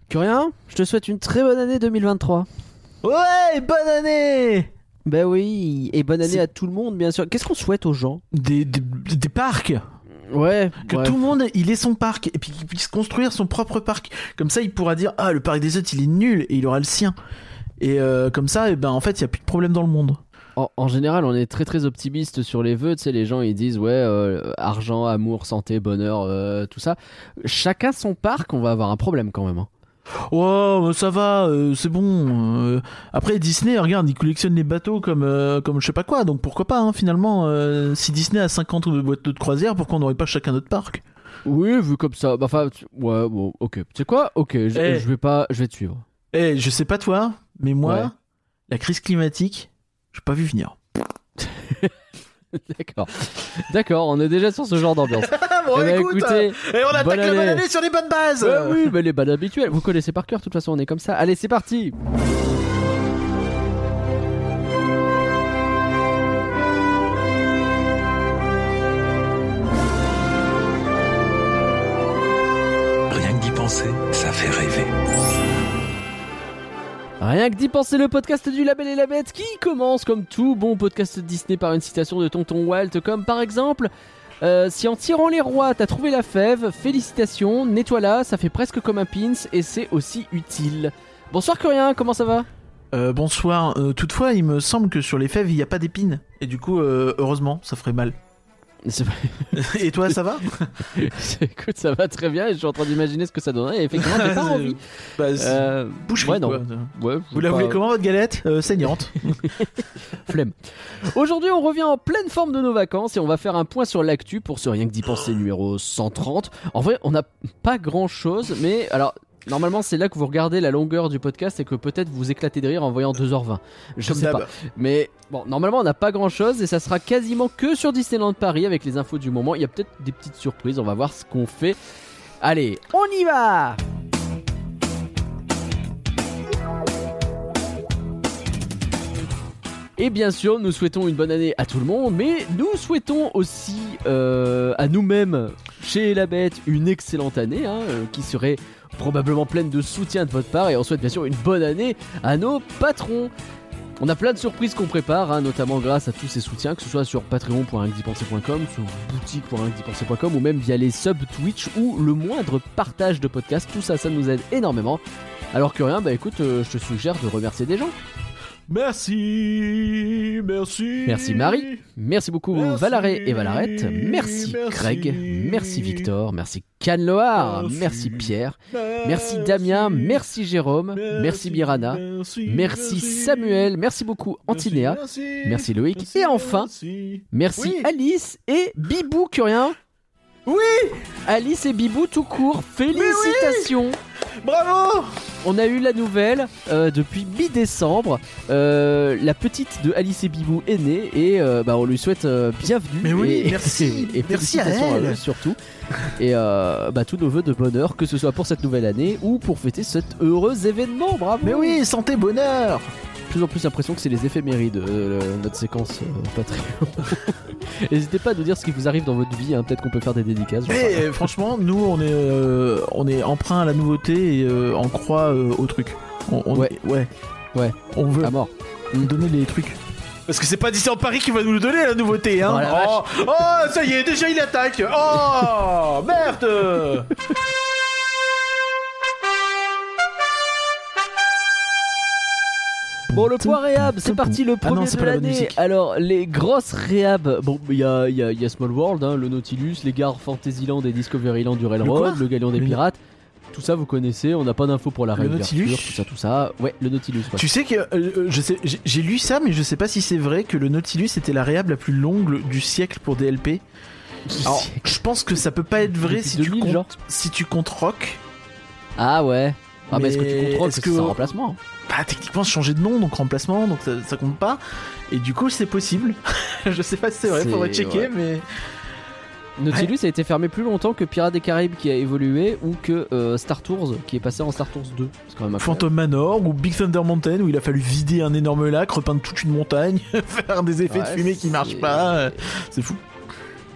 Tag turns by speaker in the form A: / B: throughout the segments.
A: Curien, je te souhaite une très bonne année 2023.
B: Ouais, bonne année.
A: Bah oui, et bonne année à tout le monde, bien sûr. Qu'est-ce qu'on souhaite aux gens ?
B: Des parcs.
A: Ouais.
B: Que tout le monde il ait son parc et puis qu'il puisse construire son propre parc. Comme ça, il pourra dire ah le parc des autres il est nul et il aura le sien. Et comme ça, en fait, il y a plus de problème dans le monde.
A: En général, on est très très optimiste sur les vœux. Tu sais, les gens ils disent ouais, argent, amour, santé, bonheur, tout ça. Chacun son parc, on va avoir un problème quand même. Hein.
B: Oh, ça va, c'est bon. Après Disney, regarde, ils collectionnent les bateaux comme je sais pas quoi. Donc pourquoi pas, hein, finalement. Si Disney a 50 boîtes de croisière, pourquoi on n'aurait pas chacun notre parc ?
A: Oui, vu comme ça. Enfin, ouais, bon, ok. Tu sais quoi ? Ok, je vais te suivre.
B: Je sais pas toi, mais moi,
A: Ouais.
B: la crise climatique, j'ai pas vu venir.
A: D'accord, on est déjà sur ce genre d'ambiance.
B: Bon,
A: écoutez,
B: on attaque
A: bonne
B: la bonne
A: année.
B: année sur les bonnes bases.
A: Oui, mais les balles habituelles. Vous connaissez par cœur, de toute façon, on est comme ça. Allez, c'est parti.
C: Rien que d'y penser, ça fait rêver.
A: Rien que d'y penser, le podcast du La Belle et la Bête qui commence comme tout bon podcast Disney par une citation de Tonton Walt, comme par exemple si en tirant les rois t'as trouvé la fève, félicitations, nettoie-la, ça fait presque comme un pins et c'est aussi utile. Bonsoir Curien, comment ça va ?
B: Bonsoir. Toutefois, il me semble que sur les fèves, il n'y a pas d'épines. Et du coup, heureusement, ça ferait mal. Et toi, ça va ?
A: Écoute, ça va très bien et je suis en train d'imaginer ce que ça donnerait et effectivement j'ai pas envie.
B: Boucherie,
A: ouais, non.
B: quoi.
A: Ouais,
B: Vous la voulez comment, votre galette ? Saignante.
A: Flemme. Aujourd'hui, on revient en pleine forme de nos vacances et on va faire un point sur l'actu pour ce Rien que d'y penser numéro 130. En vrai, on n'a pas grand chose, mais alors. Normalement, c'est là que vous regardez la longueur du podcast et que peut-être vous éclatez de rire en voyant 2h20. Je sais pas. Mais bon, normalement, on n'a pas grand chose et ça sera quasiment que sur Disneyland Paris avec les infos du moment. Il y a peut-être des petites surprises, on va voir ce qu'on fait. Allez, on y va! Et bien sûr, nous souhaitons une bonne année à tout le monde, mais nous souhaitons aussi à nous-mêmes, chez La Bête, une excellente année, qui serait probablement pleine de soutien de votre part, et on souhaite bien sûr une bonne année à nos patrons. On a plein de surprises qu'on prépare, notamment grâce à tous ces soutiens, que ce soit sur patreon.rienquedipenser.com, sur boutique.rienquedipenser.com ou même via les subs Twitch ou le moindre partage de podcast. Tout ça, ça nous aide énormément. Alors que rien, écoute, je te suggère de remercier des gens.
B: Merci.
A: Merci Marie, merci beaucoup Valaré et Valarette, merci Craig, merci Victor, merci Canloar, merci Pierre, merci Damien, merci Jérôme, merci Mirana, merci Samuel, merci beaucoup Antinéa, merci Loïc et enfin, merci Alice et Bibou Curien.
B: Oui.
A: Alice et Bibou tout court, félicitations.
B: Bravo.
A: On a eu la nouvelle depuis mi-décembre. La petite de Alice et Bibou est née et on lui souhaite bienvenue.
B: Mais oui,
A: et,
B: merci.
A: Et
B: merci à
A: félicitations
B: elle.
A: eux surtout. Et tous nos vœux de bonheur, que ce soit pour cette nouvelle année ou pour fêter cet heureux événement. Bravo.
B: Mais oui, santé, bonheur.
A: De plus en plus l'impression que c'est les éphémérides de notre séquence Patreon. N'hésitez pas à nous dire ce qui vous arrive dans votre vie, peut-être qu'on peut faire des dédicaces.
B: Mais franchement, nous on est emprunt à la nouveauté et on croit au truc.
A: Ouais.
B: On veut
A: à mort.
B: nous donner les trucs. Parce que c'est pas Disneyland Paris qui va nous le donner la nouveauté, hein.
A: Oh, la vache.
B: Ça y est, déjà il attaque. Oh merde.
A: Bon, le point réhab, c'est parti, le premier
B: c'est
A: de
B: pas la bonne
A: l'année.
B: musique.
A: Alors, les grosses réhab, il y a Small World, le Nautilus, les gares Fantasyland et Discoveryland du Railroad, le Galion des Pirates. Tout ça, vous connaissez, on n'a pas d'infos pour la réouverture, tout ça. Ouais, le Nautilus. Ouais.
B: Tu sais que j'ai lu ça, mais je sais pas si c'est vrai que le Nautilus était la réhab la plus longue du siècle pour DLP. Alors, je pense que ça peut pas être vrai si
A: 2000,
B: tu comptes Rock.
A: Ah ouais. Mais est-ce que tu contrôles
B: est-ce
A: que c'est un remplacement?
B: Bah techniquement changer de nom, donc remplacement, donc ça compte pas. Et du coup c'est possible. Je sais pas si c'est vrai, faudrait checker, mais...
A: Nautilus a été fermé plus longtemps que Pirates des Caraïbes qui a évolué ou que Star Tours qui est passé en Star Tours 2. C'est quand même
B: Phantom Manor ou Big Thunder Mountain où il a fallu vider un énorme lac, repeindre toute une montagne, faire des effets de fumée qui marchent pas. C'est fou.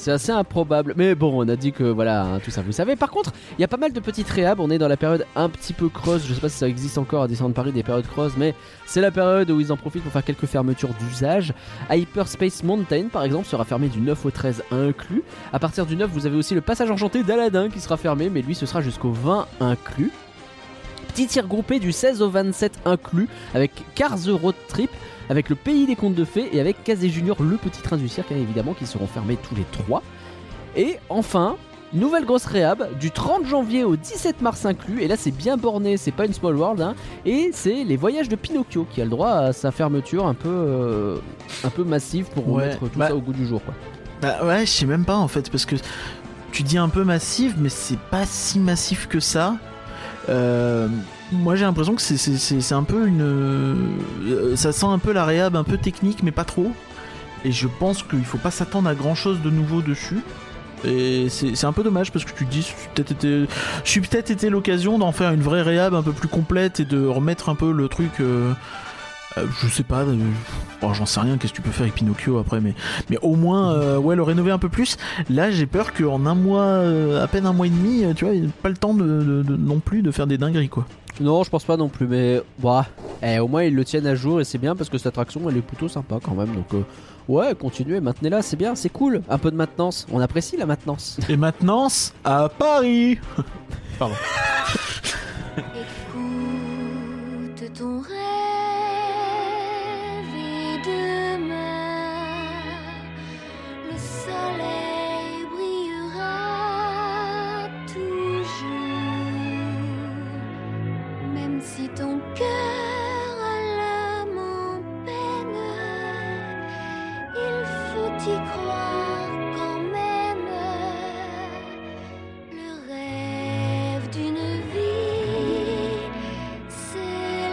A: C'est assez improbable, mais bon, on a dit que voilà, hein, tout ça vous savez. Par contre, il y a pas mal de petites réhab. On est dans la période un petit peu creuse. Je sais pas si ça existe encore à Disneyland Paris des périodes creuses, mais c'est la période où ils en profitent pour faire quelques fermetures d'usage. Hyperspace Mountain, par exemple, sera fermé du 9 au 13 inclus. À partir du 9, vous avez aussi le passage enchanté d'Aladin qui sera fermé, mais lui, ce sera jusqu'au 20 inclus. Petit tir groupé du 16 au 27 inclus, avec Cars The Road Trip, avec le Pays des Contes de Fées et avec Kazé Junior, le petit train du cirque, hein, évidemment, qui seront fermés tous les 3. Et enfin, nouvelle grosse réhab du 30 janvier au 17 mars inclus, et là c'est bien borné, c'est pas une small world, hein, et c'est les voyages de Pinocchio qui a le droit à sa fermeture un peu massive pour remettre tout ça au goût du jour, quoi.
B: Bah ouais, je sais même pas en fait, parce que tu dis un peu massif, mais c'est pas si massif que ça. Moi j'ai l'impression que c'est un peu ça sent un peu la réhab un peu technique mais pas trop, et je pense qu'il faut pas s'attendre à grand chose de nouveau dessus, et c'est un peu dommage parce que tu te dis j'ai peut-être été l'occasion d'en faire une vraie réhab un peu plus complète et de remettre un peu le truc je sais pas, j'en sais rien, qu'est-ce que tu peux faire avec Pinocchio après, mais au moins le rénover un peu plus. Là j'ai peur qu'en un mois, à peine un mois et demi, tu vois, il n'y a pas le temps de non plus de faire des dingueries quoi.
A: Non, je pense pas non plus, mais au moins ils le tiennent à jour et c'est bien parce que cette attraction elle est plutôt sympa quand même, donc ouais, continuez, maintenez-la, c'est bien, c'est cool. Un peu de maintenance, on apprécie la maintenance.
B: Et maintenance à Paris. Pardon.
D: Écoute ton rêve et demain le soleil brillera toujours, même si ton cœur a l'âme en peine, il faut y croire quand même. Le rêve d'une vie, c'est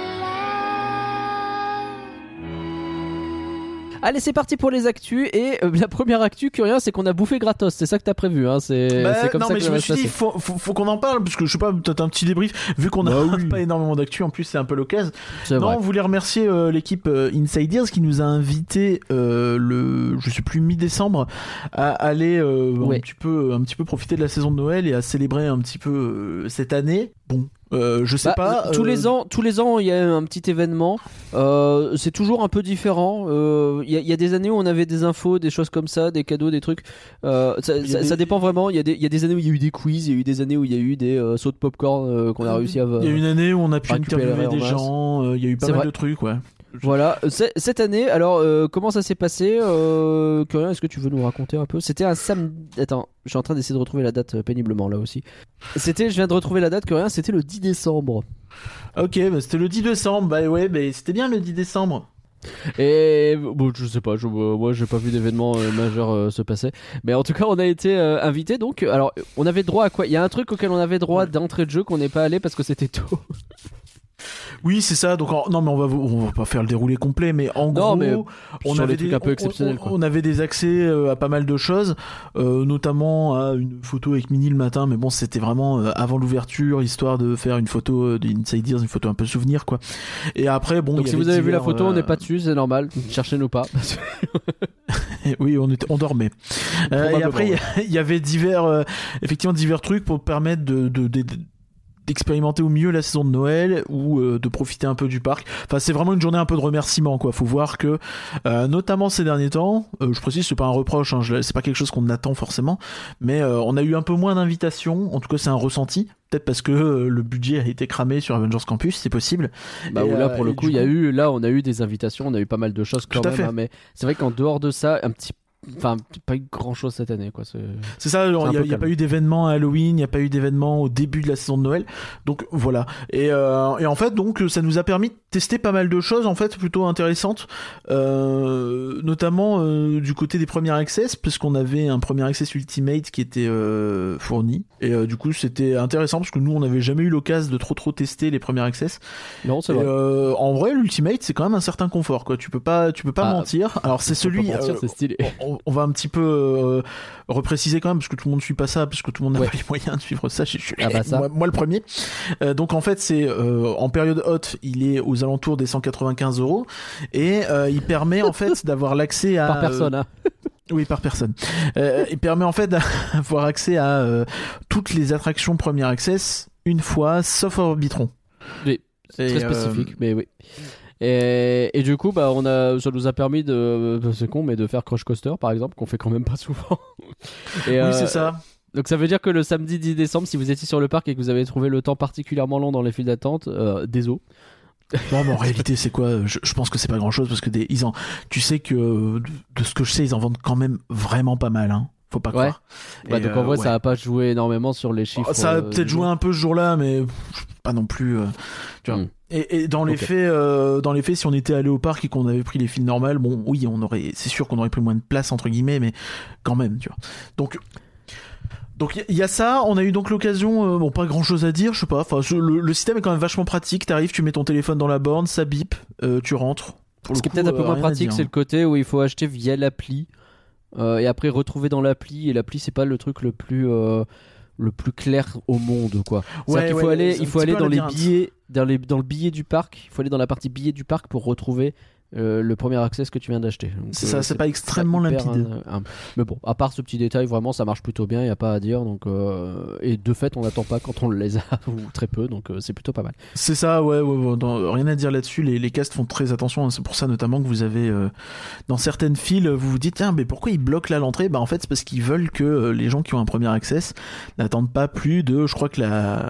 D: l'amour.
A: Allez, c'est parti pour les actus, et la première actu, Curien, c'est qu'on a bouffé gratos, c'est ça que t'as prévu, hein, c'est comme
B: non,
A: ça
B: mais
A: que
B: je
A: ça
B: me
A: va
B: suis
A: se
B: dit,
A: passer.
B: faut qu'on en parle, parce que je sais pas, peut-être un petit débrief, vu qu'on a pas énormément d'actu, en plus c'est un peu l'occasion.
A: C'est vrai.
B: On voulait remercier l'équipe Inside Ears qui nous a invité je sais plus, mi-décembre à aller un petit peu profiter de la saison de Noël et à célébrer un petit peu cette année. Bon, je sais pas.
A: Tous les ans, il y a un petit événement. C'est toujours un peu différent. Il y a des années où on avait des infos, des choses comme ça, des cadeaux, des trucs. Ça dépend vraiment. Il y a des années où il y a eu des quiz, il y a eu des années où il y a eu des sauts de popcorn qu'on a réussi à.
B: Il y a une année où on a pu
A: récupérer
B: interviewer des
A: en masse.
B: gens. Il y a eu pas mal de trucs, ouais.
A: Voilà, cette année, alors comment ça s'est passé, Curien, est-ce que tu veux nous raconter un peu? C'était un samedi. Attends, je suis en train d'essayer de retrouver la date péniblement là aussi. Je viens de retrouver la date, Curien, c'était le 10 décembre.
B: Ok, c'était le 10 décembre, c'était bien le 10 décembre.
A: Et bon, je sais pas, moi j'ai pas vu d'événement majeur se passer, mais en tout cas on a été invités, donc alors on avait droit à quoi? Il y a un truc auquel on avait droit d'entrée de jeu qu'on n'est pas allé parce que c'était tôt.
B: Oui, c'est ça. Donc non, mais on va pas faire le déroulé complet, mais en gros, on avait des trucs
A: un peu exceptionnels.
B: On avait des accès à pas mal de choses, notamment à une photo avec Minnie le matin. Mais bon, c'était vraiment avant l'ouverture, histoire de faire une photo d'Inside Ears, une photo un peu souvenir, quoi. Et après, bon.
A: Donc si vous avez vu la photo, on n'est pas dessus, c'est normal. Cherchez-nous pas.
B: Oui, on dormait. Et après, il y avait divers trucs pour permettre d'expérimenter au mieux la saison de Noël ou de profiter un peu du parc. Enfin, c'est vraiment une journée un peu de remerciement, quoi. Faut voir que, notamment ces derniers temps, je précise, c'est pas un reproche, hein, c'est pas quelque chose qu'on attend forcément, mais on a eu un peu moins d'invitations. En tout cas, c'est un ressenti. Peut-être parce que le budget a été cramé sur Avengers Campus, c'est possible.
A: Bah où là, pour le coup, on a eu des invitations, on a eu pas mal de choses quand même, hein, mais c'est vrai qu'en dehors de ça, pas eu grand chose cette année, quoi.
B: C'est ça, il n'y a pas eu d'événement à Halloween, il n'y a pas eu d'événement au début de la saison de Noël, donc voilà. Et en fait, donc ça nous a permis de tester pas mal de choses en fait plutôt intéressantes, notamment du côté des premiers access, parce qu'on avait un premier access Ultimate qui était fourni, et du coup c'était intéressant parce que nous on n'avait jamais eu l'occasion de trop tester les premiers access.
A: Non, c'est vrai.
B: En vrai, l'Ultimate c'est quand même un certain confort, quoi. Tu peux pas mentir. Alors c'est celui.
A: C'est stylé.
B: On va un petit peu repréciser quand même, parce que tout le monde ne suit pas ça, parce que tout le monde n'a pas les moyens de suivre ça. Moi le premier. Donc en fait, c'est en période haute, il est aux alentours des 195 €, et il permet en fait d'avoir l'accès à.
A: Par personne, hein.
B: Oui, par personne. Il permet en fait d'avoir accès à toutes les attractions Premier Access une fois, sauf Orbitron.
A: Oui, c'est très spécifique, mais oui. Et du coup, ça nous a permis c'est con, mais de faire Crush Coaster par exemple, qu'on fait quand même pas souvent.
B: Oui, c'est ça.
A: Donc ça veut dire que le samedi 10 décembre, si vous étiez sur le parc et que vous avez trouvé le temps particulièrement long dans les files d'attente, désolé.
B: Non, mais en réalité, c'est quoi ? Je pense que c'est pas grand-chose parce que tu sais que de ce que je sais, ils en vendent quand même vraiment pas mal. Hein. Faut pas croire.
A: Ouais, donc en vrai, ça a pas joué énormément sur les chiffres.
B: Ça a peut-être joué un peu ce jour-là, mais pas non plus. Tu vois. Et dans les faits, si on était allé au parc et qu'on avait pris les files normales, bon, oui, c'est sûr qu'on aurait pris moins de place entre guillemets, mais quand même, tu vois. Donc il y a ça, on a eu donc l'occasion, pas grand chose à dire, je sais pas, enfin le système est quand même vachement pratique, t'arrives, tu mets ton téléphone dans la borne, ça bip, tu rentres.
A: Ce qui est peut-être un peu moins pratique, c'est le côté où il faut acheter via l'appli, et après retrouver dans l'appli, et l'appli c'est pas le truc le plus clair au monde, quoi. C'est-à-dire qu'il faut aller dans les billets, dans le billet du parc, il faut aller dans la partie billet du parc pour retrouver le premier access que tu viens d'acheter. Donc,
B: c'est pas extrêmement limpide.
A: Mais bon, à part ce petit détail, vraiment ça marche plutôt bien, il n'y a pas à dire. Donc, et de fait, on n'attend pas quand on les a, ou très peu, donc c'est plutôt pas mal.
B: C'est ça, ouais, rien à dire là-dessus. Les castes font très attention, hein. C'est pour ça notamment que vous avez dans certaines files, vous vous dites tiens, mais pourquoi ils bloquent là l'entrée ? En fait, c'est parce qu'ils veulent que les gens qui ont un premier access n'attendent pas plus de. Je crois que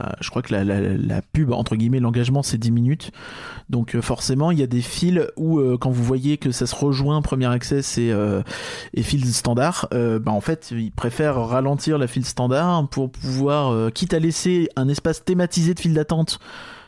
B: la pub, entre guillemets, l'engagement c'est 10 minutes. Donc forcément, il y a des files où quand vous voyez que ça se rejoint Premier Access et file standard, en fait, ils préfèrent ralentir la file standard pour pouvoir, quitte à laisser un espace thématisé de file d'attente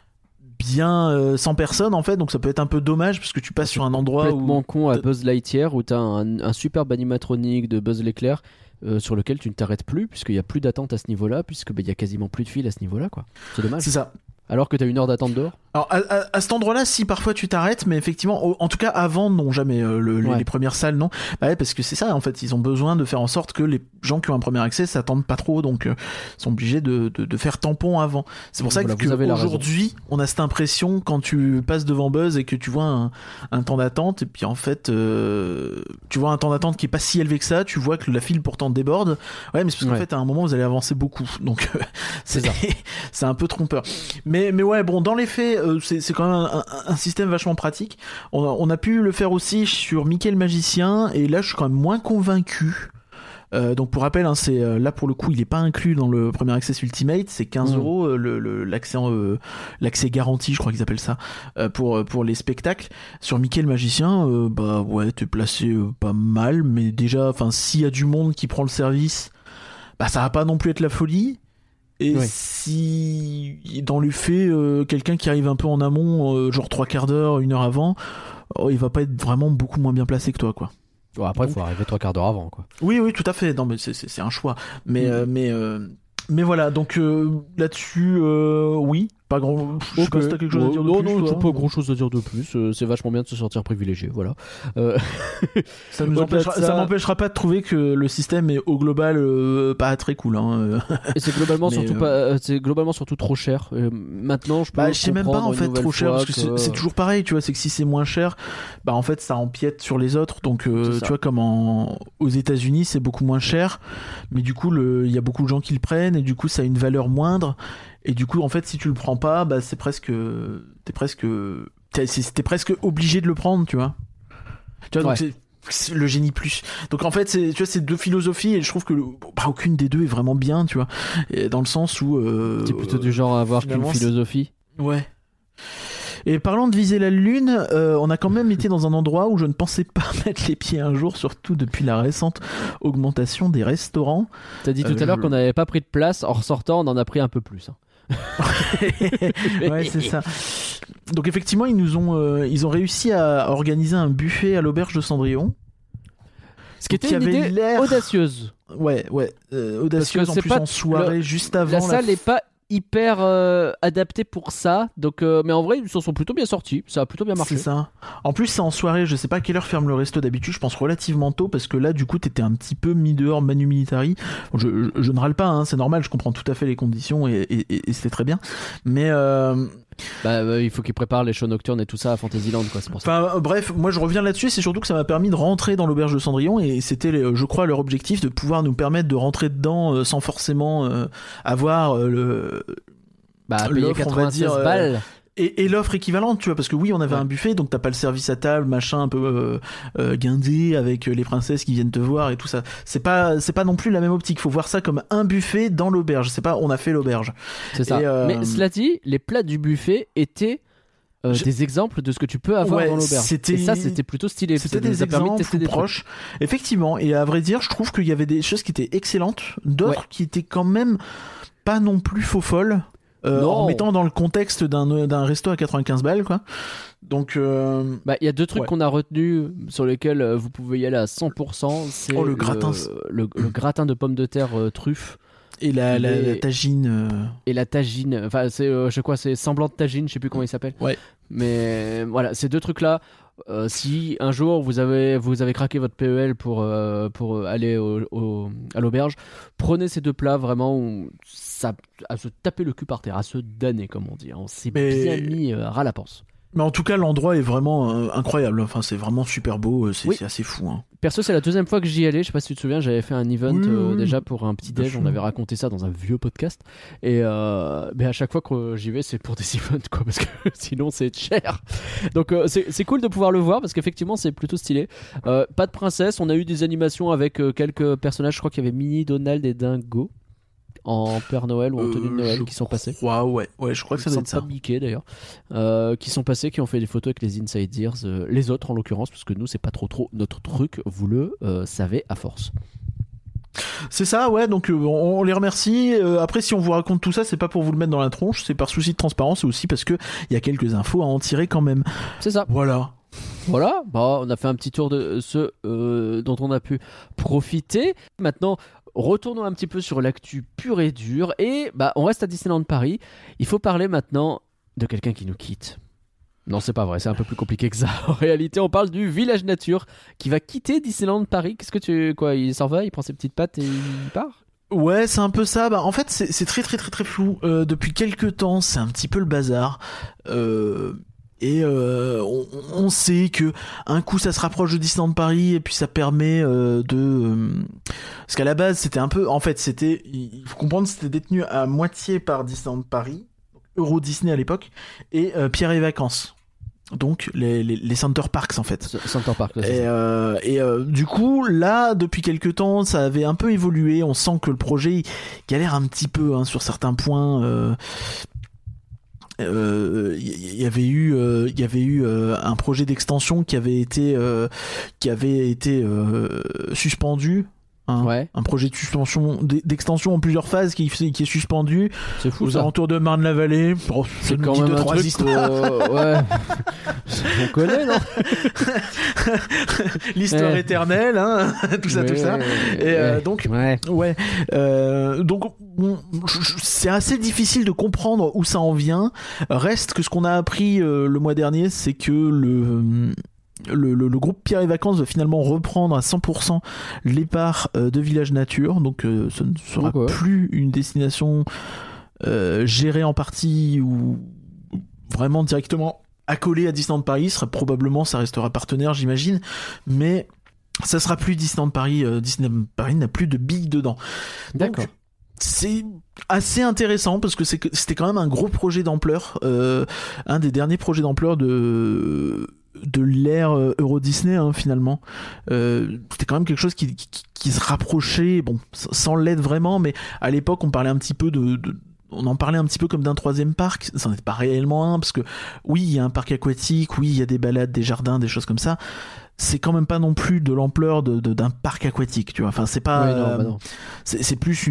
B: bien sans personne en fait, donc ça peut être un peu dommage parce que tu passes sur un endroit
A: complètement con à Buzz Lightyear où t'as un superbe animatronique de Buzz l'éclair sur lequel tu ne t'arrêtes plus puisqu'il y a plus d'attente à ce niveau-là, puisque il y a quasiment plus de file à ce niveau-là, quoi. C'est dommage.
B: C'est ça.
A: Alors que t'as 1 heure d'attente dehors.
B: Alors à cet endroit-là, si parfois tu t'arrêtes, mais effectivement, en tout cas avant, non, jamais. Les premières salles, non. Parce que c'est ça, en fait, ils ont besoin de faire en sorte que les gens qui ont un premier accès s'attendent pas trop, donc ils sont obligés de faire tampon avant. C'est pour ça qu'aujourd'hui, on a cette impression quand tu passes devant Buzz et que tu vois un temps d'attente, et puis en fait, tu vois un temps d'attente qui est pas si élevé que ça, tu vois que la file pourtant déborde. Ouais, mais c'est parce qu'en fait, à un moment, vous allez avancer beaucoup, donc c'est un peu trompeur. Mais ouais, bon, dans les faits, c'est quand même un système vachement pratique. On a pu le faire aussi sur Mickey le magicien, et là je suis quand même moins convaincu. Donc pour rappel, hein, c'est là pour le coup, il est pas inclus dans le premier Access Ultimate, c'est 15€ l'accès garanti, je crois qu'ils appellent ça, pour les spectacles. Sur Mickey le magicien, ouais, t'es placé pas mal, mais déjà, enfin, s'il y a du monde qui prend le service, ça va pas non plus être la folie. Et si dans les faits, quelqu'un qui arrive un peu en amont, genre 3/4 d'heure, 1 heure avant, il va pas être vraiment beaucoup moins bien placé que toi, quoi.
A: Ouais, après, il faut arriver 3/4 d'heure avant, quoi.
B: Oui, tout à fait. Non, mais c'est un choix. Mais voilà, donc là-dessus, oui. Pas grand. Je sais pas si t'as quelque chose à dire de plus.
A: Non, j'ai pas grand chose à dire de plus. C'est vachement bien de se sentir privilégié, voilà.
B: Ça m'empêchera pas de trouver que le système est au global pas très cool. Hein.
A: Et c'est globalement surtout trop cher. Maintenant, je
B: sais même pas en fait trop cher parce que c'est toujours pareil, tu vois. C'est que si c'est moins cher, en fait ça empiète sur les autres. Donc tu vois, comme aux États-Unis, c'est beaucoup moins cher, mais du coup il y a beaucoup de gens qui le prennent et du coup ça a une valeur moindre. Et du coup, en fait, si tu le prends pas, t'es presque obligé de le prendre, tu vois. Tu vois, donc c'est le génie plus. Donc en fait, tu vois, c'est deux philosophies et je trouve que aucune des deux est vraiment bien, tu vois. Et dans le sens où
A: t'es plutôt du genre à avoir qu'une philosophie.
B: Ouais. Et parlant de viser la lune, on a quand même été dans un endroit où je ne pensais pas mettre les pieds un jour, surtout depuis la récente augmentation des restaurants.
A: T'as dit tout à l'heure qu'on n'avait pas pris de place, en ressortant on en a pris un peu plus. Hein.
B: Ouais, c'est ça. Donc effectivement, ils ont réussi à organiser un buffet à l'auberge de Cendrillon.
A: Ce qui était une idée audacieuse.
B: Ouais, audacieuse en plus en soirée, juste avant.
A: La salle n'est pas hyper adapté pour ça, donc mais en vrai ils s'en sont plutôt bien sortis, ça a plutôt bien marché.
B: C'est ça. En plus c'est en soirée, je sais pas à quelle heure ferme le resto d'habitude, je pense relativement tôt parce que là du coup t'étais un petit peu mis dehors manu militari. Je ne râle pas, hein, c'est normal, je comprends tout à fait les conditions et c'était très bien. Mais
A: Il faut qu'ils préparent les shows nocturnes et tout ça à Fantasyland, quoi. C'est pour ça.
B: Enfin bref, moi je reviens là-dessus, c'est surtout que ça m'a permis de rentrer dans l'auberge de Cendrillon et c'était, je crois, leur objectif de pouvoir nous permettre de rentrer dedans sans forcément avoir
A: Payer
B: l'offre, on va
A: 96
B: dire,
A: balles.
B: Et l'offre équivalente, tu vois, parce que oui, on avait un buffet, donc t'as pas le service à table, machin, un peu guindé avec les princesses qui viennent te voir et tout ça. C'est pas non plus la même optique. Faut voir ça comme un buffet dans l'auberge. C'est pas, on a fait l'auberge.
A: C'est ça. Mais cela dit, les plats du buffet étaient des exemples de ce que tu peux avoir dans l'auberge. Et ça, c'était plutôt stylé.
B: C'était des exemples proches. Effectivement. Et à vrai dire, je trouve qu'il y avait des choses qui étaient excellentes, d'autres qui étaient quand même pas non plus faux folles. En mettant dans le contexte d'un resto à 95 balles, quoi. Donc, il
A: y a deux trucs qu'on a retenus sur lesquels vous pouvez y aller à 100%. C'est
B: le gratin.
A: Le gratin de pommes de terre truffe.
B: Et la tagine.
A: Et la tagine. Enfin, c'est semblant de tagine, je sais plus comment il s'appelle.
B: Ouais.
A: Mais voilà, ces deux trucs-là. Si un jour vous avez craqué votre PEL pour aller à l'auberge, prenez ces deux plats vraiment à se taper le cul par terre, à se damner comme on dit. On s'est bien mis ras la panse.
B: Mais en tout cas, l'endroit est vraiment incroyable. Enfin, c'est vraiment super beau. C'est assez fou. Hein.
A: Perso, c'est la deuxième fois que j'y allais. Je sais pas si tu te souviens, j'avais fait un event déjà pour un petit déj. On avait raconté ça dans un vieux podcast. Et à chaque fois que j'y vais, c'est pour des events, quoi, parce que sinon c'est cher. Donc c'est cool de pouvoir le voir parce qu'effectivement c'est plutôt stylé. Pas de princesse. On a eu des animations avec quelques personnages. Je crois qu'il y avait Minnie, Donald et Dingo en Père Noël ou en tenue de Noël qui sont passés.
B: Ouais, je crois que ça doit être ça.
A: Pas Mickey d'ailleurs, qui sont passés, qui ont fait des photos avec les Inside Ears, les autres en l'occurrence, parce que nous c'est pas trop notre truc, vous le savez à force.
B: C'est ça, ouais, donc on les remercie. Après, si on vous raconte tout ça, c'est pas pour vous le mettre dans la tronche, c'est par souci de transparence et aussi parce que il y a quelques infos à en tirer quand même.
A: C'est ça.
B: Voilà,
A: on a fait un petit tour de ce dont on a pu profiter. Maintenant, retournons un petit peu sur l'actu pure et dure et on reste à Disneyland Paris. Il faut parler maintenant de quelqu'un qui nous quitte. Non, c'est pas vrai, c'est un peu plus compliqué que ça. En réalité, on parle du Village Nature qui va quitter Disneyland Paris. Il s'en va, il prend ses petites pattes et il part?
B: Ouais, c'est un peu ça. En fait, c'est très très très très flou. Depuis quelques temps, c'est un petit peu le bazar. On sait que un coup ça se rapproche de Disneyland Paris et puis ça permet parce qu'à la base c'était un peu, en fait il faut comprendre, c'était détenu à moitié par Disneyland Paris, Euro Disney à l'époque, et Pierre et Vacances, donc les Center Parks en fait.
A: Center Park.
B: Du coup là depuis quelques temps ça avait un peu évolué. On sent que le projet il galère un petit peu sur certains points. Il y avait eu un projet d'extension qui avait été suspendu. Un projet d'extension en plusieurs phases qui est suspendu.
A: C'est fou,
B: aux alentours de Marne-la-Vallée.
A: C'est quand même 2-3 histoires. Ouais. On connaît, non?
B: L'histoire éternelle, hein. tout ça. Et donc, c'est assez difficile de comprendre où ça en vient. Reste que ce qu'on a appris le mois dernier, c'est que le groupe Pierre et Vacances va finalement reprendre à 100% les parts de Village Nature, donc ce ne sera plus une destination gérée en partie ou vraiment directement accolée à Disneyland Paris. Ça restera partenaire, j'imagine, mais ça sera plus Disneyland Paris. Disneyland Paris n'a plus de billes dedans.
A: D'accord.
B: Donc, c'est assez intéressant parce que c'était quand même un gros projet d'ampleur, un des derniers projets d'ampleur de l'ère Euro Disney, finalement. C'était quand même quelque chose qui se rapprochait, sans l'être vraiment, mais à l'époque on parlait un petit peu on en parlait un petit peu comme d'un troisième parc. Ça n'en est pas réellement un, parce que oui, il y a un parc aquatique, oui, il y a des balades, des jardins, des choses comme ça. C'est quand même pas non plus de l'ampleur d'un parc aquatique, tu vois. Enfin, c'est pas.
A: Non.
B: C'est plus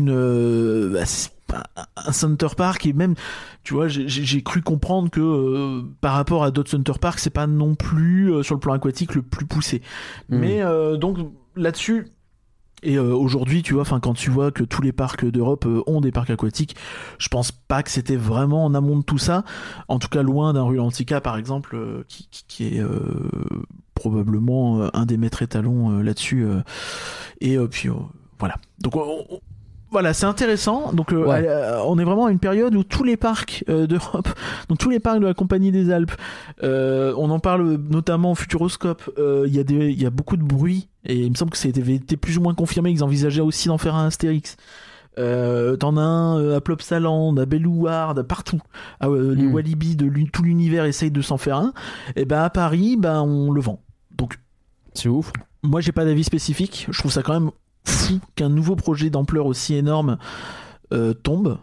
B: un Center Park, et même, tu vois, j'ai cru comprendre que par rapport à d'autres Center Park, c'est pas non plus sur le plan aquatique le plus poussé. Mais donc là-dessus. Et aujourd'hui, tu vois, quand tu vois que tous les parcs d'Europe ont des parcs aquatiques, je pense pas que c'était vraiment en amont de tout ça. En tout cas, loin d'un Rulantica, par exemple, qui est probablement un des maîtres étalons là-dessus. Et puis voilà. Donc Voilà, c'est intéressant. Donc,
A: Ouais.
B: on est vraiment à une période où tous les parcs d'Europe, donc tous les parcs de la Compagnie des Alpes, on en parle notamment au Futuroscope. Il y a beaucoup de bruit et il me semble que ça avait été plus ou moins confirmé qu'ils envisageaient aussi d'en faire un Astérix. T'en as un à Plopsaland, à Bellouard, partout. Les Walibi de tout l'univers essayent de s'en faire un. Et ben à Paris, on le vend. Donc
A: C'est ouf.
B: moi j'ai pas d'avis spécifique. Je trouve ça quand même fou qu'un nouveau projet d'ampleur aussi énorme tombe.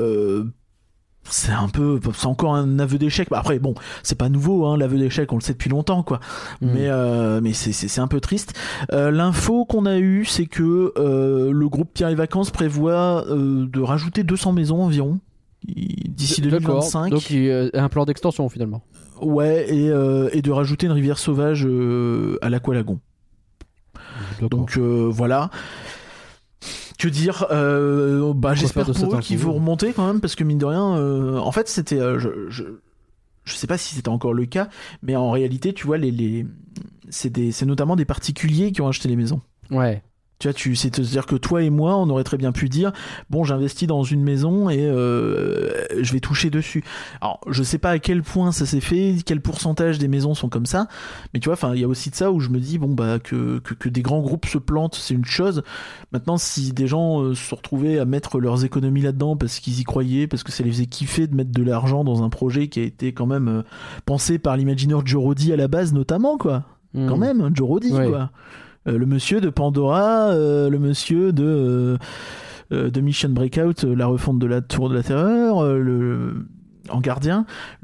B: C'est encore un aveu d'échec. Après bon, c'est pas nouveau, hein, l'aveu d'échec, on le sait depuis longtemps quoi. Mais c'est un peu triste. L'info qu'on a eue, c'est que le groupe Pierre et Vacances prévoit de rajouter 200 maisons environ d'ici 2025.
A: Donc il y a un plan d'extension finalement.
B: Ouais, et de rajouter une rivière sauvage à l'Aqualagon.
A: D'accord.
B: Donc voilà. Que dire j'espère
A: faire de
B: pour eux
A: cette
B: qu'ils
A: info
B: vont remonter quand même, parce que mine de rien, en fait c'était, je sais pas si c'était encore le cas, mais en réalité tu vois c'est notamment des particuliers qui ont acheté les maisons.
A: Ouais.
B: Tu vois, c'est-à-dire que toi et moi, on aurait très bien pu dire, bon, j'investis dans une maison et je vais toucher dessus. Alors, je sais pas à quel point ça s'est fait, quel pourcentage des maisons sont comme ça, mais tu vois, enfin, il y a aussi de ça où je me dis, bon, que des grands groupes se plantent, c'est une chose. Maintenant, si des gens se sont retrouvés à mettre leurs économies là-dedans parce qu'ils y croyaient, parce que ça les faisait kiffer de mettre de l'argent dans un projet qui a été quand même pensé par l'imagineur Joe Roddy à la base, notamment, quoi. Quand même, Joe Roddy,
A: Ouais.
B: quoi. Le monsieur de Pandora, le monsieur de Mission Breakout, la refonte de la Tour de la Terreur, en gardien,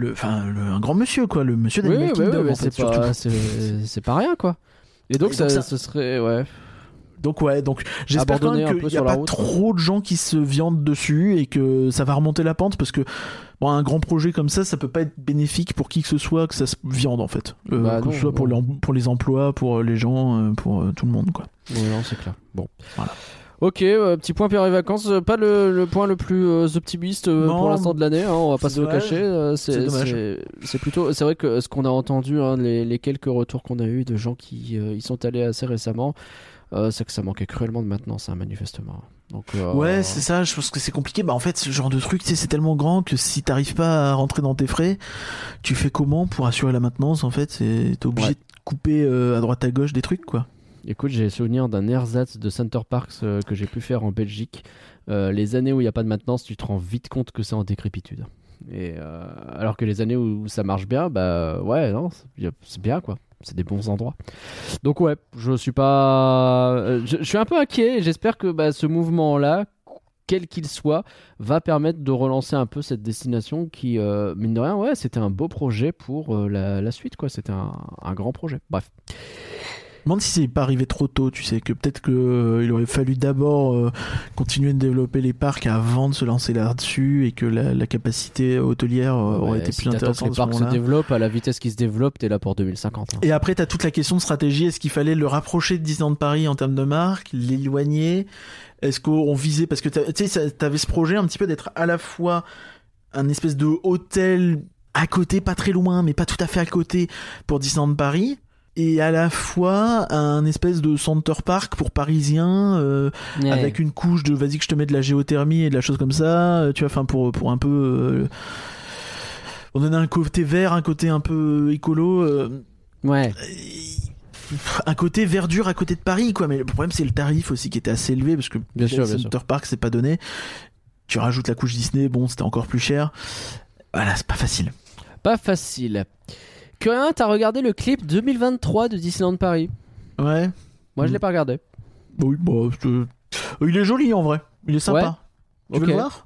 B: un grand monsieur quoi, le monsieur d'Animal
A: Oui,
B: Kingdom,
A: mais
B: en fait,
A: c'est pas,
B: surtout.
A: c'est pas rien quoi. Et donc,
B: Et donc ça-
A: ce serait ouais.
B: Donc j'espère quand
A: Abandonner
B: même
A: un peu
B: qu'il n'y a
A: sur la
B: pas
A: route.
B: trop de gens qui se viandent dessus et que ça va remonter la pente, parce que bon, un grand projet comme ça peut pas être bénéfique pour qui que ce soit que ça se viande en fait, que
A: Non,
B: ce soit
A: non.
B: pour les emplois, pour les gens, pour tout le monde quoi.
A: Ouais, non, c'est clair. Bon.
B: Voilà.
A: Ok, petit point Pierre et Vacances, pas le point le plus optimiste
B: Non,
A: pour l'instant de l'année, hein, on va pas
B: c'est
A: se le
B: dommage.
A: cacher.
B: C'est dommage.
A: C'est plutôt, c'est vrai que ce qu'on a entendu, hein, les quelques retours qu'on a eu de gens qui y sont allés assez récemment, c'est que ça manquait cruellement de maintenance, hein, manifestement. Donc,
B: Ouais, c'est ça, je pense que c'est compliqué. En fait, ce genre de truc, tu sais, c'est tellement grand que si t'arrives pas à rentrer dans tes frais, tu fais comment pour assurer la maintenance, en fait? T'es obligé
A: Ouais.
B: de couper à droite à gauche des trucs, quoi.
A: Écoute, j'ai souvenir d'un ersatz de Center Parks que j'ai pu faire en Belgique. Les années où il n'y a pas de maintenance, tu te rends vite compte que c'est en décrépitude. Et alors que les années où ça marche bien, ouais, non, c'est bien quoi. C'est des bons endroits. Donc ouais, je suis pas, je suis un peu inquiet. J'espère que ce mouvement-là, quel qu'il soit, va permettre de relancer un peu cette destination qui, mine de rien, ouais, c'était un beau projet pour la suite quoi. C'était un grand projet. Bref.
B: Je me demande si c'est pas arrivé trop tôt, tu sais, que peut-être qu'il aurait fallu d'abord continuer de développer les parcs avant de se lancer là-dessus, et que la capacité hôtelière aurait été
A: si
B: plus
A: t'attends
B: intéressante
A: que
B: à
A: les
B: ce
A: parcs se
B: moment-là.
A: développent à la vitesse qu'ils se développent, t'es là pour 2050. hein.
B: Et après, t'as toute la question de stratégie. Est-ce qu'il fallait le rapprocher de Disneyland Paris en termes de marque, l'éloigner? Est-ce qu'on visait, parce que tu sais, t'avais ce projet un petit peu d'être à la fois un espèce de hôtel à côté, pas très loin, mais pas tout à fait à côté pour Disneyland Paris, et à la fois un espèce de Center Park pour Parisiens,
A: Ouais.
B: avec une couche de vas-y que je te mets de la géothermie et de la chose comme ça, tu vois, enfin pour un peu on donne un côté vert, un côté un peu écolo,
A: Ouais.
B: un côté verdure à côté de Paris quoi. Mais le problème c'est le tarif aussi qui était assez élevé, parce que
A: Bien sûr, bien
B: Center Park c'est pas donné, tu rajoutes la couche Disney, bon c'était encore plus cher, voilà, c'est pas facile.
A: Pas facile. Curien, t'as regardé le clip 2023 de Disneyland Paris?
B: Ouais,
A: Moi, je l'ai pas regardé.
B: oui, il est joli en vrai, il est sympa. Tu veux
A: Ok.
B: le voir?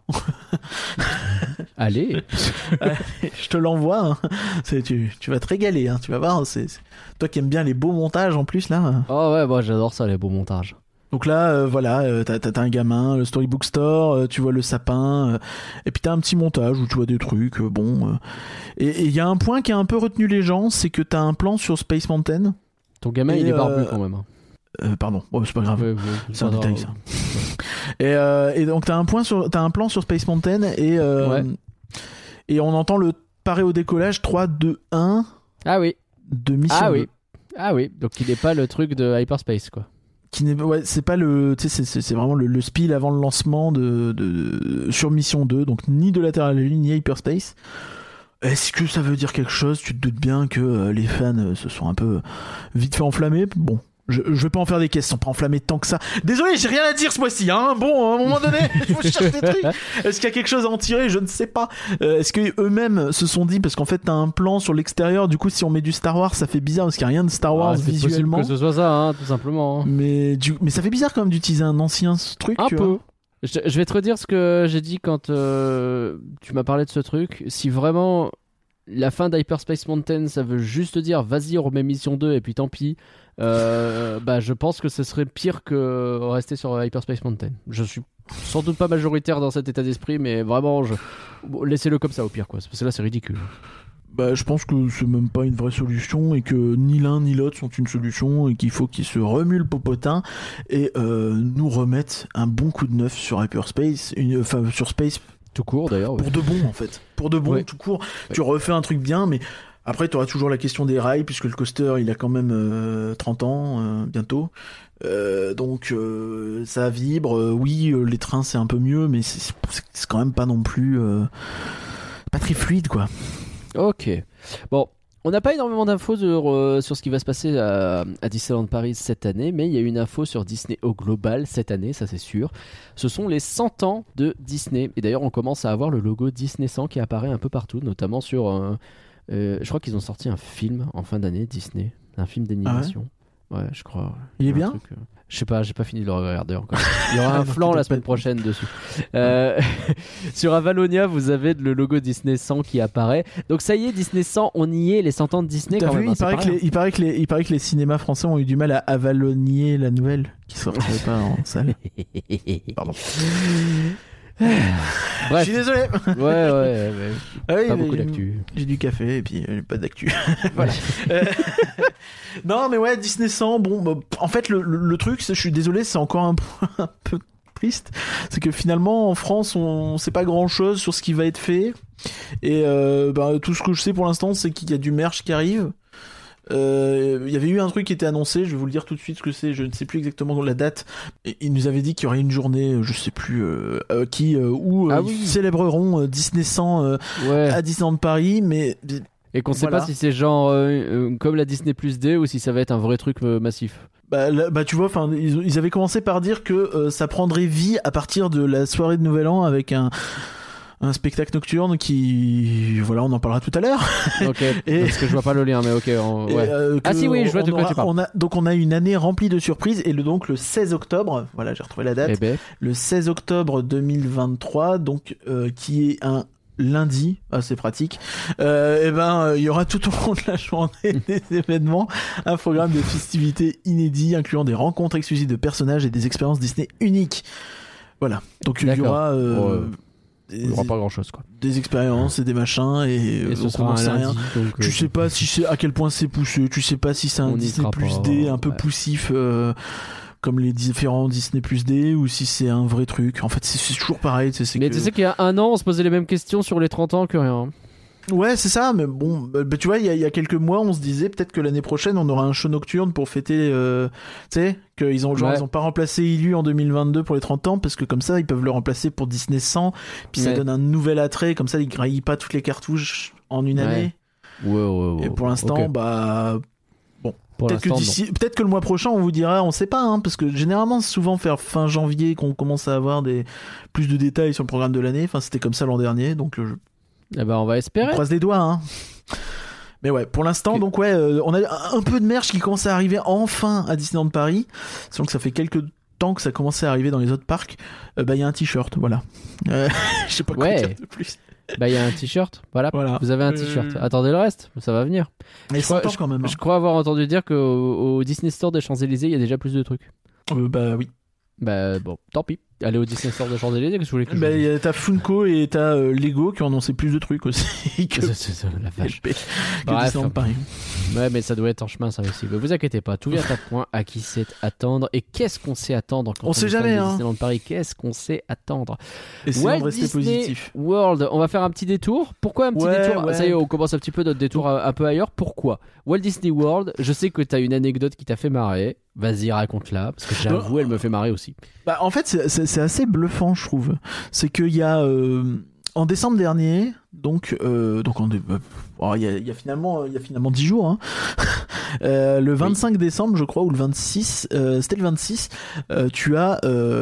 A: Allez.
B: Je te l'envoie, hein. Tu vas te régaler, hein. Tu vas voir, c'est toi qui aimes bien les beaux montages en plus là.
A: Oh ouais, moi j'adore ça, les beaux montages.
B: Donc là, voilà, t'as un gamin, le Storybook Store, tu vois le sapin, et puis t'as un petit montage où tu vois des trucs, bon. Et il y a un point qui a un peu retenu les gens, c'est que t'as un plan sur Space Mountain.
A: Ton gamin,
B: Et
A: il est barbu quand même.
B: Pardon, c'est pas grave.
A: Ouais,
B: C'est un détail, ça. Et donc t'as un plan sur Space Mountain, et on entend le paré au décollage 3, 2, 1
A: Ah oui.
B: de Mission
A: Ah
B: 2.
A: oui. Ah oui. Donc il est pas le truc de Hyperspace quoi.
B: qui n'est c'est pas le, tu sais, c'est vraiment le spiel avant le lancement sur Mission 2, donc ni de Lateral Lune ni Hyperspace. Est-ce que ça veut dire quelque chose? Tu te doutes bien que les fans se sont un peu vite fait enflammer. Bon, je vais pas en faire des caisses, ils sont pas enflammés tant que ça. Désolé, j'ai rien à dire ce mois-ci, hein. Bon, à un moment donné, je cherche des trucs. Est-ce qu'il y a quelque chose à en tirer? Je ne sais pas. Est-ce que eux-mêmes se sont dit, parce qu'en fait t'as un plan sur l'extérieur, du coup si on met du Star Wars, ça fait bizarre parce qu'il y a rien de Star Wars visuellement.
A: C'est possible que ce soit ça, hein, tout simplement.
B: Mais ça fait bizarre quand même d'utiliser un ancien truc.
A: Un
B: tu
A: peu.
B: vois.
A: Je vais te redire ce que j'ai dit quand tu m'as parlé de ce truc. Si vraiment la fin d'Hyperspace Mountain, ça veut juste dire vas-y, on remet Mission 2 et puis tant pis, je pense que ce serait pire que rester sur Hyperspace Mountain. Je suis sans doute pas majoritaire dans cet état d'esprit, mais vraiment, laissez-le comme ça au pire, quoi. Parce que là, c'est ridicule.
B: Je pense que c'est même pas une vraie solution et que ni l'un ni l'autre sont une solution et qu'il faut qu'ils se remuent le popotin et nous remettent un bon coup de neuf sur Hyperspace, sur Space.
A: Tout court d'ailleurs.
B: Pour de bon en fait. Pour de bon,
A: ouais.
B: tout court.
A: Ouais.
B: Tu refais un truc bien, mais après tu auras toujours la question des rails puisque le coaster il a quand même 30 ans bientôt. Donc ça vibre. Oui, les trains c'est un peu mieux, mais c'est quand même pas non plus pas très fluide quoi.
A: Ok. Bon, on n'a pas énormément d'infos sur ce qui va se passer à Disneyland Paris cette année, mais il y a une info sur Disney au global cette année, ça c'est sûr. Ce sont les 100 ans de Disney. Et d'ailleurs, on commence à avoir le logo Disney 100 qui apparaît un peu partout, notamment sur... je crois qu'ils ont sorti un film en fin d'année, Disney. Un film d'animation. Ouais, je crois.
B: Il est bien
A: truc, je sais pas, j'ai pas fini de le regarder encore. Il y aura un flanc la semaine prochaine dessus. Sur Avalonia, vous avez le logo Disney 100 qui apparaît. Donc ça y est, Disney 100, on y est, les 100 ans de Disney.
B: T'as
A: quand
B: vu,
A: même,
B: il paraît que les cinémas français ont eu du mal à avalonier la nouvelle qui sortirait pas en salle. Pardon.
A: Bref.
B: Je suis désolé.
A: Ouais.
B: Ah oui,
A: Pas beaucoup d'actu.
B: J'ai du café et puis pas d'actu. Voilà. Non, mais ouais, Disney 100, bon, en fait, le truc, je suis désolé, c'est encore un point un peu triste. C'est que finalement, en France, on sait pas grand chose sur ce qui va être fait. Et tout ce que je sais pour l'instant, c'est qu'il y a du merch qui arrive. Il y avait eu un truc qui était annoncé, je vais vous le dire tout de suite ce que c'est, je ne sais plus exactement la date. Et il nous avait dit qu'il y aurait une journée, je sais plus, où ils célébreront Disney 100 à Disneyland Paris, mais...
A: Et qu'on sait pas si c'est genre comme la Disney Plus D ou si ça va être un vrai truc massif.
B: Tu vois, ils avaient commencé par dire que ça prendrait vie à partir de la soirée de Nouvel An avec un spectacle nocturne qui, voilà, on en parlera tout à l'heure.
A: Ok. Parce que je vois pas le lien, mais ok. Ouais. Si oui, je vois de quoi tu parles.
B: On a une année remplie de surprises et donc le 16 octobre, voilà, j'ai retrouvé la date. Le 16 octobre 2023, donc qui est un lundi, assez pratique. Il y aura tout au long de la journée des événements, un programme de festivités inédits incluant des rencontres exclusives de personnages et des expériences Disney uniques. Voilà. Donc il y aura
A: il n'y aura pas grand chose quoi.
B: Des expériences et des machins et
A: ce sera un lundi, rien.
B: Donc, tu sais pas si c'est à quel point c'est poussé, tu sais pas si c'est un Disney Plus D un peu poussif comme les différents Disney Plus D ou si c'est un vrai truc. En fait c'est toujours pareil. Tu sais
A: qu'il y a un an on se posait les mêmes questions sur les 30 ans que rien.
B: Ouais, c'est ça, mais bon, tu vois, il y a quelques mois, on se disait peut-être que l'année prochaine, on aura un show nocturne pour fêter, tu sais, qu'ils ont ils ont pas remplacé Illu en 2022 pour les 30 ans, parce que comme ça, ils peuvent le remplacer pour Disney 100, puis ça donne un nouvel attrait, comme ça, ils graillent pas toutes les cartouches en une année.
A: Ouais.
B: Et pour l'instant, bon. Peut-être que le mois prochain, on vous dira, on sait pas, hein, parce que généralement, c'est souvent vers fin janvier qu'on commence à avoir plus de détails sur le programme de l'année. Enfin, c'était comme ça l'an dernier, donc
A: on va espérer.
B: On croise les doigts, hein. Mais ouais, pour l'instant, donc on a un peu de merch qui commence à arriver enfin à Disneyland Paris. Sachant que ça fait quelques temps que ça commençait à arriver dans les autres parcs. Il y a un t-shirt, voilà. Je sais pas quoi dire de plus.
A: Il y a un t-shirt, voilà. Vous avez un t-shirt. Attendez le reste, ça va venir.
B: Mais quand même.
A: Je crois avoir entendu dire qu'au Disney Store des Champs-Élysées, il y a déjà plus de trucs.
B: Oui.
A: Bon, tant pis. aller au Disney Store de Champs-Élysées, qu'est-ce que vous voulez que je
B: Bah,
A: vous dise
B: t'as Funko et t'as Lego qui ont annoncé plus de trucs aussi que
A: C'est la vache.
B: que
A: Bref.
B: Disneyland Paris.
A: Ouais, mais ça doit être en chemin, ça aussi. Mais vous inquiétez pas, tout vient à point. À qui sait attendre? Et qu'est-ce qu'on sait attendre quand
B: On sait
A: est fan
B: jamais,
A: de
B: hein.
A: Disneyland Paris, qu'est-ce qu'on sait attendre?
B: Essayons de rester
A: Disney
B: positif.
A: World, on va faire un petit détour. Pourquoi un petit
B: Ouais,
A: détour?
B: ouais.
A: Ça y est, on commence un petit peu notre détour un peu ailleurs. Pourquoi? Walt Disney World, je sais que t'as une anecdote qui t'a fait marrer. Vas-y, raconte-la, parce que j'avoue, elle me fait marrer aussi.
B: Bah, en fait, c'est assez bluffant, je trouve. C'est qu'il y a en décembre dernier, donc il y a finalement 10 jours, hein. Le 25 décembre, je crois, ou le 26, c'était le 26. Tu as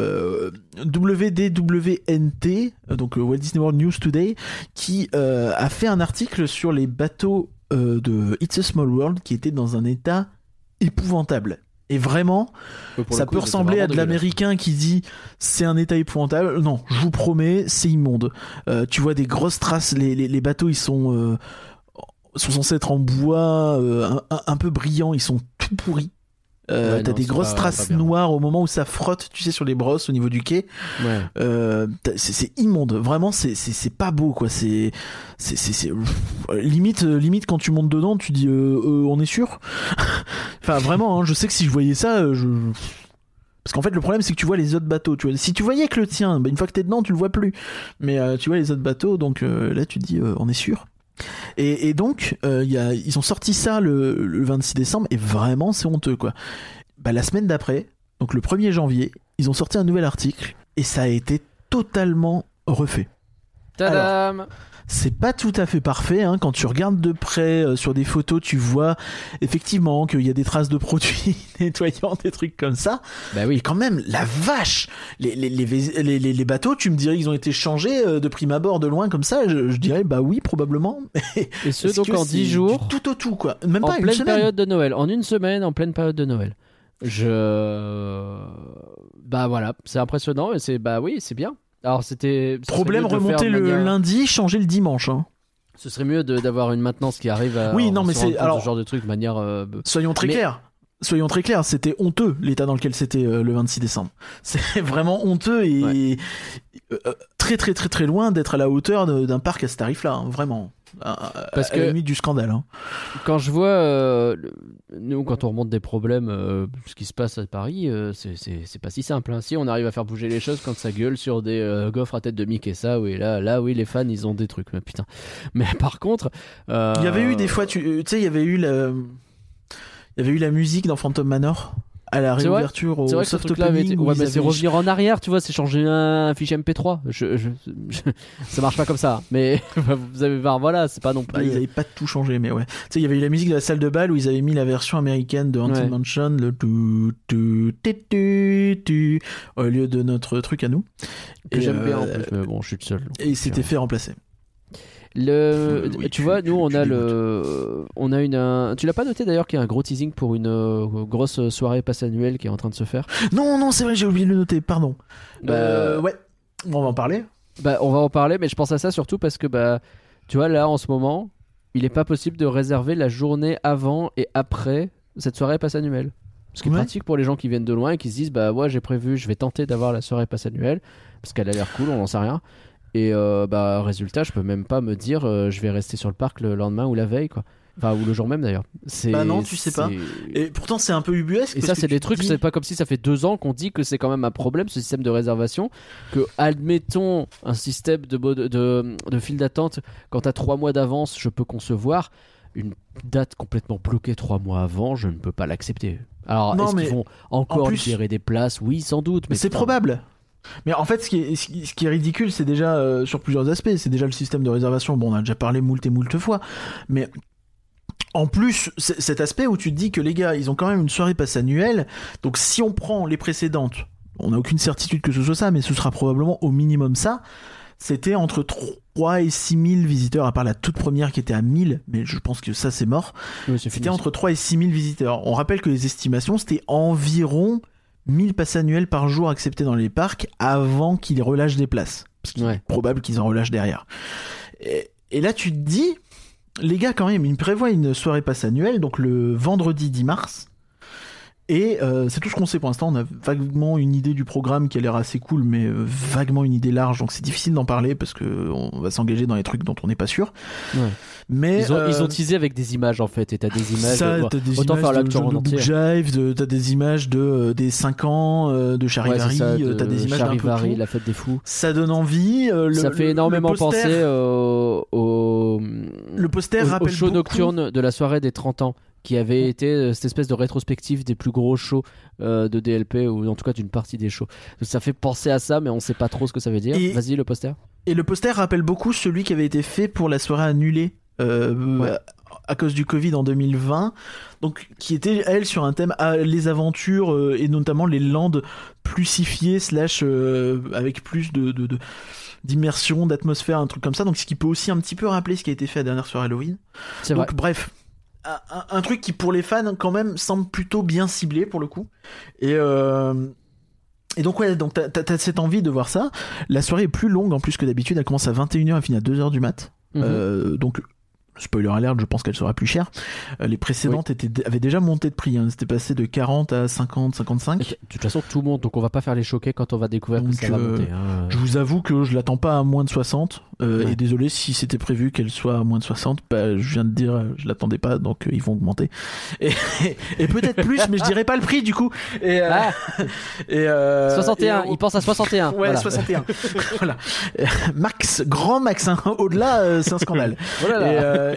B: WDWNT, donc Walt Disney World News Today, qui a fait un article sur les bateaux de It's a Small World qui étaient dans un état épouvantable. Et vraiment, ça peut ressembler à de l'américain qui dit c'est un état épouvantable. Non, je vous promets, c'est immonde. Tu vois des grosses traces, les bateaux ils sont censés être en bois un peu brillants, ils sont tout pourris. T'as des grosses traces noires au moment où ça frotte, tu sais, sur les brosses au niveau du quai.
A: Ouais.
B: C'est immonde, vraiment, c'est pas beau, quoi. C'est limite quand tu montes dedans, tu dis on est sûr. Enfin, vraiment, hein, je sais que si je voyais ça, parce qu'en fait, le problème, c'est que tu vois les autres bateaux. Tu vois, si tu voyais que le tien, bah, une fois que t'es dedans, tu le vois plus. Mais tu vois les autres bateaux, donc là, tu te dis on est sûr. Et donc ils ont sorti ça le 26 décembre et vraiment c'est honteux, quoi. Bah, la semaine d'après, donc le 1er janvier, ils ont sorti un nouvel article et ça a été totalement refait.
A: Tadam!
B: Alors, c'est pas tout à fait parfait, hein. Quand tu regardes de près sur des photos, tu vois effectivement qu'il y a des traces de produits nettoyants, des trucs comme ça.
A: Bah oui.
B: Et quand même, la vache, les bateaux, tu me dirais qu'ils ont été changés de prime abord, de loin comme ça. Je dirais bah oui, probablement.
A: Et ce donc en 10 jours,
B: du tout au tout, quoi. Même
A: en
B: pas une
A: pleine
B: semaine.
A: période de Noël, en une semaine, en pleine période de Noël. Bah voilà, c'est impressionnant et c'est bah oui, c'est bien. Alors c'était
B: Problème, remonter le lundi, changer le dimanche, hein.
A: Ce serait mieux d'avoir une maintenance qui arrive à
B: oui, non, mais c'est alors
A: ce genre de truc de manière
B: soyons très clairs, c'était honteux l'état dans lequel c'était le 26 décembre. C'est vraiment honteux et très très très très loin d'être à la hauteur d'un parc à ce tarif-là, hein, vraiment. Parce que à la limite du scandale, hein.
A: Quand je vois nous quand on remonte des problèmes ce qui se passe à Paris, c'est pas si simple, hein. Si on arrive à faire bouger les choses quand ça gueule sur des gaufres à tête de Mickey, ça oui, là oui, les fans ils ont des trucs, mais putain. Mais par contre il
B: y avait eu des fois tu sais, il y avait eu la musique dans Phantom Manor à la réouverture au soft opening.
A: Ouais, mais c'est revenir en arrière, tu vois, c'est changer un fichier MP3. Ça marche pas comme ça. Mais vous avez voir, voilà, c'est pas non plus.
B: Ils avaient pas tout changé, mais ouais. Tu sais, il y avait eu la musique de la salle de bal où ils avaient mis la version américaine de Haunted Mansion, le tu au lieu de notre truc à nous.
A: Que j'aime bien en plus, mais bon, je suis le seul.
B: Et il s'était fait remplacer.
A: Tu vois, nous on a tu l'as pas noté d'ailleurs qu'il y a un gros teasing pour une grosse soirée passe annuelle qui est en train de se faire.
B: Non, c'est vrai, j'ai oublié de le noter, pardon. Ouais, on va en parler.
A: Bah, on va en parler, mais je pense à ça surtout parce que bah, tu vois, là en ce moment, il est pas possible de réserver la journée avant et après cette soirée passe annuelle. Ce qui est pratique pour les gens qui viennent de loin et qui se disent bah ouais, j'ai prévu, je vais tenter d'avoir la soirée passe annuelle parce qu'elle a l'air cool, on n'en sait rien. Et bah résultat, je peux même pas me dire je vais rester sur le parc le lendemain ou la veille, quoi. Enfin, ou le jour même d'ailleurs.
B: Bah non, tu sais pas. Et pourtant c'est un peu ubuesque.
A: Et ça c'est des trucs, c'est pas comme si ça fait 2 ans qu'on dit que c'est quand même un problème ce système de réservation, que admettons un système de file d'attente, quand t'as 3 mois d'avance, je peux concevoir. Une date complètement bloquée 3 mois avant, je ne peux pas l'accepter. Alors non, est-ce qu'ils vont encore libérer des places? Oui, sans doute. Mais
B: c'est probable. Mais en fait, ce qui est ridicule, c'est déjà sur plusieurs aspects. C'est déjà le système de réservation. Bon, on a déjà parlé moult fois. Mais en plus, cet aspect où tu te dis que les gars, ils ont quand même une soirée passe annuelle. Donc si on prend les précédentes, on n'a aucune certitude que ce soit ça, mais ce sera probablement au minimum ça. C'était entre 3 et 6 000 visiteurs, à part la toute première qui était à 1000, mais je pense que ça c'est mort.
A: Oui,
B: c'était entre 3 et 6 000 visiteurs. On rappelle que les estimations, c'était environ 1000 passes annuelles par jour acceptées dans les parcs avant qu'ils relâchent des places. Parce qu'il est probable qu'ils en relâchent derrière. Et là, tu te dis, les gars, quand même, ils prévoient une soirée passe annuelle, donc le vendredi 10 mars. Et c'est tout ce qu'on sait pour l'instant. On a vaguement une idée du programme qui a l'air assez cool, mais vaguement une idée large, donc c'est difficile d'en parler parce que on va s'engager dans les trucs dont on n'est pas sûr.
A: Ouais.
B: Mais
A: Ils ont teasé avec des images en fait, et t'as des images.
B: t'as des
A: autant
B: images
A: faire la
B: de
A: lecture en
B: Book
A: entier.
B: Jive, t'as des images des 5 ans de Charivari, t'as des images d'un peu
A: Charivari,
B: tout.
A: la fête des fous.
B: Ça donne envie.
A: Ça fait énormément
B: le poster,
A: penser au
B: rappelle
A: show
B: beaucoup-
A: nocturne de la soirée des 30 ans, qui avait été cette espèce de rétrospective des plus gros shows de DLP, ou en tout cas d'une partie des shows. Donc ça fait penser à ça, mais on sait pas trop ce que ça veut dire.
B: Et-
A: Vas-y, le poster.
B: Et le poster rappelle beaucoup celui qui avait été fait pour la soirée annulée à cause du Covid en 2020, donc qui était elle sur un thème les aventures et notamment les landes plusifiées / avec plus d'immersion, d'atmosphère, un truc comme ça, donc ce qui peut aussi un petit peu rappeler ce qui a été fait à la dernière soirée Halloween.
A: C'est
B: Donc
A: vrai.
B: bref, un truc qui pour les fans quand même semble plutôt bien ciblé pour le coup. Et donc ouais, donc t'as cette envie de voir ça. La soirée est plus longue en plus que d'habitude, elle commence à 21h et finit à 2h du mat. Donc spoiler alert, je pense qu'elle sera plus chère. Les précédentes avaient déjà monté de prix, hein. C'était passé de 40 à 50, 55.
A: De toute façon, tout monte, donc on va pas faire les choquer quand on va découvrir
B: Donc,
A: que ça va monter. Hein.
B: Je vous avoue que je l'attends pas à moins de 60. Et désolé si c'était prévu qu'elle soit à moins de 60. Bah, je viens de dire, je l'attendais pas, donc ils vont augmenter. Et peut-être plus, mais je dirais pas le prix du coup. Et,
A: 61, il pense à 61.
B: Ouais,
A: Voilà.
B: 61. Voilà. Max, grand max, hein. Au-delà, c'est un scandale.
A: Voilà.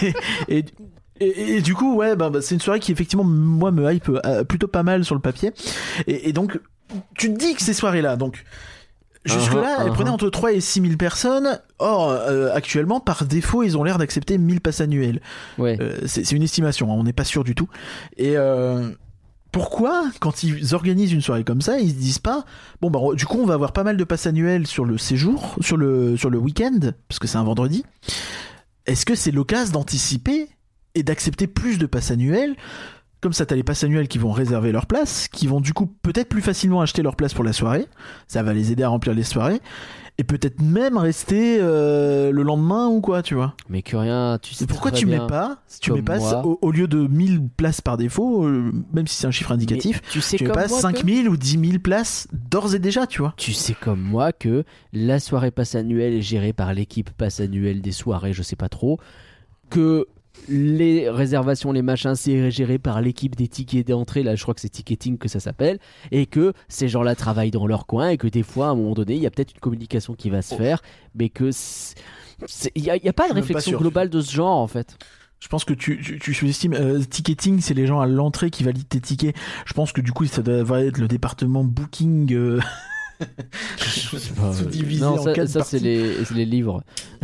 B: Et du coup, ouais, c'est une soirée qui effectivement, moi, me hype plutôt pas mal sur le papier. Et donc, tu te dis que ces soirées-là, donc, jusque-là, elles prenaient entre 3 et 6 000 personnes. Or, actuellement, par défaut, ils ont l'air d'accepter 1000 passes annuelles.
A: Ouais.
B: C'est une estimation, hein, on n'est pas sûr du tout. Et pourquoi, quand ils organisent une soirée comme ça, ils se disent pas, bon, du coup, on va avoir pas mal de passes annuelles sur le séjour, sur le week-end, parce que c'est un vendredi. Est-ce que c'est l'occasion d'anticiper et d'accepter plus de passes annuelles? Comme ça, t'as les passes annuelles qui vont réserver leur place, qui vont du coup peut-être plus facilement acheter leur place pour la soirée. Ça va les aider à remplir les soirées. Et peut-être même rester le lendemain ou quoi, tu vois.
A: Mais que rien, tu sais.
B: Pourquoi
A: très
B: tu
A: bien,
B: mets pas,
A: comme moi.
B: au lieu de 1000 places par défaut, même si c'est un chiffre indicatif,
A: Mais tu sais
B: tu mets
A: comme
B: pas
A: moi
B: 5000 ou 10 000 places d'ores et déjà, tu vois.
A: Tu sais comme moi que la soirée passe annuelle est gérée par l'équipe passe annuelle des soirées, je sais pas trop, que les réservations, les machins, c'est géré par l'équipe des tickets d'entrée, là je crois que c'est ticketing que ça s'appelle, et que ces gens-là travaillent dans leur coin, et que des fois à un moment donné il y a peut-être une communication qui va se faire, mais que il y a pas de
B: même pas
A: réflexion
B: sûr.
A: globale de ce genre en fait.
B: Je pense que tu sous-estimes. Ticketing, c'est les gens à l'entrée qui valident tes tickets. Je pense que du coup, ça doit être le département booking sous-divisé
A: Non,
B: en
A: ça
B: 4
A: c'est
B: parties.
A: les livres.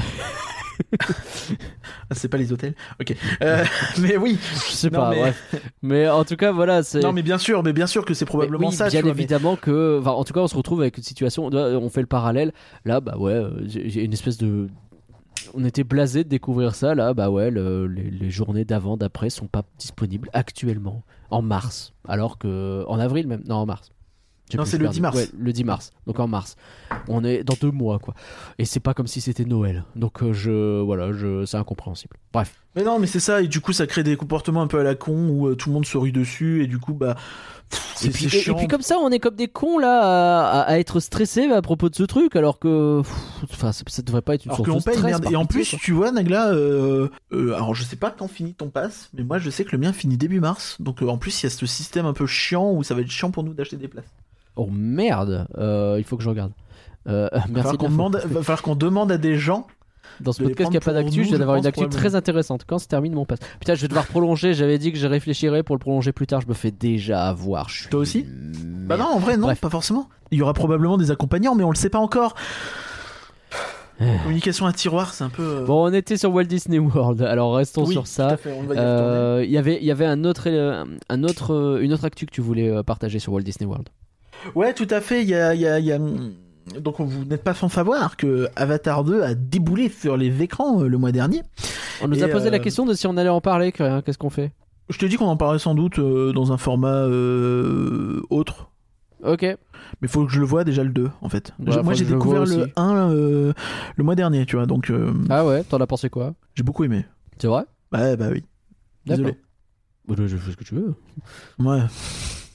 B: Ah, c'est pas les hôtels. Ok. Mais oui.
A: Je sais
B: Non,
A: pas,
B: mais-
A: bref. Mais en tout cas, voilà, c'est.
B: Non, mais bien sûr que c'est probablement
A: Mais oui,
B: ça.
A: bien
B: tu vois, mais-
A: évidemment que. Enfin, en tout cas, on se retrouve avec une situation. On fait le parallèle. Là, bah ouais, j'ai une espèce de. On était blasé de découvrir ça. Là, bah ouais, les journées d'avant, d'après sont pas disponibles actuellement, en mars. Alors que. En avril même. Non, en mars. J'ai
B: Non,
A: plus
B: c'est le
A: perdu.
B: 10 mars.
A: Ouais, le 10 mars. Donc en mars. On est dans 2 mois, quoi. Et c'est pas comme si c'était Noël. Donc c'est incompréhensible. Bref.
B: Mais non, mais c'est ça. Et du coup, ça crée des comportements un peu à la con où tout le monde se rue dessus. Et du coup,
A: Et puis,
B: c'est chiant.
A: et puis comme ça, on est comme des cons là à être stressés à propos de ce truc, alors que ça devrait pas être une
B: Alors
A: source
B: qu'on
A: de
B: paye,
A: stress.
B: merde.
A: par
B: Et en
A: pitié,
B: plus,
A: quoi.
B: tu vois, Nagla, alors je sais pas quand finit ton pass, mais moi je sais que le mien finit début mars. Donc en plus, il y a ce système un peu chiant où ça va être chiant pour nous d'acheter des places.
A: Oh merde, il faut que je regarde. Merci.
B: Va falloir qu'on demande à des gens.
A: Dans ce
B: de les
A: podcast, il n'y a
B: prendre
A: pas
B: pour
A: d'actu.
B: nous,
A: Je viens
B: je
A: d'avoir une
B: pense,
A: actu
B: probablement.
A: très intéressante. Quand se termine mon pass? Putain, je vais devoir prolonger. J'avais dit que je réfléchirais pour le prolonger plus tard. Je me fais déjà avoir. Je suis
B: Toi aussi
A: une
B: Bah non, en vrai, non,
A: Bref.
B: pas forcément. Il y aura probablement des accompagnants, mais on le sait pas encore. Communication à tiroir, c'est un peu.
A: Bon, on était sur Walt Disney World. Alors restons
B: oui,
A: sur
B: tout
A: ça.
B: à fait, on va y retourner.
A: Il y avait une autre actu que tu voulais partager sur Walt Disney World.
B: Ouais, tout à fait. Il y a... Donc vous n'êtes pas sans savoir que Avatar 2 a déboulé sur les écrans le mois dernier.
A: On nous a
B: Et,
A: posé la question de si on allait en parler. Qu'est-ce qu'on fait?
B: Je te dis qu'on en parlerait sans doute dans un format autre.
A: Ok.
B: Mais il faut que je le voie déjà le 2 en fait.
A: Bah, faut
B: Moi
A: que
B: j'ai
A: je le
B: découvert
A: voie
B: le
A: aussi.
B: 1 le mois dernier, tu vois, donc
A: Ah ouais, t'en as pensé quoi?
B: j'ai beaucoup aimé.
A: C'est vrai?
B: Ouais, bah oui. Désolé.
A: D'accord. Je fais ce que tu veux.
B: Ouais.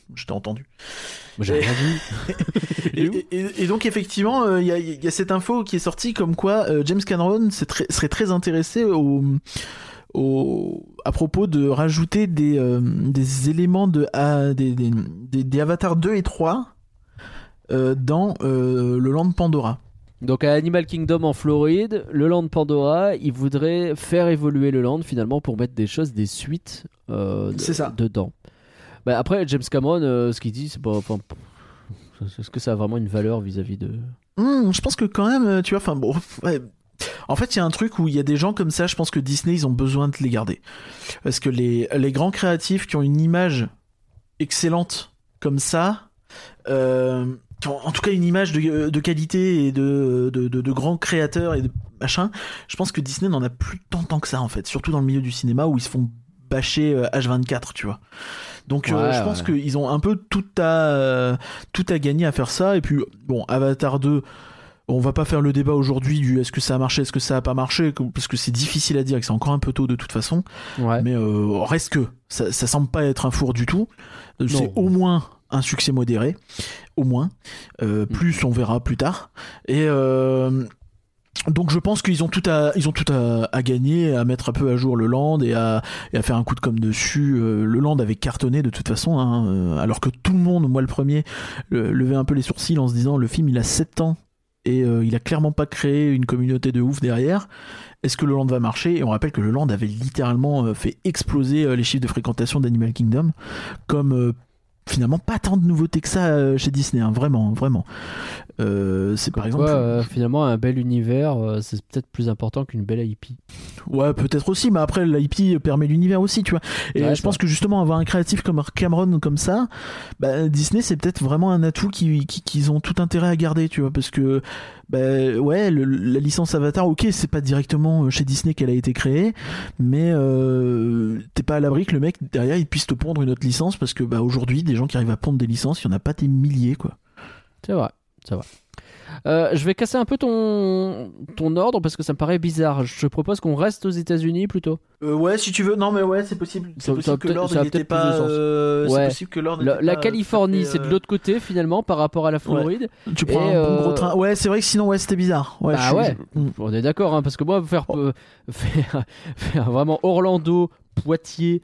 B: Je t'ai entendu.
A: Moi, j'ai rien dit.
B: Et donc effectivement, il y a cette info qui est sortie comme quoi James Cameron serait très intéressé à propos de rajouter des éléments des Avatar 2 et 3 dans le Land Pandora.
A: Donc à Animal Kingdom en Floride, le Land Pandora, il voudrait faire évoluer le land finalement pour mettre des suites
B: C'est ça.
A: dedans. Bah, après, James Cameron, ce qu'il dit, c'est pas... Enfin, est-ce que ça a vraiment une valeur vis-à-vis de...
B: Je pense que quand même, tu vois, enfin bon... Ouais. En fait, il y a un truc où il y a des gens comme ça, je pense que Disney, ils ont besoin de les garder. Parce que les grands créatifs qui ont une image excellente comme ça... en tout cas une image de qualité et de grands créateurs et de machin, je pense que Disney n'en a plus tant que ça en fait, surtout dans le milieu du cinéma où ils se font bâcher H24, tu vois. Donc je pense qu'ils ont un peu tout à gagner à faire ça. Et puis bon, Avatar 2, on va pas faire le débat aujourd'hui du est-ce que ça a marché, est-ce que ça a pas marché, parce que c'est difficile à dire et que c'est encore un peu tôt de toute façon. Ouais. Mais reste que ça semble pas être un four du tout. C'est au moins un succès modéré, au moins. Plus on verra plus tard. Et donc je pense qu'ils ont tout à gagner, à mettre un peu à jour le land et à faire un coup de com' dessus. Le land avait cartonné de toute façon, hein, alors que tout le monde, moi le premier, levait un peu les sourcils en se disant le film il a 7 ans et il a clairement pas créé une communauté de ouf derrière. Est-ce que le land va marcher ? Et on rappelle que le land avait littéralement fait exploser les chiffres de fréquentation d'Animal Kingdom, comme finalement pas tant de nouveautés que ça chez Disney, hein, vraiment. C'est par exemple
A: finalement un bel univers, c'est peut-être plus important qu'une belle IP.
B: Ouais, peut-être aussi, mais après l'IP permet l'univers aussi, tu vois. Et je pense que justement avoir un créatif comme Cameron comme ça, Disney c'est peut-être vraiment un atout qu'ils ont tout intérêt à garder, tu vois, parce que la licence Avatar, ok, c'est pas directement chez Disney qu'elle a été créée, mais t'es pas à l'abri que le mec derrière il puisse te pondre une autre licence, parce que aujourd'hui des gens qui arrivent à pondre des licences, il y en a pas des milliers, quoi.
A: C'est vrai. Je vais casser un peu ton ordre parce que ça me paraît bizarre. Je te propose qu'on reste aux États-Unis plutôt.
B: Ouais, si tu veux. Non, mais ouais, c'est possible. C'est possible que l'ordre n'était pas. C'est possible que l'ordre.
A: La Californie, c'est de l'autre côté finalement par rapport à la Floride.
B: Ouais. Tu prends un bon gros train. Ouais, c'est vrai que sinon, c'était bizarre. Ouais.
A: On est d'accord, hein, parce que moi, faire vraiment Orlando, Poitiers.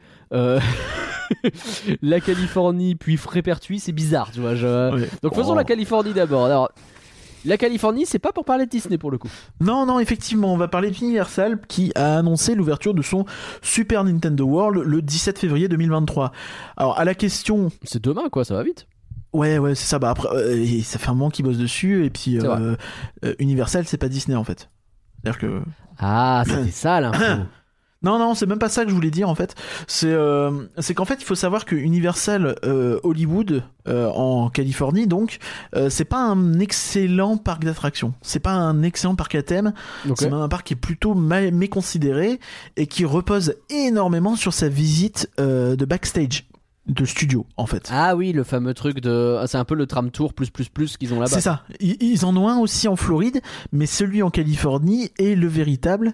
A: La Californie puis Frépertuis, c'est bizarre, tu vois. Donc faisons la Californie d'abord. Alors, la Californie, c'est pas pour parler de Disney pour le coup.
B: Non, effectivement, on va parler d'Universal qui a annoncé l'ouverture de son Super Nintendo World le 17 février 2023. Alors, à la question...
A: C'est demain, quoi, ça va vite.
B: Ouais, c'est ça. Après, ça fait un moment qu'ils bossent dessus, et puis Universal, c'est pas Disney en fait. C'est-à-dire que...
A: Ah, c'était ça l'info.
B: Non, c'est même pas ça que je voulais dire en fait. C'est qu'en fait, il faut savoir que Universal Hollywood en Californie, donc, c'est pas un excellent parc d'attractions. C'est pas un excellent parc à thème. Okay. C'est même un parc qui est plutôt méconsidéré et qui repose énormément sur sa visite de backstage. De studio en fait.
A: Ah oui, le fameux truc c'est un peu le tram tour plus qu'ils ont là-bas.
B: C'est ça. Ils en ont un aussi en Floride, mais celui en Californie est le véritable.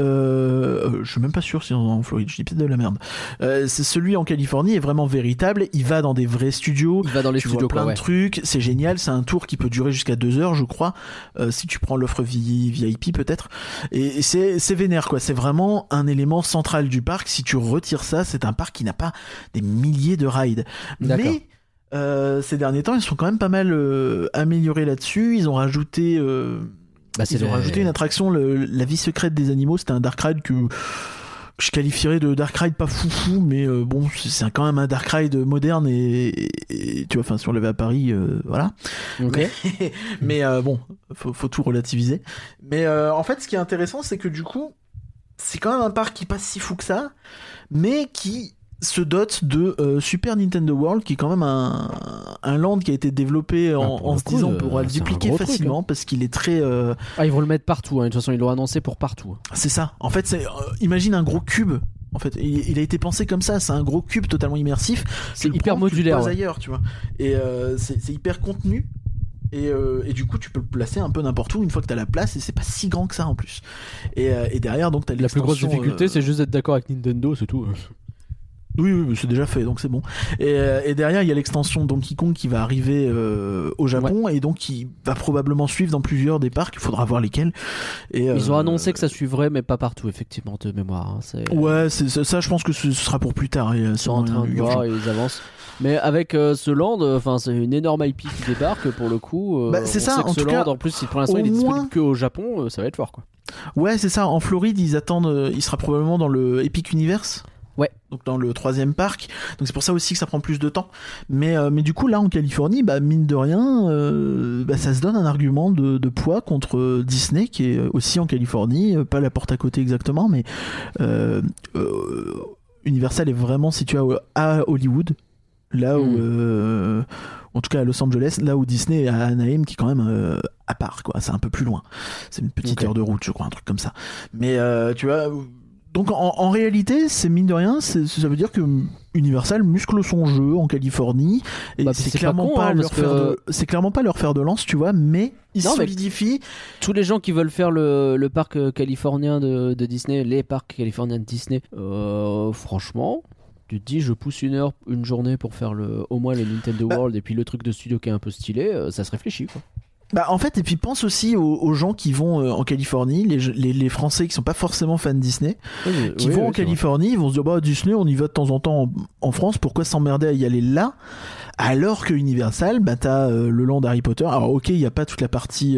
B: Je suis même pas sûr si en Floride, je dis peut-être de la merde. C'est celui en Californie est vraiment véritable. Il va dans des vrais studios.
A: Il va dans les
B: tu
A: studios,
B: vois plein de trucs. C'est génial. C'est un tour qui peut durer jusqu'à 2 heures, je crois. Si tu prends l'offre VIP peut-être. Et c'est vénère quoi. C'est vraiment un élément central du parc. Si tu retires ça, c'est un parc qui n'a pas des milliers de rides.
A: D'accord.
B: Mais ces derniers temps, ils sont quand même pas mal améliorés là-dessus. Ils ont rajouté. Ils ont rajouté une attraction, la vie secrète des animaux. C'était un dark ride que je qualifierais de dark ride pas foufou, mais bon, c'est quand même un dark ride moderne et tu vois, enfin, si on l'avait à Paris, voilà.
A: Okay.
B: Mais bon, faut tout relativiser. Mais en fait, ce qui est intéressant, c'est que du coup, c'est quand même un parc qui est pas si fou que ça, mais qui se dote de Super Nintendo World, qui est quand même un land qui a été développé en se disant on pourra le dupliquer facilement, truc, parce qu'il est très
A: ils vont le mettre partout, hein. De toute façon ils l'ont annoncé pour partout.
B: C'est ça, en fait imagine un gros cube. En fait, il a été pensé comme ça, c'est un gros cube totalement immersif,
A: c'est hyper modulaire,
B: tu le poses ailleurs, tu vois. Et c'est hyper contenu. Et du coup tu peux le placer un peu n'importe où une fois que t'as la place, et c'est pas si grand que ça en plus. Et derrière donc t'as
A: la plus grosse difficulté c'est juste d'être d'accord avec Nintendo, c'est tout.
B: Oui, c'est déjà fait, donc c'est bon. Et derrière, il y a l'extension Donkey Kong qui va arriver au Japon, et donc qui va probablement suivre dans plusieurs des parcs. Il faudra voir lesquels. Et,
A: Ils ont annoncé que ça suivrait, mais pas partout, effectivement, de mémoire. Hein.
B: Ouais, ça, je pense que ce sera pour plus tard.
A: Ils sont en train de voir, ils avancent. Mais avec ce land, enfin c'est une énorme IP qui débarque pour le coup.
B: C'est ça.
A: Sait que
B: En
A: ce
B: tout
A: land,
B: cas,
A: en plus, si pour l'instant il est disponible que au Japon, ça va être fort quoi.
B: Ouais, c'est ça. En Floride, ils attendent. Il sera probablement dans le Epic Universe.
A: Ouais.
B: Donc dans le 3e parc. Donc c'est pour ça aussi que ça prend plus de temps. Mais du coup là en Californie, mine de rien, ça se donne un argument de poids contre Disney qui est aussi en Californie, pas la porte à côté exactement, mais Universal est vraiment situé à Hollywood, là où en tout cas à Los Angeles, là où Disney est à Anaheim, qui est quand même à part quoi. C'est un peu plus loin. C'est une petite heure de route, je crois, un truc comme ça. Mais tu vois. Donc en réalité, c'est mine de rien, ça veut dire que Universal muscle son jeu en Californie, et c'est clairement c'est clairement pas leur fer de lance, tu vois, mais ils solidifient.
A: Tous les gens qui veulent faire le parc californien de Disney, les parcs californiens de Disney, franchement, tu te dis je pousse une journée pour faire au moins les Nintendo World et puis le truc de studio qui est un peu stylé, ça se réfléchit quoi.
B: En fait, et puis pense aussi aux gens qui vont en Californie, les Français qui sont pas forcément fans de Disney, qui vont en Californie, ils vont se dire Disney, on y va de temps en temps en France, pourquoi s'emmerder à y aller là, alors que Universal, t'as le land Harry Potter. Alors ok, il y a pas toute la partie,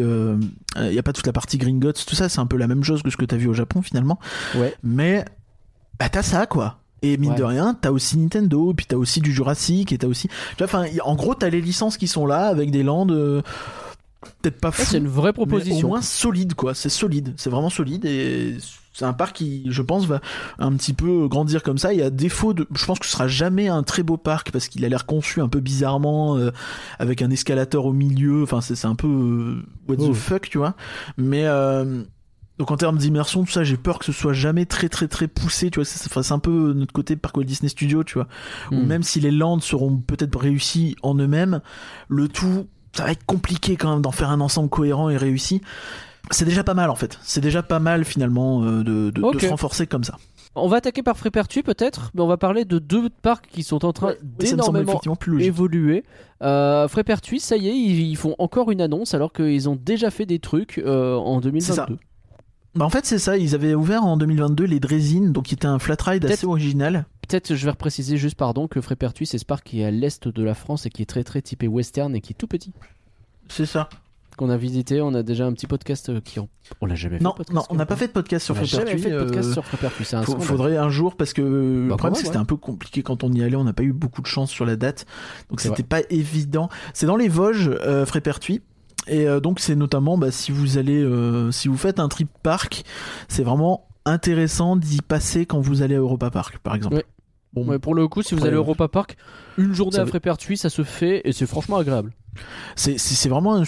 B: Gringotts, tout ça, c'est un peu la même chose que ce que t'as vu au Japon finalement. Ouais. Mais t'as ça quoi. Et mine de rien, t'as aussi Nintendo, puis t'as aussi du Jurassic, et t'as aussi, en gros, t'as les licences qui sont là avec des lands. Peut-être pas fou,
A: c'est une vraie proposition,
B: mais au moins solide quoi, c'est solide, c'est vraiment solide, et c'est un parc qui je pense va un petit peu grandir comme ça. Il y a défaut je pense que ce sera jamais un très beau parc parce qu'il a l'air conçu un peu bizarrement, avec un escalator au milieu, enfin c'est un peu what the fuck tu vois, mais donc en termes d'immersion tout ça, j'ai peur que ce soit jamais très très très poussé, tu vois, c'est un peu notre côté parc Walt Disney Studio, tu vois, où même si les lands seront peut-être réussis en eux-mêmes, le tout ça va être compliqué quand même d'en faire un ensemble cohérent et réussi. C'est déjà pas mal en fait. C'est déjà pas mal finalement de se renforcer comme ça.
A: On va attaquer par Frépertuis peut-être, mais on va parler de 2 parcs qui sont en train d'énormément évoluer. Frépertuis, ça y est, ils font encore une annonce alors qu'ils ont déjà fait des trucs en 2022. C'est ça.
B: En fait c'est ça, ils avaient ouvert en 2022 les Draisines, donc qui était un flat ride assez original.
A: Peut-être je vais repréciser juste que Frépertuis c'est ce parc qui est à l'est de la France et qui est très très typé western et qui est tout petit.
B: C'est ça.
A: Qu'on a visité, on a déjà un petit podcast on l'a jamais fait.
B: Non, on n'a pas fait de podcast sur Frépertuis.
A: On n'a jamais fait de podcast sur Frépertuis.
B: Faudrait un jour parce que le problème c'est que c'était un peu compliqué quand on y allait, on n'a pas eu beaucoup de chance sur la date, donc c'était pas évident. C'est dans les Vosges, Frépertuis. Et donc c'est notamment si vous allez, si vous faites un trip parc, c'est vraiment intéressant d'y passer quand vous allez à Europa Park par exemple.
A: Ouais. Bon, pour le coup, si vous allez à Europa Park, une journée à Frépertuis, ça se fait et c'est franchement agréable.
B: C'est vraiment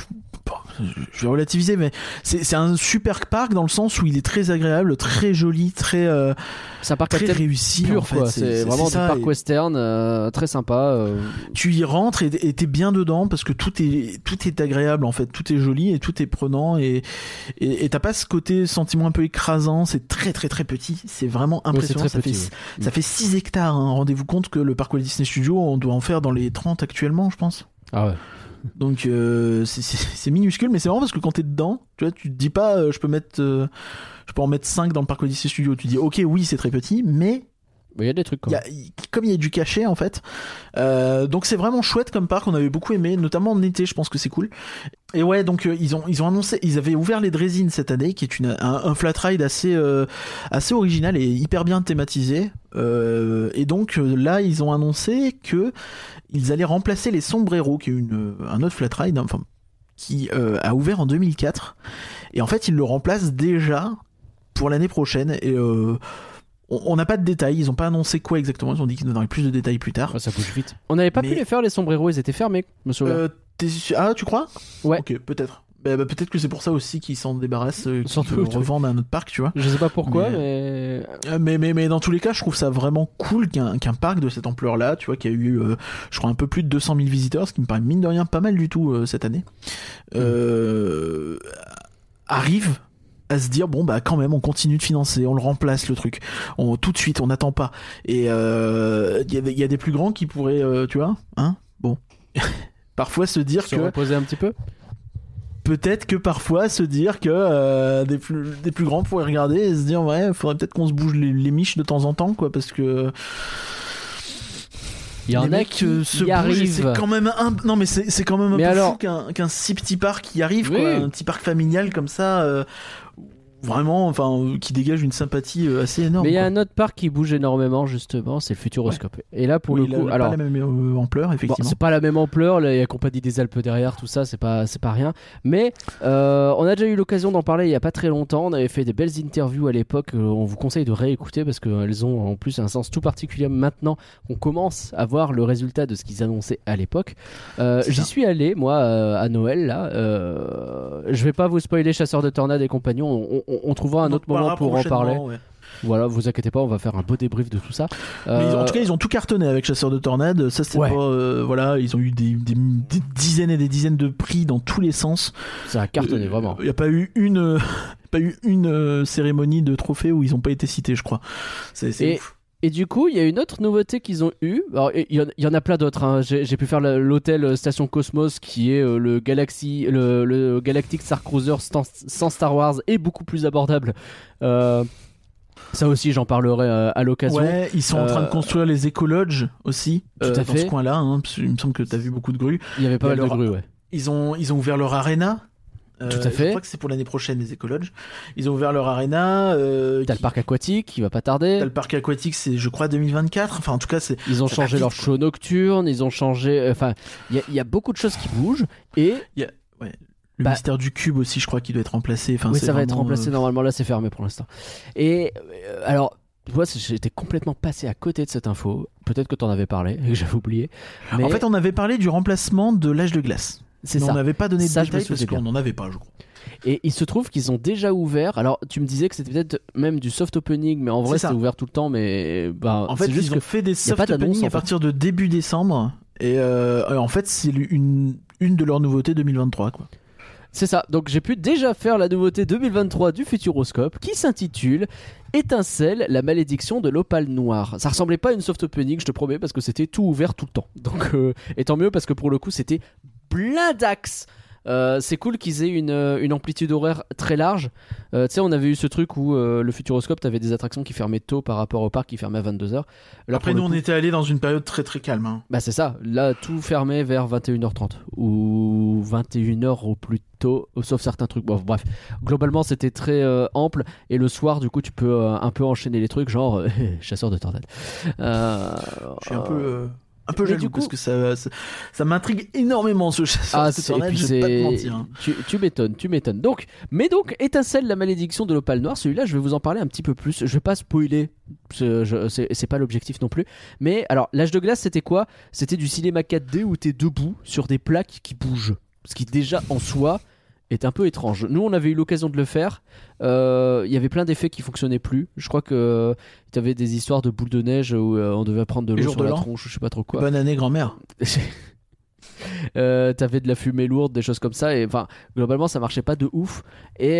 B: je vais relativiser, mais c'est un super parc dans le sens où il est très agréable, très joli, très
A: c'est un parc
B: très réussi
A: pur,
B: en fait.
A: Quoi. C'est vraiment du parc western, très sympa.
B: Tu y rentres et t'es bien dedans parce que tout est agréable en fait, tout est joli et tout est prenant, et t'as pas ce côté sentiment un peu écrasant. C'est très très très petit, c'est vraiment impressionnant. Ça fait 6 hectares, hein. Rendez-vous compte que le parc Walt Disney Studios, on doit en faire dans les 30 actuellement, je pense.
A: Ah ouais.
B: Donc c'est minuscule, mais c'est marrant parce que quand t'es dedans, tu vois, tu te dis pas je peux en mettre 5 dans le parc Odyssey Studio. Tu dis ok, oui c'est très petit, mais
A: il y a des trucs
B: comme il y a du cachet en fait, donc c'est vraiment chouette comme parc. On avait beaucoup aimé, notamment en été, je pense que c'est cool. Et ouais, donc ils ont annoncé, ils avaient ouvert les Draisines cette année, qui est un flat ride assez original et hyper bien thématisé, et donc là ils ont annoncé que ils allaient remplacer les Sombreros, qui est un autre flat ride, enfin qui a ouvert en 2004, et en fait ils le remplacent déjà pour l'année prochaine. Et on n'a pas de détails, ils ont pas annoncé quoi exactement, ils ont dit qu'ils donneraient plus de détails plus tard.
A: Ça bouge vite. On n'avait pas pu les faire, les Sombreros, ils étaient fermés, monsieur.
B: Tu crois ? Ouais. Ok, peut-être. Peut-être que c'est pour ça aussi qu'ils s'en débarrassent, qu'ils revendent à un autre parc, tu vois.
A: Je sais pas pourquoi, mais
B: dans tous les cas, je trouve ça vraiment cool qu'un parc de cette ampleur-là, tu vois, qui a eu, je crois, un peu plus de 200 000 visiteurs, ce qui me paraît mine de rien pas mal du tout cette année, arrive à se dire bon bah quand même on continue de financer, on le remplace le truc, tout de suite on n'attend pas. Et il y a des plus grands qui pourraient tu vois bon parfois se dire
A: Se
B: que
A: reposer un petit peu.
B: peut-être que parfois se dire que des plus grands pourraient regarder et se dire ouais faudrait peut-être qu'on se bouge les miches de temps en temps quoi, parce que
A: Il y en
B: les
A: a
B: mecs
A: qui
B: se
A: y
B: bougent et
A: arrivent.
B: c'est quand même non mais c'est quand même un
A: Mais
B: peu
A: alors-
B: fou qu'un si petit parc y arrive
A: Oui.
B: quoi, un petit parc familial comme ça vraiment qui dégage une sympathie assez énorme.
A: Mais il y a
B: quoi.
A: un autre parc qui bouge énormément justement, c'est le Futuroscope. Et là pour
B: Oui,
A: le coup,
B: il a
A: alors
B: pas la même ampleur
A: bon,
B: effectivement.
A: c'est pas la même ampleur, là, il y a Compagnie des Alpes derrière, tout ça, c'est pas rien. Mais on a déjà eu l'occasion d'en parler il y a pas très longtemps. On avait fait des belles interviews à l'époque. On vous conseille de réécouter parce qu'elles ont en plus un sens tout particulier maintenant qu'on commence à voir le résultat de ce qu'ils annonçaient à l'époque. J'y suis allé moi à Noël là. Je vais pas vous spoiler Chasseurs de Tornades et compagnons. On trouvera un autre moment pour en parler.
B: Ouais.
A: Voilà, vous inquiétez pas, on va faire un beau débrief de tout ça.
B: Mais en tout cas, ils ont tout cartonné avec Chasseurs de Tornades. Ça, c'est
A: Ouais.
B: pas. Voilà, ils ont eu des dizaines et des dizaines de prix dans tous les sens.
A: ça a cartonné vraiment.
B: Il n'y a pas eu une cérémonie de trophée où ils n'ont pas été cités, je crois. C'est ouf.
A: Et du coup, il y a une autre nouveauté qu'ils ont eue. Alors, il y en a plein d'autres. Hein. J'ai pu faire l'hôtel Station Cosmos, qui est le Galactic Star Cruiser sans Star Wars et beaucoup plus abordable. Ça aussi, j'en parlerai à l'occasion.
B: Ouais, ils sont en train de construire les Ecolodge aussi
A: Tout à
B: dans
A: fait.
B: ce coin-là. Hein, parce qu'il me semble que tu as vu beaucoup de grues.
A: Il y avait pas
B: Et
A: mal de
B: alors-
A: grues, ouais.
B: Ils ont ouvert leur arena.
A: Tout à fait.
B: Je crois que c'est pour l'année prochaine, les Ecolodge. Ils ont ouvert leur arena.
A: T'as le parc aquatique qui va pas tarder.
B: T'as le parc aquatique, c'est je crois 2024. Enfin, en tout cas, c'est.
A: Ils ont
B: ça va
A: changé
B: vite,
A: leur
B: quoi.
A: show nocturne. Ils ont changé. Enfin, il y a beaucoup de choses qui bougent. Et
B: Le
A: Bah-
B: mystère du cube aussi, je crois qu'il doit être remplacé. Enfin,
A: oui,
B: c'est
A: ça va être
B: vraiment,
A: remplacé normalement. Là, c'est fermé pour l'instant. Et alors, moi, j'étais complètement passé à côté de cette info. Peut-être que t'en avais parlé et que j'avais oublié. Mais
B: En fait, on avait parlé du remplacement de l'âge de glace.
A: c'est
B: Mais
A: ça.
B: on n'avait pas donné de
A: Ça, je me
B: détails parce
A: souviens
B: qu'on
A: bien.
B: n'en avait pas, je crois.
A: Et il se trouve qu'ils ont déjà ouvert. Alors, tu me disais que c'était peut-être même du soft opening, mais en vrai,
B: C'est ça.
A: c'était ouvert tout le temps. Mais bah,
B: En fait,
A: c'est juste
B: ils ont fait des
A: y a
B: soft
A: pas d'annonce,
B: openings
A: en
B: à
A: fait.
B: partir de début décembre. Et en fait, c'est une de leurs nouveautés 2023, quoi.
A: C'est ça, donc j'ai pu déjà faire la nouveauté 2023 du Futuroscope qui s'intitule Étincelle, la malédiction de l'opale noire. Ça ressemblait pas à une soft opening, je te promets, parce que c'était tout ouvert tout le temps. Donc, et tant mieux parce que pour le coup c'était blindax. C'est cool qu'ils aient une amplitude horaire très large. Tu sais, on avait eu ce truc où le Futuroscope, t'avais des attractions qui fermaient tôt par rapport au parc qui fermait à 22h. Là,
B: Après,
A: pour
B: nous,
A: le
B: on
A: coup-
B: était allés dans une période très très calme. Hein.
A: Bah c'est ça, là tout fermait vers 21h30 ou 21h au plus tôt, sauf certains trucs. Bon, bref, globalement c'était très ample et le soir du coup tu peux un peu enchaîner les trucs genre chasseur de tornades.
B: Je suis un peu
A: mais
B: jaloux
A: du coup-
B: parce que ça m'intrigue énormément ce chasseur
A: Ah,
B: de
A: et
B: tornades,
A: puis
B: je vais pas te mentir. Hein.
A: tu m'étonnes. Donc, Étincelle, la malédiction de l'opale noire, celui-là, je vais vous en parler un petit peu plus. Je vais pas spoiler, c'est pas l'objectif non plus. Mais alors, l'âge de glace, c'était quoi? C'était du cinéma 4D où t'es debout sur des plaques qui bougent. Ce qui déjà en soi est un peu étrange. Nous, on avait eu l'occasion de le faire. Il y avait plein d'effets qui fonctionnaient plus. Je crois que t'avais des histoires de boules de neige où on devait prendre de
B: Les
A: l'eau
B: jours
A: sur
B: de
A: la
B: l'an.
A: tronche, je sais pas trop quoi.
B: Bonne année, grand-mère.
A: T'avais de la fumée lourde, des choses comme ça, et enfin globalement ça marchait pas de ouf. Et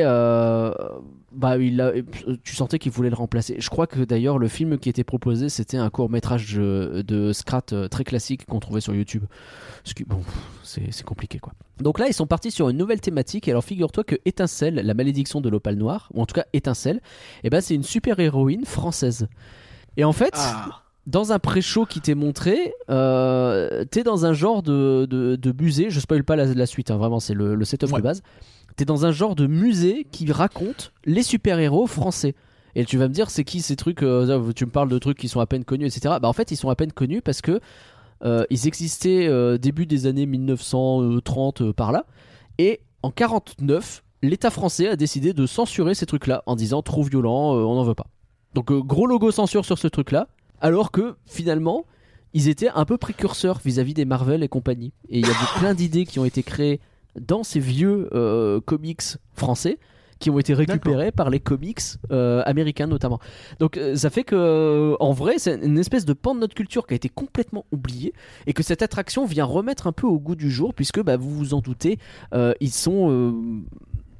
A: tu sentais qu'il voulait le remplacer. Je crois que d'ailleurs le film qui était proposé c'était un court métrage de Scrat très classique qu'on trouvait sur YouTube. Ce qui, bon, c'est compliqué quoi. Donc là ils sont partis sur une nouvelle thématique. Et alors figure-toi que Étincelle, la malédiction de l'opale noire, ou en tout cas Étincelle, c'est une super héroïne française. Et en fait. Dans un pré-show qui t'est montré, t'es dans un genre de musée, je spoil pas la suite, hein, vraiment c'est le setup de base. T'es dans un genre de musée qui raconte les super-héros français. Et tu vas me dire, c'est qui ces trucs, tu me parles de trucs qui sont à peine connus, etc. Bah en fait, ils sont à peine connus parce que ils existaient début des années 1930 par là. Et en 49, l'État français a décidé de censurer ces trucs-là en disant trop violent, on n'en veut pas. Donc gros logo censure sur ce truc-là. Alors que finalement, ils étaient un peu précurseurs vis-à-vis des Marvel et compagnie. Et il y avait plein d'idées qui ont été créées dans ces vieux comics français qui ont été récupérés par les comics américains notamment. Donc ça fait que en vrai, c'est une espèce de pan de notre culture qui a été complètement oubliée et que cette attraction vient remettre un peu au goût du jour puisque vous vous en doutez, ils sont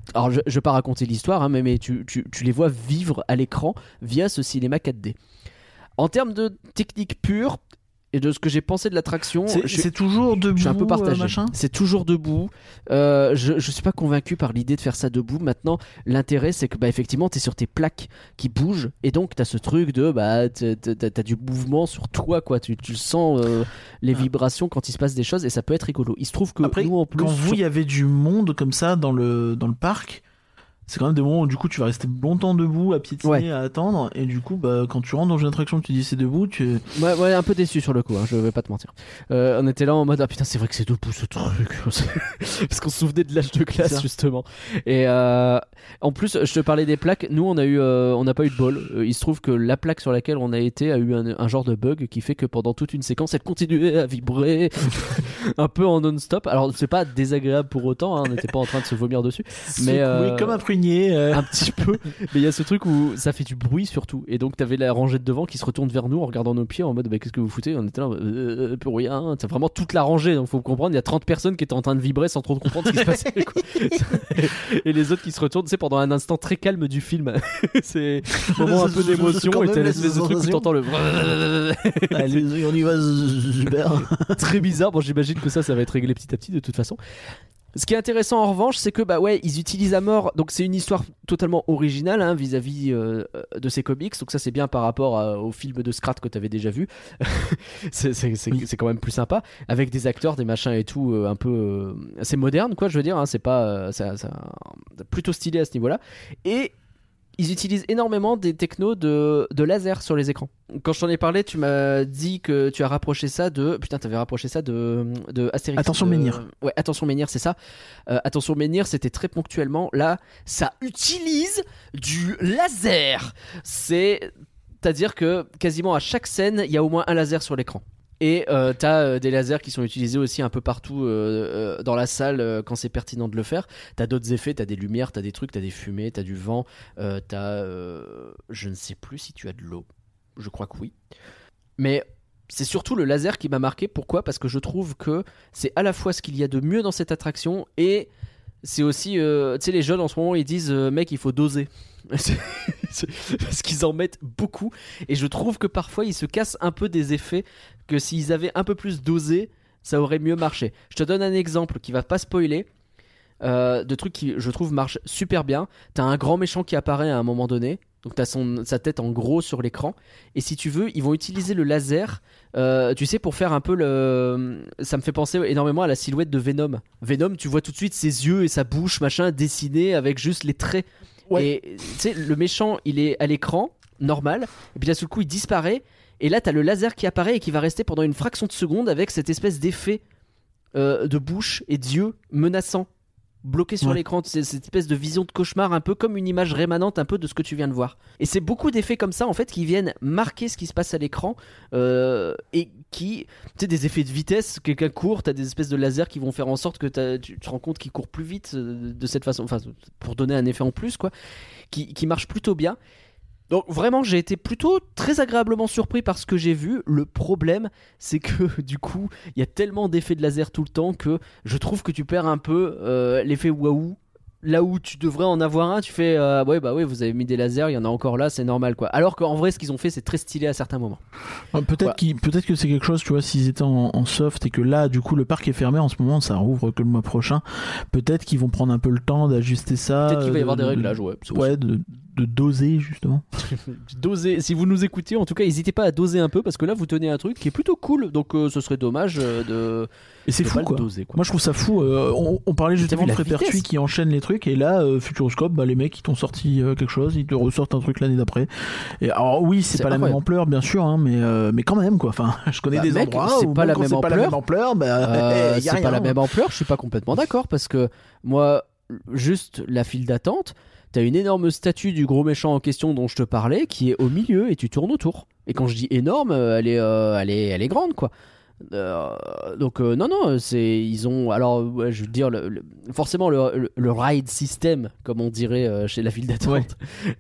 A: alors je vais pas raconter l'histoire, hein, mais tu les vois vivre à l'écran via ce cinéma 4D. En termes de technique pure et de ce que j'ai pensé de l'attraction,
B: c'est toujours debout,
A: je suis un peu partagé.
B: machin.
A: C'est toujours debout. Je suis pas convaincu par l'idée de faire ça debout. Maintenant, l'intérêt, c'est que effectivement, t'es sur tes plaques qui bougent et donc t'as ce truc de t'as du mouvement sur toi, quoi. Tu sens les vibrations quand il se passe des choses et ça peut être rigolo. Il se trouve que
B: Après,
A: nous en plus,
B: quand il y avait du monde comme ça dans le parc, c'est quand même des moments où du coup tu vas rester longtemps debout à piétiner, à attendre, et du coup quand tu rentres dans une attraction tu dis c'est debout,
A: ouais, un peu déçu sur le coup, hein, je vais pas te mentir. On était là en mode putain, c'est vrai que c'est debout ce truc parce qu'on se souvenait de l'âge de classe justement. Et en plus je te parlais des plaques, nous on n'a pas eu de bol. Il se trouve que la plaque sur laquelle on a été a eu un genre de bug qui fait que pendant toute une séquence elle continuait à vibrer un peu en non-stop. Alors c'est pas désagréable pour autant, hein, on n'était pas en train de se vomir dessus, mais
B: comme un prunier,
A: un petit peu. Mais il y a ce truc où ça fait du bruit surtout, et donc t'avais la rangée de devant qui se retourne vers nous en regardant nos pieds en mode qu'est-ce que vous foutez. On était là pour rien. C'est vraiment toute la rangée, donc faut comprendre, il y a 30 personnes qui étaient en train de vibrer sans trop comprendre ce qui se passait, quoi. Et les autres qui se retournent, c'est pendant un instant très calme du film. C'est vraiment un peu d'émotion et t'as l'espèce de truc où t'entends le
B: allez, on y va, super.
A: très bizarre. Bon, j'imagine que ça va être réglé petit à petit de toute façon. Ce qui est intéressant en revanche, c'est que ils utilisent à mort. Donc c'est une histoire totalement originale, hein, vis-à-vis de ces comics. Donc ça c'est bien par rapport au film de Scrat que t'avais déjà vu. c'est quand même plus sympa, avec des acteurs, des machins et tout, un peu c'est moderne, quoi. Je veux dire, hein, c'est pas ça plutôt stylé à ce niveau-là. Et ils utilisent énormément des technos de laser sur les écrans. Quand je t'en ai parlé, tu m'as dit que tu as rapproché ça de... Putain, t'avais rapproché ça de Astérix.
B: Attention Menhir.
A: Ouais, Attention Menhir, c'est ça. Attention Menhir, c'était très ponctuellement. Là, ça utilise du laser. C'est-à-dire que quasiment à chaque scène, il y a au moins un laser sur l'écran. Et t'as des lasers qui sont utilisés aussi un peu partout dans la salle quand c'est pertinent de le faire. T'as d'autres effets, t'as des lumières, t'as des trucs, t'as des fumées, t'as du vent, je ne sais plus si tu as de l'eau. Je crois que oui. Mais c'est surtout le laser qui m'a marqué. Pourquoi ? Parce que je trouve que c'est à la fois ce qu'il y a de mieux dans cette attraction, et c'est aussi, tu sais, les jeunes en ce moment ils disent mec, il faut doser. Parce qu'ils en mettent beaucoup, et je trouve que parfois ils se cassent un peu des effets que s'ils avaient un peu plus dosé, ça aurait mieux marché. Je te donne un exemple qui va pas spoiler, de trucs qui je trouve marchent super bien. T'as un grand méchant qui apparaît à un moment donné, donc t'as sa tête en gros sur l'écran, et si tu veux ils vont utiliser le laser, tu sais, pour faire un peu ça me fait penser énormément à la silhouette de Venom. Venom, tu vois tout de suite ses yeux et sa bouche machin dessinés avec juste les traits. Ouais. Et tu sais, le méchant il est à l'écran normal, et puis là sous le coup il disparaît, et là t'as le laser qui apparaît et qui va rester pendant une fraction de seconde avec cette espèce d'effet de bouche et d'yeux menaçants bloqués sur l'écran. C'est cette espèce de vision de cauchemar, un peu comme une image rémanente un peu de ce que tu viens de voir. Et c'est beaucoup d'effets comme ça en fait qui viennent marquer ce qui se passe à l'écran, et qui, tu sais, des effets de vitesse, quelqu'un court, t'as des espèces de lasers qui vont faire en sorte que tu te rends compte qu'il court plus vite de cette façon, enfin pour donner un effet en plus, quoi, qui marche plutôt bien. Donc vraiment j'ai été plutôt très agréablement surpris par ce que j'ai vu. Le problème c'est que du coup il y a tellement d'effets de laser tout le temps que je trouve que tu perds un peu l'effet waouh. Là où tu devrais en avoir un, tu fais ouais vous avez mis des lasers, il y en a encore là, c'est normal, quoi. Alors qu'en vrai ce qu'ils ont fait c'est très stylé à certains moments.
B: Peut-être que c'est quelque chose, tu vois, s'ils étaient en soft et que là du coup le parc est fermé en ce moment, ça rouvre que le mois prochain, peut-être qu'ils vont prendre un peu le temps d'ajuster ça.
A: Peut-être qu'il va y avoir des réglages,
B: de doser justement.
A: Doser, si vous nous écoutez en tout cas n'hésitez pas à doser un peu, parce que là vous tenez un truc qui est plutôt cool, donc ce serait dommage de...
B: Et c'est fou, quoi.
A: Doser, quoi.
B: Moi je trouve ça fou, on parlait justement de Frépertuis qui enchaîne les trucs, et là Futuroscope, les mecs ils t'ont sorti quelque chose, ils te ressortent un truc l'année d'après, et alors oui c'est pas la même ampleur bien sûr, hein, mais quand même, quoi. Enfin je connais des endroits
A: c'est
B: où
A: pas la
B: quand
A: même
B: c'est
A: ampleur,
B: pas la même ampleur,
A: c'est pas la même ampleur, je suis pas complètement d'accord, parce que moi juste la file d'attente, t'as une énorme statue du gros méchant en question dont je te parlais qui est au milieu et tu tournes autour. Et quand je dis énorme, elle est grande, quoi. Donc non, ils ont alors je veux dire forcément le ride system comme on dirait chez la file d'attente,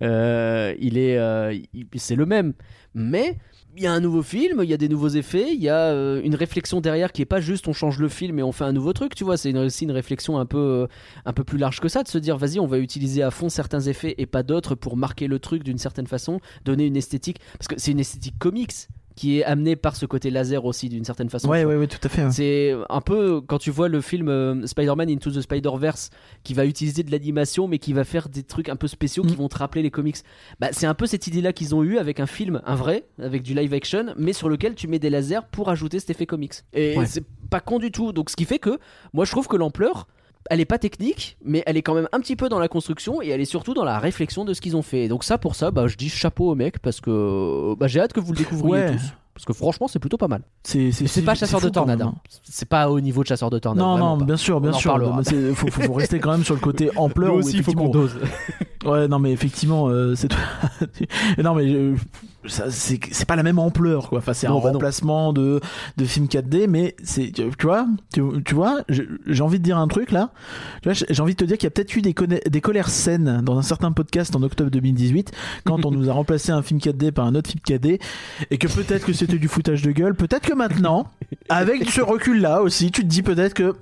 A: c'est le même, mais il y a un nouveau film, il y a des nouveaux effets, il y a une réflexion derrière qui est pas juste on change le film et on fait un nouveau truc, tu vois, c'est aussi une réflexion un peu plus large que ça, de se dire vas-y on va utiliser à fond certains effets et pas d'autres pour marquer le truc d'une certaine façon, donner une esthétique, parce que c'est une esthétique comics qui est amené par ce côté laser aussi d'une certaine façon.
B: Ouais, tout à fait. Ouais.
A: C'est un peu quand tu vois le film Spider-Man Into the Spider-Verse qui va utiliser de l'animation mais qui va faire des trucs un peu spéciaux qui vont te rappeler les comics. Bah, c'est un peu cette idée-là qu'ils ont eu avec un film, un vrai, avec du live action, mais sur lequel tu mets des lasers pour ajouter cet effet comics. Et c'est pas con du tout. Donc ce qui fait que moi je trouve que l'ampleur, elle est pas technique, mais elle est quand même un petit peu dans la construction et elle est surtout dans la réflexion de ce qu'ils ont fait. Et donc ça, pour ça, bah, je dis chapeau aux mecs parce que j'ai hâte que vous le découvriez tous. Parce que franchement, c'est plutôt pas mal. C'est pas Chasseur de Tornades. Hein. C'est pas au niveau de Chasseur de Tornades.
B: Non, bien sûr. Faut rester quand même sur le côté ampleur.
A: Nous aussi, il faut qu'on dose.
B: Ouais, non, mais effectivement, c'est. Non, mais c'est pas la même ampleur, quoi. Enfin, c'est un remplacement de film 4D, mais c'est, tu vois, j'ai envie de dire un truc là. Tu vois, j'ai envie de te dire qu'il y a peut-être eu des colères saines dans un certain podcast en octobre 2018 quand on nous a remplacé un film 4D par un autre film 4D et que peut-être que c'était du foutage de gueule. Peut-être que maintenant, avec ce recul-là aussi, tu te dis peut-être que.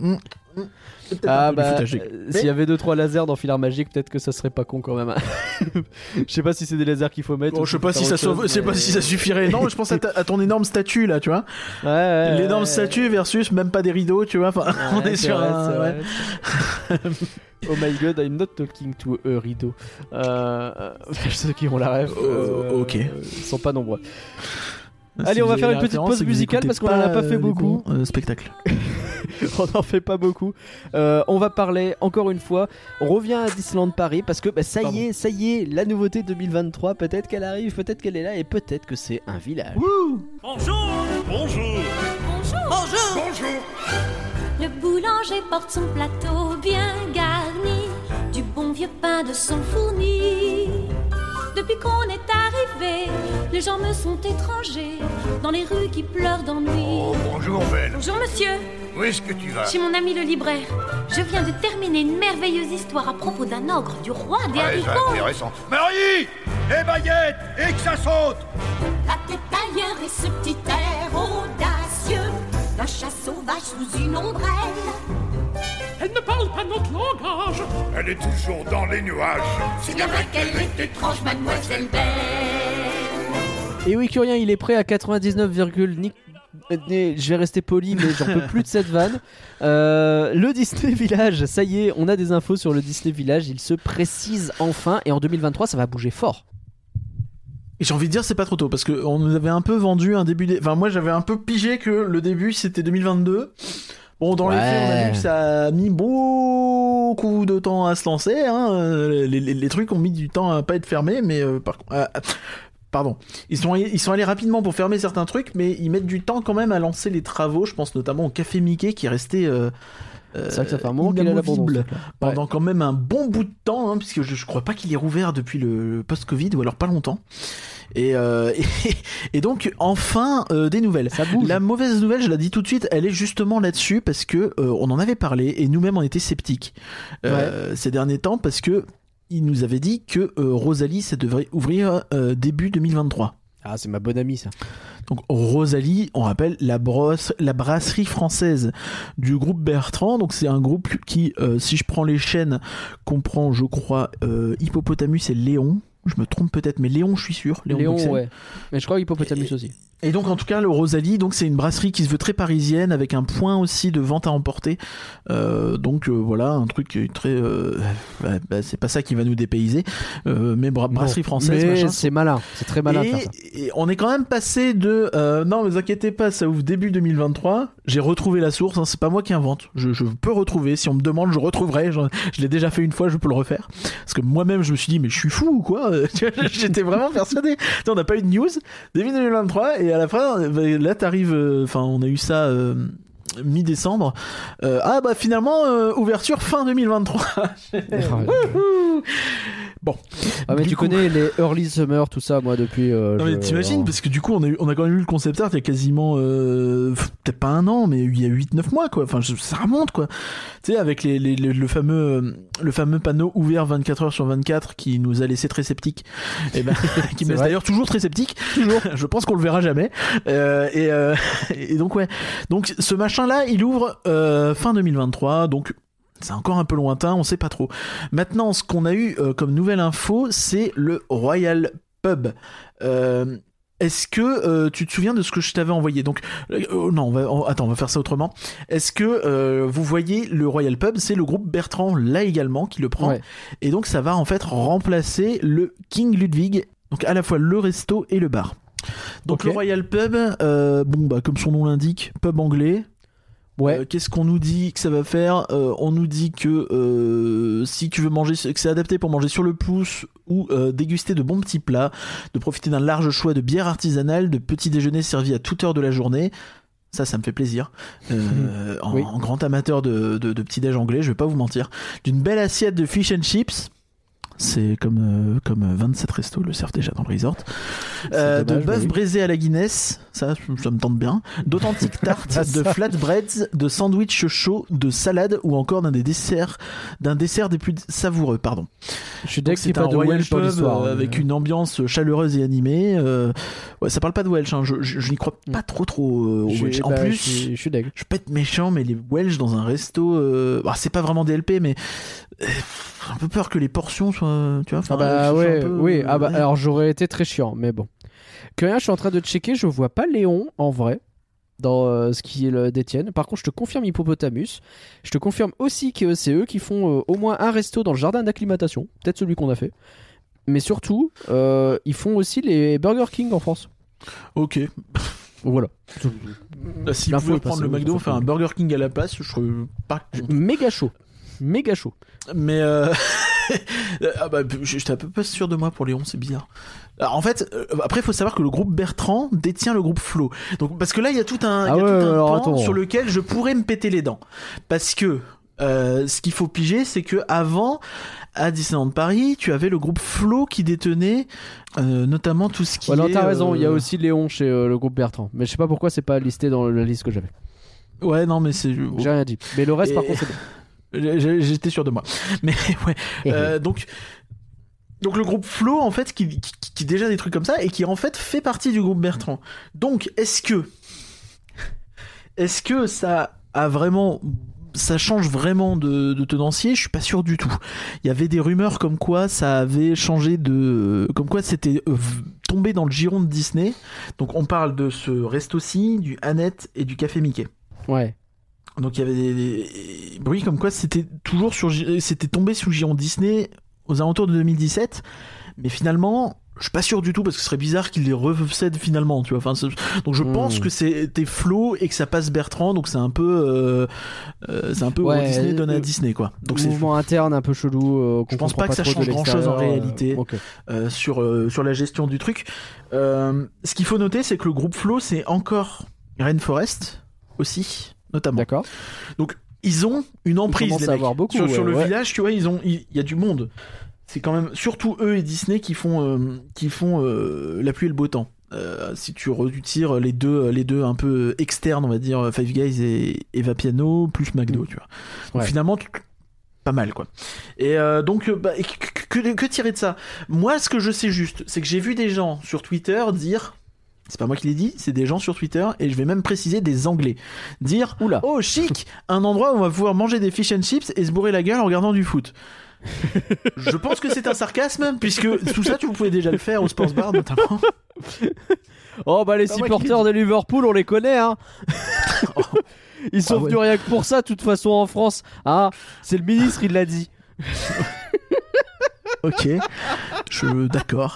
A: S'il y avait 2-3 lasers dans Filar Magique, peut-être que ça serait pas con quand même. Je sais pas si c'est des lasers qu'il faut mettre.
B: Bon, je sais pas si ça suffirait. Non, je pense à ton énorme statue là, tu vois. L'énorme statue versus même pas des rideaux, tu vois. Enfin, on est sur un.
A: Oh my god, I'm not talking to a rideau. Ceux qui ont la rêve,
B: ok.
A: Ils sont pas nombreux. Allez, on va faire une petite pause musicale parce qu'on en a pas fait beaucoup.
B: Spectacle.
A: On n'en fait pas beaucoup. On va parler encore une fois. On revient à Disneyland Paris parce que ça y est, la nouveauté 2023. Peut-être qu'elle arrive, peut-être qu'elle est là et peut-être que c'est un village.
E: Wouh! Bonjour.
D: Le boulanger porte son plateau bien garni, du bon vieux pain de son fourni. Depuis qu'on est arrivé, les gens me sont étrangers, dans les rues qui pleurent d'ennui.
E: Oh, bonjour, Belle.
D: Bonjour, monsieur.
E: Où est-ce que tu vas?
D: Chez mon ami le libraire. Je viens de terminer une merveilleuse histoire à propos d'un ogre, du roi des haricots.
E: C'est intéressant. Marie! Et baguette! Et que ça saute!
D: La tête ailleurs et ce petit air audacieux d'un chat sauvage sous une ombrelle.
F: Elle ne parle pas notre langage.
E: Elle est toujours dans les nuages.
D: C'est bien vrai qu'elle est étrange, mademoiselle Belle.
A: Et oui, Curien, il est prêt à 99, je vais rester poli, mais j'en peux plus de cette vanne. Le Disney Village, ça y est, on a des infos sur le Disney Village. Il se précise enfin, et en 2023, ça va bouger fort.
B: Et j'ai envie de dire c'est pas trop tôt parce que on nous avait un peu vendu un début. Enfin, moi j'avais un peu pigé que le début c'était 2022. Bon, dans les faits, on a vu que ça a mis beaucoup de temps à se lancer. Hein. Les trucs ont mis du temps à pas être fermés, mais pardon. Ils sont allés rapidement pour fermer certains trucs, mais ils mettent du temps quand même à lancer les travaux. Je pense notamment au Café Mickey qui est resté.
A: C'est vrai que ça fait un moment qu'il est inamovible
B: pendant quand même un bon bout de temps, hein, puisque je crois pas qu'il est rouvert depuis le post-Covid ou alors pas longtemps. Et donc enfin des nouvelles. Ça bouge. La mauvaise nouvelle, je la dis tout de suite, elle est justement là-dessus parce que on en avait parlé et nous-mêmes on était sceptiques ces derniers temps parce que il nous avait dit que Rosalie ça devrait ouvrir début 2023.
A: Ah, c'est ma bonne amie ça.
B: Donc Rosalie, on rappelle la brasserie française du groupe Bertrand. Donc c'est un groupe qui, si je prends les chaînes, comprend, je crois, Hippopotamus et Léon. Je me trompe peut-être, mais Léon, je suis sûr.
A: Léon, ouais. Mais je crois Hippopotamus aussi.
B: Et donc en tout cas le Rosalie, donc c'est une brasserie qui se veut très parisienne avec un point aussi de vente à emporter. Voilà, un truc très. C'est pas ça qui va nous dépayser, mais brasserie française.
A: Mais c'est malin, c'est très malin.
B: Et on est quand même passé de. Non, mais vous inquiétez pas, ça ouvre début 2023. J'ai retrouvé la source, hein, c'est pas moi qui invente. Je peux retrouver. Si on me demande, je retrouverai. Je l'ai déjà fait une fois, je peux le refaire. Parce que moi-même, je me suis dit, mais je suis fou ou quoi? J'étais vraiment persuadé. On n'a pas eu de news début 2023 et à la fin, là t'arrives. Enfin, on a eu ça mi-décembre. Finalement, ouverture fin 2023. Bon.
A: Ah, mais
B: Du
A: tu
B: coup-
A: connais les early summer, tout ça, moi, depuis.
B: Non mais t'imagines, parce que du coup on a quand même eu le concept art il y a quasiment peut-être pas un an, mais il y a 8-9 mois quoi, enfin ça remonte quoi. Tu sais, avec le fameux panneau ouvert 24 heures sur 24 qui nous a laissé très sceptiques, et ben, qui me laisse
A: vrai.
B: d'ailleurs toujours très sceptique, toujours. Je pense qu'on le verra jamais. Et donc ouais, donc ce machin là il ouvre fin 2023, donc c'est encore un peu lointain, on sait pas trop. Maintenant, ce qu'on a eu comme nouvelle info, c'est le Royal Pub. Est-ce que tu te souviens de ce que je t'avais envoyé? Donc, non, on va faire ça autrement. Est-ce que vous voyez le Royal Pub, c'est le groupe Bertrand là également qui le prend,
A: Ouais.
B: et donc ça va en fait remplacer le King Ludwig, donc à la fois le resto et le bar. Donc
A: Ok.
B: le Royal Pub, comme son nom l'indique, pub anglais.
A: Ouais.
B: Qu'est-ce qu'on nous dit que ça va faire? On nous dit que si tu veux manger, que c'est adapté pour manger sur le pouce ou déguster de bons petits plats, de profiter d'un large choix de bières artisanales, de petits déjeuners servis à toute heure de la journée. Ça me fait plaisir.
A: Oui.
B: En grand amateur de petits-déj anglais, je vais pas vous mentir. D'une belle assiette de fish and chips. C'est comme 27 restos le servent déjà dans le resort.
A: dommage,
B: De bœuf
A: mais oui.
B: braisé à la Guinness, ça me tente bien. D'authentiques tartes, de flatbreads, de sandwichs chauds, de salades ou encore d'un dessert des plus savoureux. Pardon.
A: Je suis
B: Donc
A: d'accord qu'il n'y
B: c'est
A: ait
B: un
A: pas de
B: Royal
A: Welsh dans
B: Pub
A: l'histoire.
B: avec une ambiance chaleureuse et animée. Ouais, ça parle pas de Welsh, hein. Je n'y crois pas trop au Welsh. En plus,
A: je suis deg.
B: je peux être méchant, mais les Welsh dans un resto, c'est pas vraiment DLP, mais j'ai un peu peur que les portions soient, tu vois.
A: Ah bah ouais,
B: un peu,
A: oui. Ah bah
B: ouais.
A: alors j'aurais été très chiant, mais bon. Que rien, je suis en train de checker, je vois pas Léon en vrai dans ce qui est le d'Étienne. Par contre, je te confirme Hippopotamus. Je te confirme aussi que c'est eux qui font au moins un resto dans le jardin d'acclimatation, peut-être celui qu'on a fait. Mais surtout, ils font aussi les Burger King en France.
B: Ok.
A: Voilà.
B: Si vous
A: L'info
B: pouvez
A: est
B: prendre
A: passée,
B: le
A: oui,
B: McDo,
A: faut
B: faire un Burger King à la place, je serais pas.
A: Méga chaud. Méga chaud.
B: Mais j'étais un peu pas sûr de moi pour Léon, c'est bizarre. Alors, en fait, après il faut savoir que le groupe Bertrand détient le groupe Flo. Donc parce que là il y a tout un,
A: Ah
B: il y a
A: ouais,
B: tout un
A: alors
B: pan
A: attends.
B: sur lequel je pourrais me péter les dents. Parce que ce qu'il faut piger, c'est que avant à Disneyland Paris, tu avais le groupe Flo qui détenait notamment tout ce qui
A: Ouais, non,
B: est.
A: t'as raison, il y a aussi Léon chez le groupe Bertrand. Mais je sais pas pourquoi c'est pas listé dans la liste que j'avais.
B: Ouais, non, mais c'est.
A: J'ai rien dit. Mais le reste, par
B: Et-
A: contre, c'est bon.
B: J'étais sûr de moi. Mais ouais. Donc le groupe Flo, en fait, qui déjà des trucs comme ça et qui en fait fait partie du groupe Bertrand. Donc est-ce que ça a vraiment, ça change vraiment de tenancier? Je suis pas sûr du tout. Il y avait des rumeurs comme quoi ça avait changé comme quoi c'était tombé dans le giron de Disney. Donc on parle de ce resto-ci, du Annette et du Café Mickey.
A: Ouais.
B: Donc il y avait des bruits comme quoi c'était tombé sous le giron Disney aux alentours de 2017, mais finalement je suis pas sûr du tout parce que ce serait bizarre qu'ils les recèdent finalement, tu vois. Enfin, donc je pense que c'était Flo et que ça passe Bertrand, donc c'est un peu
A: Ouais,
B: Walt Disney donne à Disney quoi. Donc c'est
A: Mouvement interne un peu chelou.
B: Je pense
A: qu'on
B: pas que ça
A: comprend
B: change
A: trop de
B: grand-chose en
A: l'extérieur,
B: réalité.
A: ok.
B: sur la gestion du truc. Ce qu'il faut noter, c'est que le groupe Flo, c'est encore Rainforest aussi, notamment.
A: D'accord.
B: Donc ils ont une emprise,
A: commencent
B: les
A: à
B: mecs.
A: avoir beaucoup,
B: sur le
A: ouais.
B: village, tu vois, il y a du monde. C'est quand même surtout eux et Disney qui font la pluie et le beau temps. Si tu retires les deux un peu externes, on va dire Five Guys et Vapiano plus McDo, tu vois. Donc
A: Ouais.
B: finalement pas mal quoi. Et donc que tirer de ça? Moi, ce que je sais juste, c'est que j'ai vu des gens sur Twitter dire. C'est pas moi qui l'ai dit, c'est des gens sur Twitter, et je vais même préciser des Anglais. Dire
A: Oula.
B: oh chic, un endroit où on va pouvoir manger des fish and chips et se bourrer la gueule en regardant du foot. Je pense que c'est un sarcasme, puisque tout ça, tu pouvais déjà le faire au Sports Bar notamment.
A: Oh bah les
B: Pas moi qui
A: supporters de Liverpool, on les connaît, hein. Ils sont
B: Ah ouais.
A: venus rien que pour ça, de toute façon, en France. Ah, c'est le ministre, il l'a dit.
B: Ok, d'accord.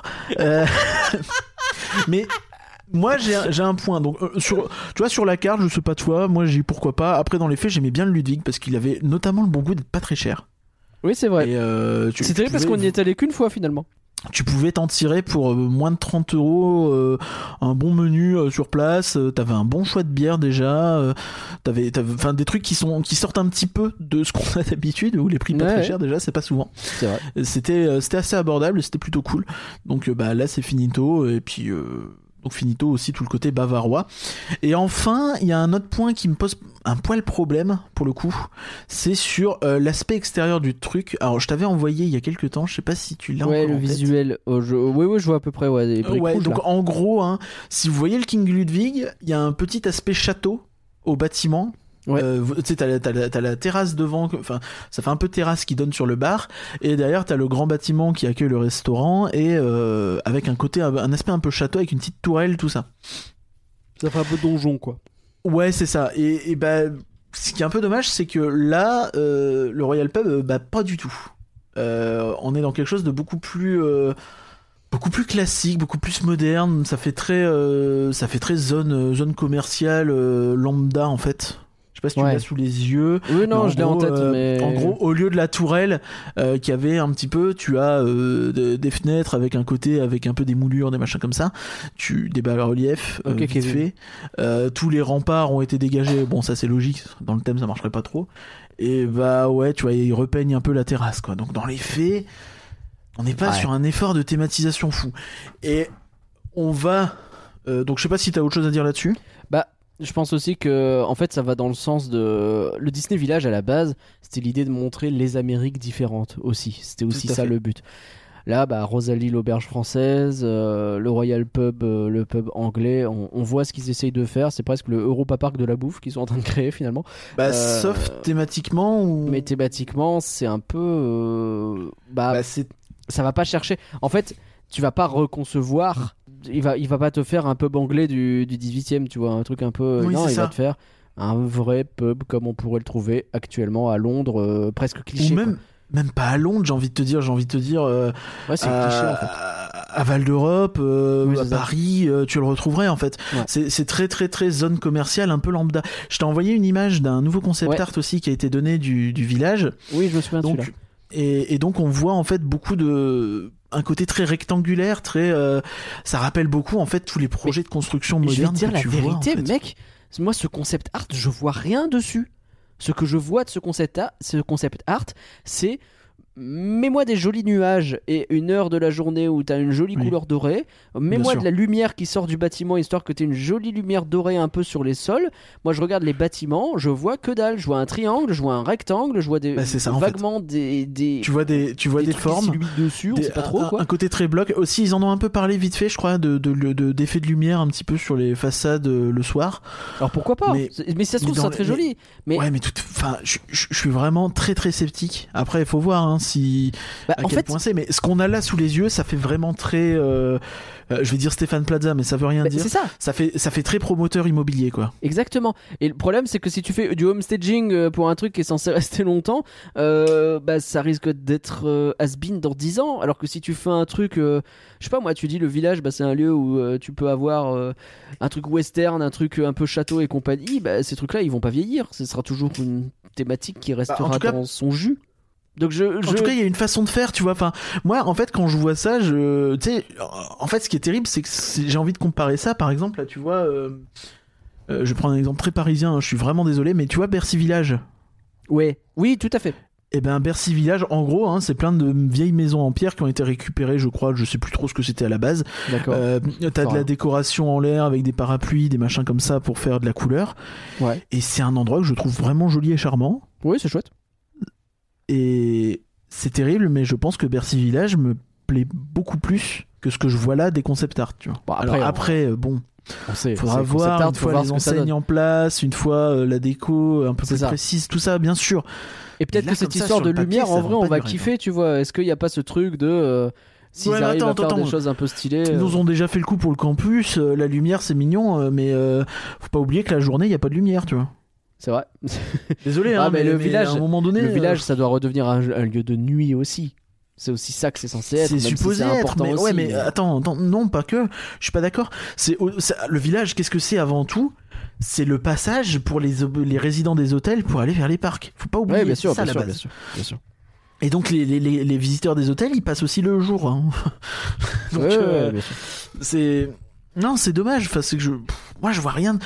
B: Mais moi j'ai un point. Donc tu vois, sur la carte, je sais pas toi, moi j'ai pourquoi pas. Après dans les faits, j'aimais bien le Ludwig parce qu'il avait notamment le bon goût d'être pas très cher.
A: Oui, c'est vrai.
B: Et,
A: C'est terrible parce qu'on n'y est allé qu'une fois finalement.
B: tu pouvais t'en tirer pour moins de 30 €, un bon menu sur place, t'avais un bon choix de bière déjà, t'avais enfin des trucs qui sortent un petit peu de ce qu'on a d'habitude, où les prix pas très chers déjà, c'est pas souvent.
A: C'est vrai.
B: C'était assez abordable et c'était plutôt cool. Donc là c'est finito, et puis donc finito aussi tout le côté bavarois. Et enfin, il y a un autre point qui me pose un poil problème pour le coup, c'est sur l'aspect extérieur du truc. Alors je t'avais envoyé il y a quelques temps, je sais pas si tu l'as encore
A: le
B: en tête.
A: visuel. Oui, je vois à peu près. Ouais, rouges,
B: donc
A: là.
B: en gros, hein, si vous voyez le King Ludwig, il y a un petit aspect château au bâtiment.
A: Ouais.
B: Tu sais, t'as la terrasse devant, enfin, ça fait un peu terrasse qui donne sur le bar, et derrière t'as le grand bâtiment qui accueille le restaurant, et avec un aspect un peu château avec une petite tourelle, tout ça.
A: Ça fait un peu donjon, quoi.
B: Ouais, c'est ça. Et bah, ce qui est un peu dommage, c'est que là, le Royal Pub, bah, pas du tout. On est dans quelque chose de beaucoup plus classique, beaucoup plus moderne. Ça fait très zone commerciale lambda en fait. Je sais pas si tu l'as sous les yeux.
A: Oui, non, je l'ai en tête, mais...
B: En gros, au lieu de la tourelle, qui avait un petit peu, tu as des fenêtres avec un côté, avec un peu des moulures, des machins comme ça. Des bas-reliefs, vite fait. Tous les remparts ont été dégagés. Bon, ça c'est logique. Dans le thème, ça marcherait pas trop. Et bah ouais, tu vois, ils repeignent un peu la terrasse, quoi. Donc dans les faits, on n'est pas sur un effort de thématisation fou. Et on va... donc je sais pas si t'as autre chose à dire là-dessus.
A: Bah... Je pense aussi que, en fait, ça va dans le sens de... Le Disney Village, à la base, c'était l'idée de montrer les Amériques différentes aussi. C'était aussi ça le but. Là, bah, Rosalie, l'auberge française, le Royal Pub, le pub anglais, on voit ce qu'ils essayent de faire. C'est presque le Europa Park de la bouffe qu'ils sont en train de créer, finalement.
B: Bah, sauf thématiquement ou...
A: Mais thématiquement, c'est un peu... ça va pas chercher... En fait, tu vas pas reconcevoir... Il va pas te faire un pub anglais du 18e, tu vois, un truc un peu...
B: Oui,
A: non, il
B: ça.
A: va te faire un vrai pub comme on pourrait le trouver actuellement à Londres, presque cliché.
B: Ou même pas à Londres, j'ai envie de te dire
A: ouais, c'est cliché en fait.
B: À Val d'Europe, à Paris, tu le retrouverais en fait.
A: Ouais.
B: C'est très très très zone commerciale, un peu lambda. Je t'ai envoyé une image d'un nouveau concept art aussi qui a été donné du village.
A: Oui, je me souviens de celui-là.
B: Et donc on voit en fait beaucoup un côté très rectangulaire, très ça rappelle beaucoup en fait tous les projets de construction moderne.
A: Je vais te dire la vérité,
B: vois, en fait.
A: mec. Moi, ce concept art, je vois rien dessus. Ce que je vois de ce concept art, c'est mets-moi des jolis nuages et une heure de la journée où t'as une jolie couleur dorée. Mets-moi de la lumière qui sort du bâtiment histoire que t'aies une jolie lumière dorée un peu sur les sols. Moi, je regarde les bâtiments, je vois que dalle. Je vois un triangle, je vois un rectangle, je vois vaguement des.
B: Tu vois des formes
A: dessus, on sait pas trop quoi.
B: Un côté très bloc. Aussi, ils en ont un peu parlé vite fait, je crois, d'effets de lumière un petit peu sur les façades le soir.
A: Alors pourquoi pas ? Mais ça se trouve ça très joli. Mais
B: ouais, mais enfin, je suis vraiment très très sceptique. Après, il faut voir. Hein, à quel point c'est, mais ce qu'on a là sous les yeux, ça fait vraiment très je vais dire Stéphane Plaza, mais ça veut rien dire.
A: C'est ça.
B: Ça fait très promoteur immobilier, quoi.
A: Exactement. Et le problème, c'est que si tu fais du homestaging pour un truc qui est censé rester longtemps, ça risque d'être has-been dans 10 ans. Alors que si tu fais un truc, je sais pas moi, tu dis le village, c'est un lieu où tu peux avoir un truc western, un truc un peu château et compagnie. Ces trucs-là, ils vont pas vieillir. Ce sera toujours une thématique qui restera dans son jus. Donc en tout
B: cas, il y a une façon de faire, tu vois. Enfin, moi, en fait, quand je vois ça, tu sais, en fait, ce qui est terrible, c'est que j'ai envie de comparer ça, par exemple, là, tu vois, je vais prendre un exemple très parisien, hein, je suis vraiment désolé, mais tu vois, Bercy Village.
A: Ouais, oui, tout à fait.
B: Et ben, Bercy Village, en gros, hein, c'est plein de vieilles maisons en pierre qui ont été récupérées, je crois, je sais plus trop ce que c'était à la base.
A: D'accord.
B: T'as de la décoration en l'air avec des parapluies, des machins comme ça pour faire de la couleur.
A: Ouais.
B: Et c'est un endroit que je trouve vraiment joli et charmant.
A: Oui, c'est chouette.
B: Et c'est terrible, mais je pense que Bercy Village me plaît beaucoup plus que ce que je vois là des concept art, tu vois.
A: Bon,
B: il faudra voir une fois les enseignes en place, une fois la déco un peu plus précise, tout ça, bien sûr.
A: Et peut-être que cette histoire de lumière, en vrai, on va kiffer, tu vois. Est-ce qu'il n'y a pas ce truc de... S'ils arrivent à faire des choses un peu stylées...
B: Ils nous ont déjà fait le coup pour le campus, la lumière c'est mignon, mais faut pas oublier que la journée, il n'y a pas de lumière, tu vois.
A: C'est vrai.
B: Désolé, hein,
A: mais le village,
B: à un moment donné,
A: le village, ça doit redevenir un lieu de nuit aussi. C'est aussi ça que c'est censé être.
B: C'est supposé
A: si c'est important
B: être, mais
A: aussi.
B: ouais, mais attends, non, pas que. Je suis pas d'accord. Le village, qu'est-ce que c'est avant tout ? C'est le passage pour les résidents des hôtels pour aller vers les parcs. Faut pas oublier.
A: Ouais, bien sûr.
B: Et donc les visiteurs des hôtels, ils passent aussi le jour. Hein. Donc
A: ouais, bien sûr.
B: c'est dommage. Enfin, c'est que moi je vois rien.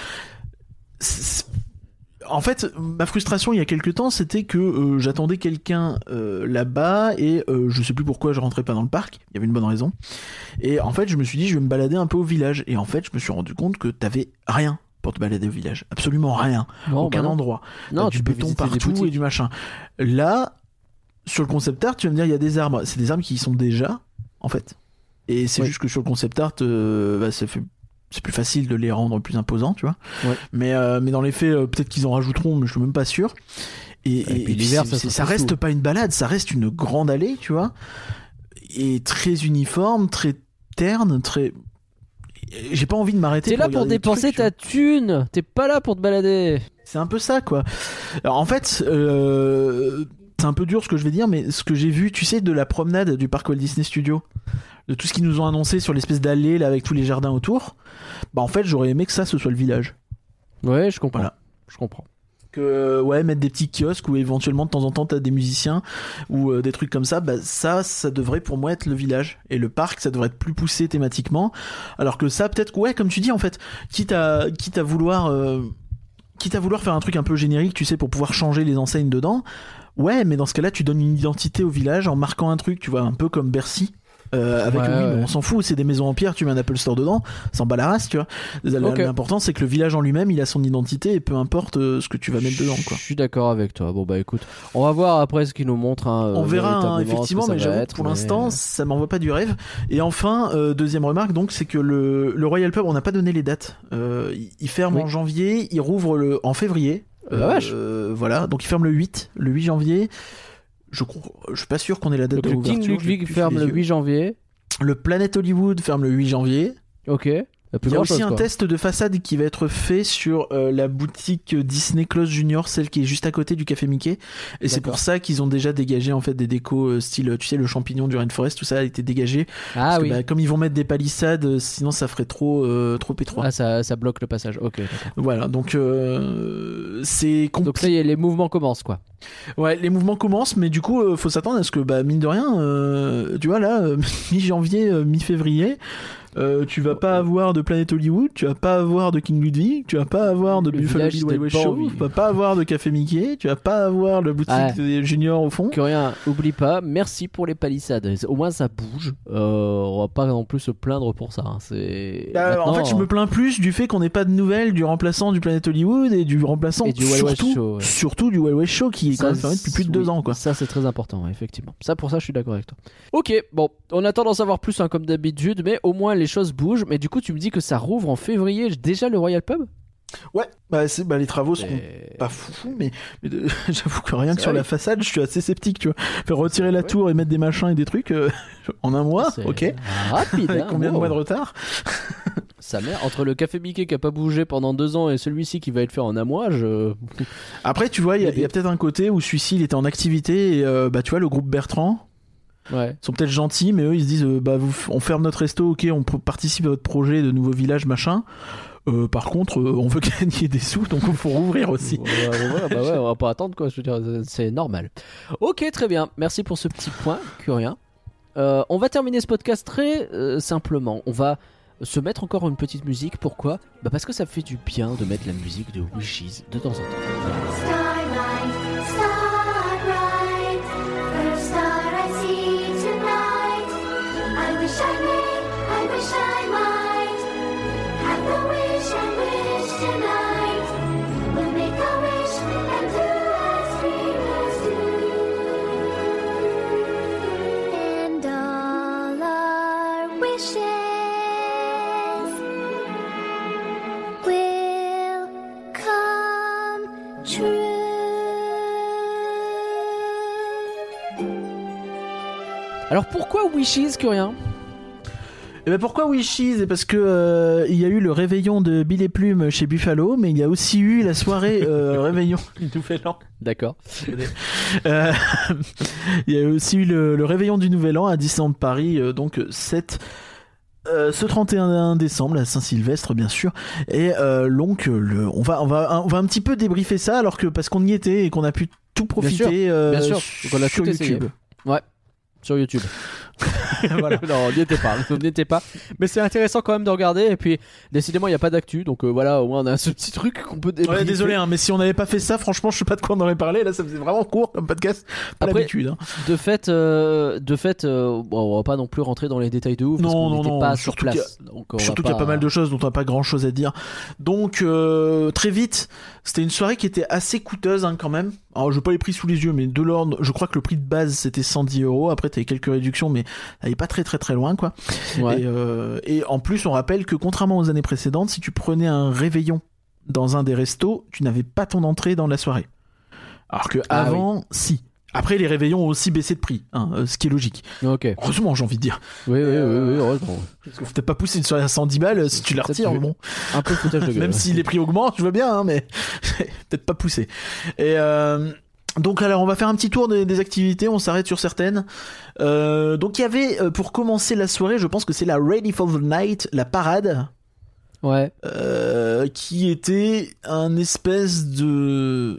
B: En fait, ma frustration il y a quelques temps, c'était que j'attendais quelqu'un là-bas et je sais plus pourquoi je rentrais pas dans le parc. Il y avait une bonne raison. Et en fait, je me suis dit je vais me balader un peu au village. Et en fait, je me suis rendu compte que t'avais rien pour te balader au village. Absolument rien. Aucun endroit.
A: Non,
B: du béton partout et du machin. Là, sur le concept art, tu vas me dire il y a des arbres. C'est des arbres qui y sont déjà, en fait. Et c'est juste que sur le concept art, c'est plus facile de les rendre plus imposants, tu vois. Ouais. Mais dans les faits, peut-être qu'ils en rajouteront, mais je suis même pas sûr. Et puis l'hiver, ça reste pas une balade, ça reste une grande allée, tu vois. Et très uniforme, très terne, très... J'ai pas envie de m'arrêter.
A: T'es là pour dépenser ta thune. T'es pas là pour te balader.
B: C'est un peu ça, quoi. Alors en fait, c'est un peu dur ce que je vais dire, mais ce que j'ai vu, tu sais, de la promenade du parc Walt Disney Studios, de tout ce qu'ils nous ont annoncé sur l'espèce d'allée là avec tous les jardins autour, bah en fait j'aurais aimé que ça ce soit le village.
A: Ouais, je comprends.
B: Voilà.
A: Je comprends.
B: Que mettre des petits kiosques où éventuellement de temps en temps t'as des musiciens ou des trucs comme ça, bah ça devrait pour moi être le village, et le parc ça devrait être plus poussé thématiquement, alors que ça peut-être comme tu dis en fait, quitte à vouloir faire un truc un peu générique, tu sais, pour pouvoir changer les enseignes dedans. Ouais, mais dans ce cas-là, tu donnes une identité au village en marquant un truc, tu vois, un peu comme Bercy. Mais on s'en fout, c'est des maisons en pierre, tu mets un Apple Store dedans, s'en bat la race, tu vois. L'important c'est que le village en lui-même, il a son identité, et peu importe ce que tu vas mettre dedans, quoi.
A: Je suis d'accord avec toi. Bon bah écoute, on va voir après ce qu'ils nous montrent. On
B: verra effectivement, mais j'avoue que pour l'instant, ça m'envoie pas du rêve. Et enfin, deuxième remarque, donc, c'est que le Royal Pub, on n'a pas donné les dates. Il ferme en janvier, il rouvre en février. Voilà, donc il ferme le 8 janvier. Je suis pas sûr qu'on ait la date de l'ouverture.
A: Le King Ludwig ferme le 8 janvier.
B: Le Planet Hollywood ferme le 8 janvier.
A: Ok.
B: Il y a aussi un test de façade qui va être fait sur la boutique Disney Claus Junior, celle qui est juste à côté du Café Mickey. Et c'est pour ça qu'ils ont déjà dégagé en fait des décos style, tu sais, le champignon du Rainforest, tout ça a été dégagé.
A: Ah oui.
B: Comme ils vont mettre des palissades, sinon ça ferait trop étroit.
A: Ah, ça bloque le passage. Ok. D'accord.
B: Voilà, donc c'est compliqué.
A: Donc ça y est, les mouvements commencent, quoi.
B: Ouais, les mouvements commencent, mais du coup, faut s'attendre à ce que, mine de rien, tu vois là, mi-janvier, mi-février. Tu vas pas avoir de Planet Hollywood, tu vas pas avoir de King Ludwig, tu vas pas avoir de Buffalo Bill Wild West Show, tu vas pas avoir de Café Mickey, tu vas pas avoir le boutique des juniors au fond.
A: Que rien, oublie pas, merci pour les palissades. Au moins ça bouge. On va pas non plus se plaindre pour ça. Hein.
B: En fait, je me plains plus du fait qu'on n'ait pas de nouvelles du remplaçant du Planet Hollywood et du remplaçant surtout du Wild West Show qui est quand même fermé depuis plus de 2 ans, quoi.
A: Ça c'est très important, effectivement. Pour ça je suis d'accord avec toi. Ok, bon, on attend d'en savoir plus comme d'habitude, mais au moins les choses bougent. Mais du coup tu me dis que ça rouvre en février déjà le Royal Pub?
B: Ouais, les travaux seront pas fous, mais j'avoue que rien que sur la façade, je suis assez sceptique, tu vois. Faire retirer la tour et mettre des machins et des trucs en un mois, ok.
A: Rapide,
B: avec combien de mois de retard?
A: Sa mère, entre le Café Mickey qui a pas bougé pendant 2 ans et celui-ci qui va être fait en un mois,
B: Après, tu vois, il y a peut-être un côté où celui-ci il était en activité et tu vois, le groupe Bertrand.
A: Ouais.
B: Ils sont peut-être gentils, mais eux ils se disent on ferme notre resto, ok, on participe à votre projet de nouveau village machin. Par contre, on veut gagner des sous, donc il faut rouvrir aussi.
A: On va pas attendre, quoi. Je veux dire, c'est normal. Ok, très bien. Merci pour ce petit point, Curien. On va terminer ce podcast très simplement. On va se mettre encore une petite musique. Pourquoi ? Parce que ça fait du bien de mettre la musique de Wishes de temps en temps.
D: Starlight, starlight, first star I see tonight. I wish I might have the wish and wish tonight. We'll make a wish and do as dreamers do. And all our wishes will come true.
A: Alors pourquoi Wishes, Curien ?
B: Pourquoi Wishes ? Parce que il y a eu le réveillon de Bill et Plume chez Buffalo, mais il y a aussi eu la soirée réveillon du Nouvel An.
A: D'accord.
B: Il y a aussi eu le réveillon du Nouvel An à Disneyland Paris, donc ce 31 décembre, à Saint-Sylvestre bien sûr, et donc on va un petit peu débriefer ça, alors que parce qu'on y était et qu'on a pu tout profiter
A: bien sûr. Donc on a
B: sur
A: tout essayé.
B: YouTube.
A: Sur YouTube.
B: Voilà.
A: Non, on n'y était pas. Mais c'est intéressant quand même de regarder. Et puis, décidément, il n'y a pas d'actu. Donc voilà, au moins, on a ce petit truc qu'on peut débriefer.
B: Ouais, désolé, mais si on n'avait pas fait ça, franchement, je sais pas de quoi on aurait parlé. Là, ça faisait vraiment court comme podcast. Pas
A: Après,
B: l'habitude.
A: De fait, bon, on va pas non plus rentrer dans les détails de ouf. Parce qu'on n'était pas sur place.
B: Surtout qu'il y a pas mal de choses dont on n'a pas grand chose à dire. Donc, très vite, c'était une soirée qui était assez coûteuse quand même. Alors, je n'ai pas les prix sous les yeux, mais de l'ordre, je crois que le prix de base c'était 110 €. Après, t'avais quelques réductions, mais elle est pas très très très loin, quoi.
A: Ouais.
B: Et en plus, on rappelle que contrairement aux années précédentes, si tu prenais un réveillon dans un des restos, tu n'avais pas ton entrée dans la soirée. Alors que avant, si. Après, les réveillons ont aussi baissé de prix, ce qui est logique.
A: Ok.
B: Heureusement, j'ai envie de dire.
A: Oui, heureusement.
B: Parce que faut peut-être pas pousser une soirée à 110 balles si tu la retires, bon.
A: Un peu foutage de gueule.
B: Même si les prix augmentent, je veux bien, mais peut-être pas pousser. Et donc alors on va faire un petit tour des activités, on s'arrête sur certaines. Donc il y avait, pour commencer la soirée, je pense que c'est la Ready for the Night, la parade.
A: Ouais.
B: Qui était une espèce de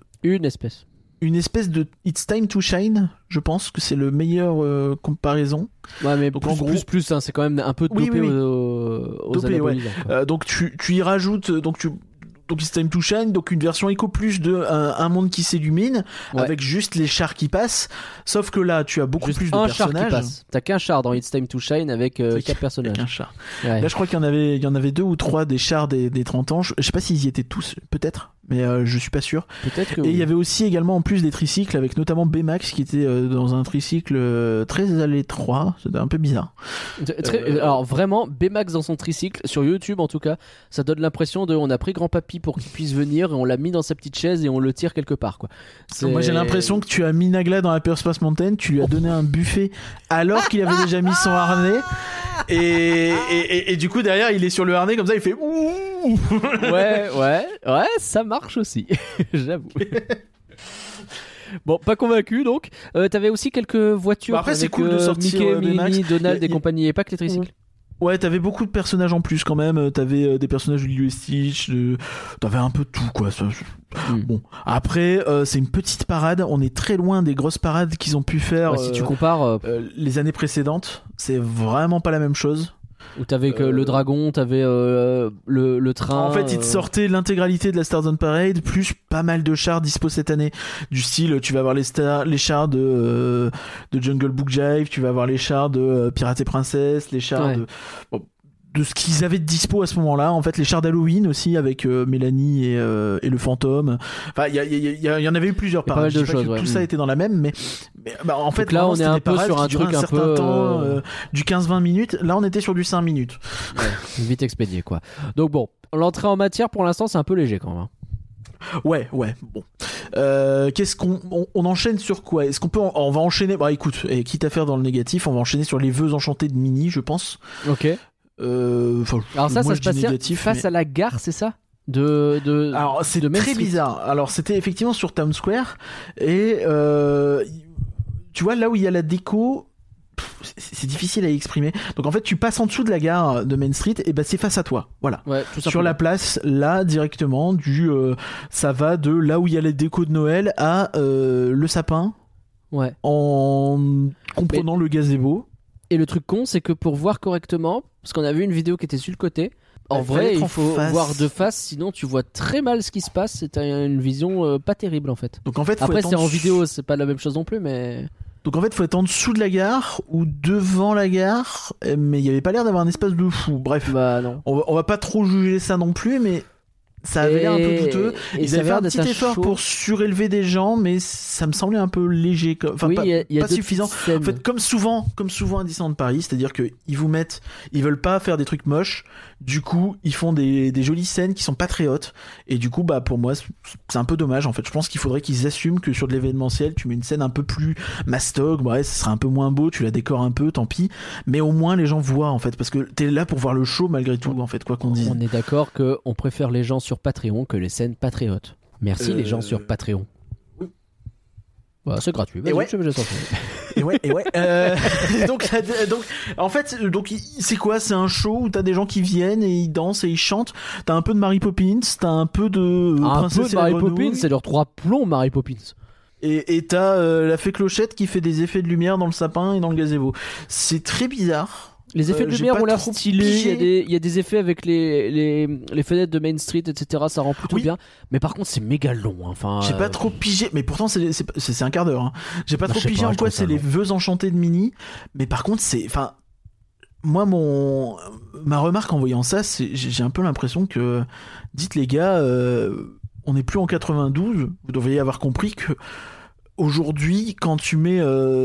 B: It's Time to Shine, je pense que c'est le meilleur comparaison.
A: Ouais, mais
B: donc,
A: plus,
B: en gros,
A: plus, c'est quand même un peu dopé aux
B: dopé,
A: anabolisants, quoi.
B: donc tu y rajoutes, donc It's Time to Shine, donc une version éco plus de un monde qui s'illumine, avec juste les chars qui passent, sauf que là tu as beaucoup
A: juste
B: plus de
A: un
B: personnages.
A: Char qui passe. T'as qu'un char dans It's Time to Shine avec 4 personnages.
B: Avec un char.
A: Ouais.
B: Là je crois qu'il y en avait 2 ou 3 des chars des 30 ans, je sais pas s'ils y étaient tous, peut-être, mais je suis pas sûr.
A: Peut-être que
B: Et il y avait aussi également en plus des tricycles, avec notamment Baymax qui était dans un tricycle très à l'étroit, c'était un peu bizarre.
A: Alors vraiment, Baymax dans son tricycle, sur YouTube en tout cas, ça donne l'impression on a pris grand-papy pour qu'il puisse venir, et on l'a mis dans sa petite chaise et on le tire quelque part, quoi.
B: Moi j'ai l'impression que tu as mis Nagla dans Hyper Space Mountain, tu lui as donné un buffet alors qu'il avait déjà mis son harnais, et du coup derrière il est sur le harnais comme ça, il fait ouh.
A: ouais, ça marche aussi, j'avoue. Bon, pas convaincu donc. T'avais aussi quelques voitures.
B: Après, c'est
A: avec,
B: cool de sortir
A: Mickey,
B: Baymax.
A: Minnie, Donald et compagnie, et pas que les tricycles.
B: Ouais, t'avais beaucoup de personnages en plus quand même. T'avais des personnages de Lilo et Stitch. T'avais un peu tout, quoi. Bon, après, c'est une petite parade. On est très loin des grosses parades qu'ils ont pu faire.
A: Si tu compares
B: les années précédentes, c'est vraiment pas la même chose.
A: Où t'avais le dragon, t'avais le train.
B: En fait, ils te sortaient l'intégralité de la Stars on Parade, plus pas mal de chars dispo cette année. Du style, tu vas avoir les chars de Jungle Book Jive, tu vas avoir les chars de Pirates et Princesses, les chars de ce qu'ils avaient de dispo à ce moment-là. En fait, les chars d'Halloween aussi, avec Mélanie et le fantôme. Enfin, il y en avait eu plusieurs parades.
A: Pas mal de choses,
B: tout ça était dans la même, mais en fait,
A: donc là, on est un peu sur un truc un peu
B: temps, du 15-20 minutes. Là, on était sur du 5 minutes.
A: Ouais, vite expédié, quoi. Donc bon, l'entrée en matière, pour l'instant, c'est un peu léger quand même.
B: Ouais, bon. Qu'est-ce qu'on enchaîne sur quoi? Est-ce qu'on peut on va enchaîner. Bah écoute, quitte à faire dans le négatif, on va enchaîner sur les vœux enchantés de Minnie, je pense.
A: Ok. Alors ça se passait face à la gare, c'est ça?
B: Alors c'est très bizarre. Alors c'était effectivement sur Town Square, et tu vois là où il y a la déco, c'est difficile à exprimer. Donc en fait tu passes en dessous de la gare de Main Street, et c'est face à toi, voilà.
A: Ouais, tout
B: sur la place là directement, ça va de là où il y a les décos de Noël à le sapin, en comprenant le gazebo.
A: Et le truc con, c'est que pour voir correctement, parce qu'on a vu une vidéo qui était sur le côté, en vrai il faut voir de face, sinon tu vois très mal ce qui se passe. C'est une vision pas terrible en fait.
B: Donc en fait,
A: après c'est en vidéo, c'est pas la même chose non plus, mais...
B: Donc en fait, faut être en dessous de la gare ou devant la gare, mais il y avait pas l'air d'avoir un espace de fou. Bref,
A: non.
B: On va pas trop juger ça non plus, mais ça avait l'air un peu douteux. Ils avaient fait un petit effort pour surélever des gens, mais ça me semblait un peu léger, enfin pas suffisant. En fait, comme souvent à Disneyland Paris, c'est-à-dire que ils veulent pas faire des trucs moches. Du coup, ils font des jolies scènes qui sont pas très hautes, et du coup, pour moi, c'est un peu dommage. En fait, je pense qu'il faudrait qu'ils assument que sur de l'événementiel, tu mets une scène un peu plus mastoc. Ça serait un peu moins beau, tu la décores un peu, tant pis. Mais au moins, les gens voient, en fait, parce que t'es là pour voir le show malgré tout, en fait, quoi qu'on dise.
A: On est d'accord qu'on préfère les gens sur Patreon que les scènes patriotes. Merci les gens sur Patreon.
B: Oui.
A: Bah, c'est gratuit.
B: Et ouais. Donc en fait, c'est quoi? C'est un show où t'as des gens qui viennent et ils dansent et ils chantent. T'as un peu de Mary Poppins, t'as un peu de
A: Princesse et Mary Poppins, c'est leurs 3 plombs, Mary Poppins.
B: Et t'as la fée Clochette qui fait des effets de lumière dans le sapin et dans le gazebo. C'est très bizarre.
A: Les effets de
B: j'ai
A: lumière
B: pas
A: ont l'air
B: trop
A: stylés,
B: pigé.
A: il y a des effets avec les fenêtres de Main Street, etc. Ça rend plutôt
B: Oui.
A: bien. Mais par contre, c'est méga long. Hein. Enfin,
B: J'ai pas trop pigé, mais pourtant c'est un quart d'heure. Hein. J'ai pas
A: Bah,
B: trop
A: je sais
B: pigé
A: pas,
B: en
A: je
B: quoi
A: trouve ça
B: c'est les
A: long.
B: vœux enchantés de Minnie. Mais par contre, moi, ma remarque en voyant ça, j'ai un peu l'impression que, dites les gars, on n'est plus en 92. Vous devriez avoir compris que aujourd'hui, quand tu mets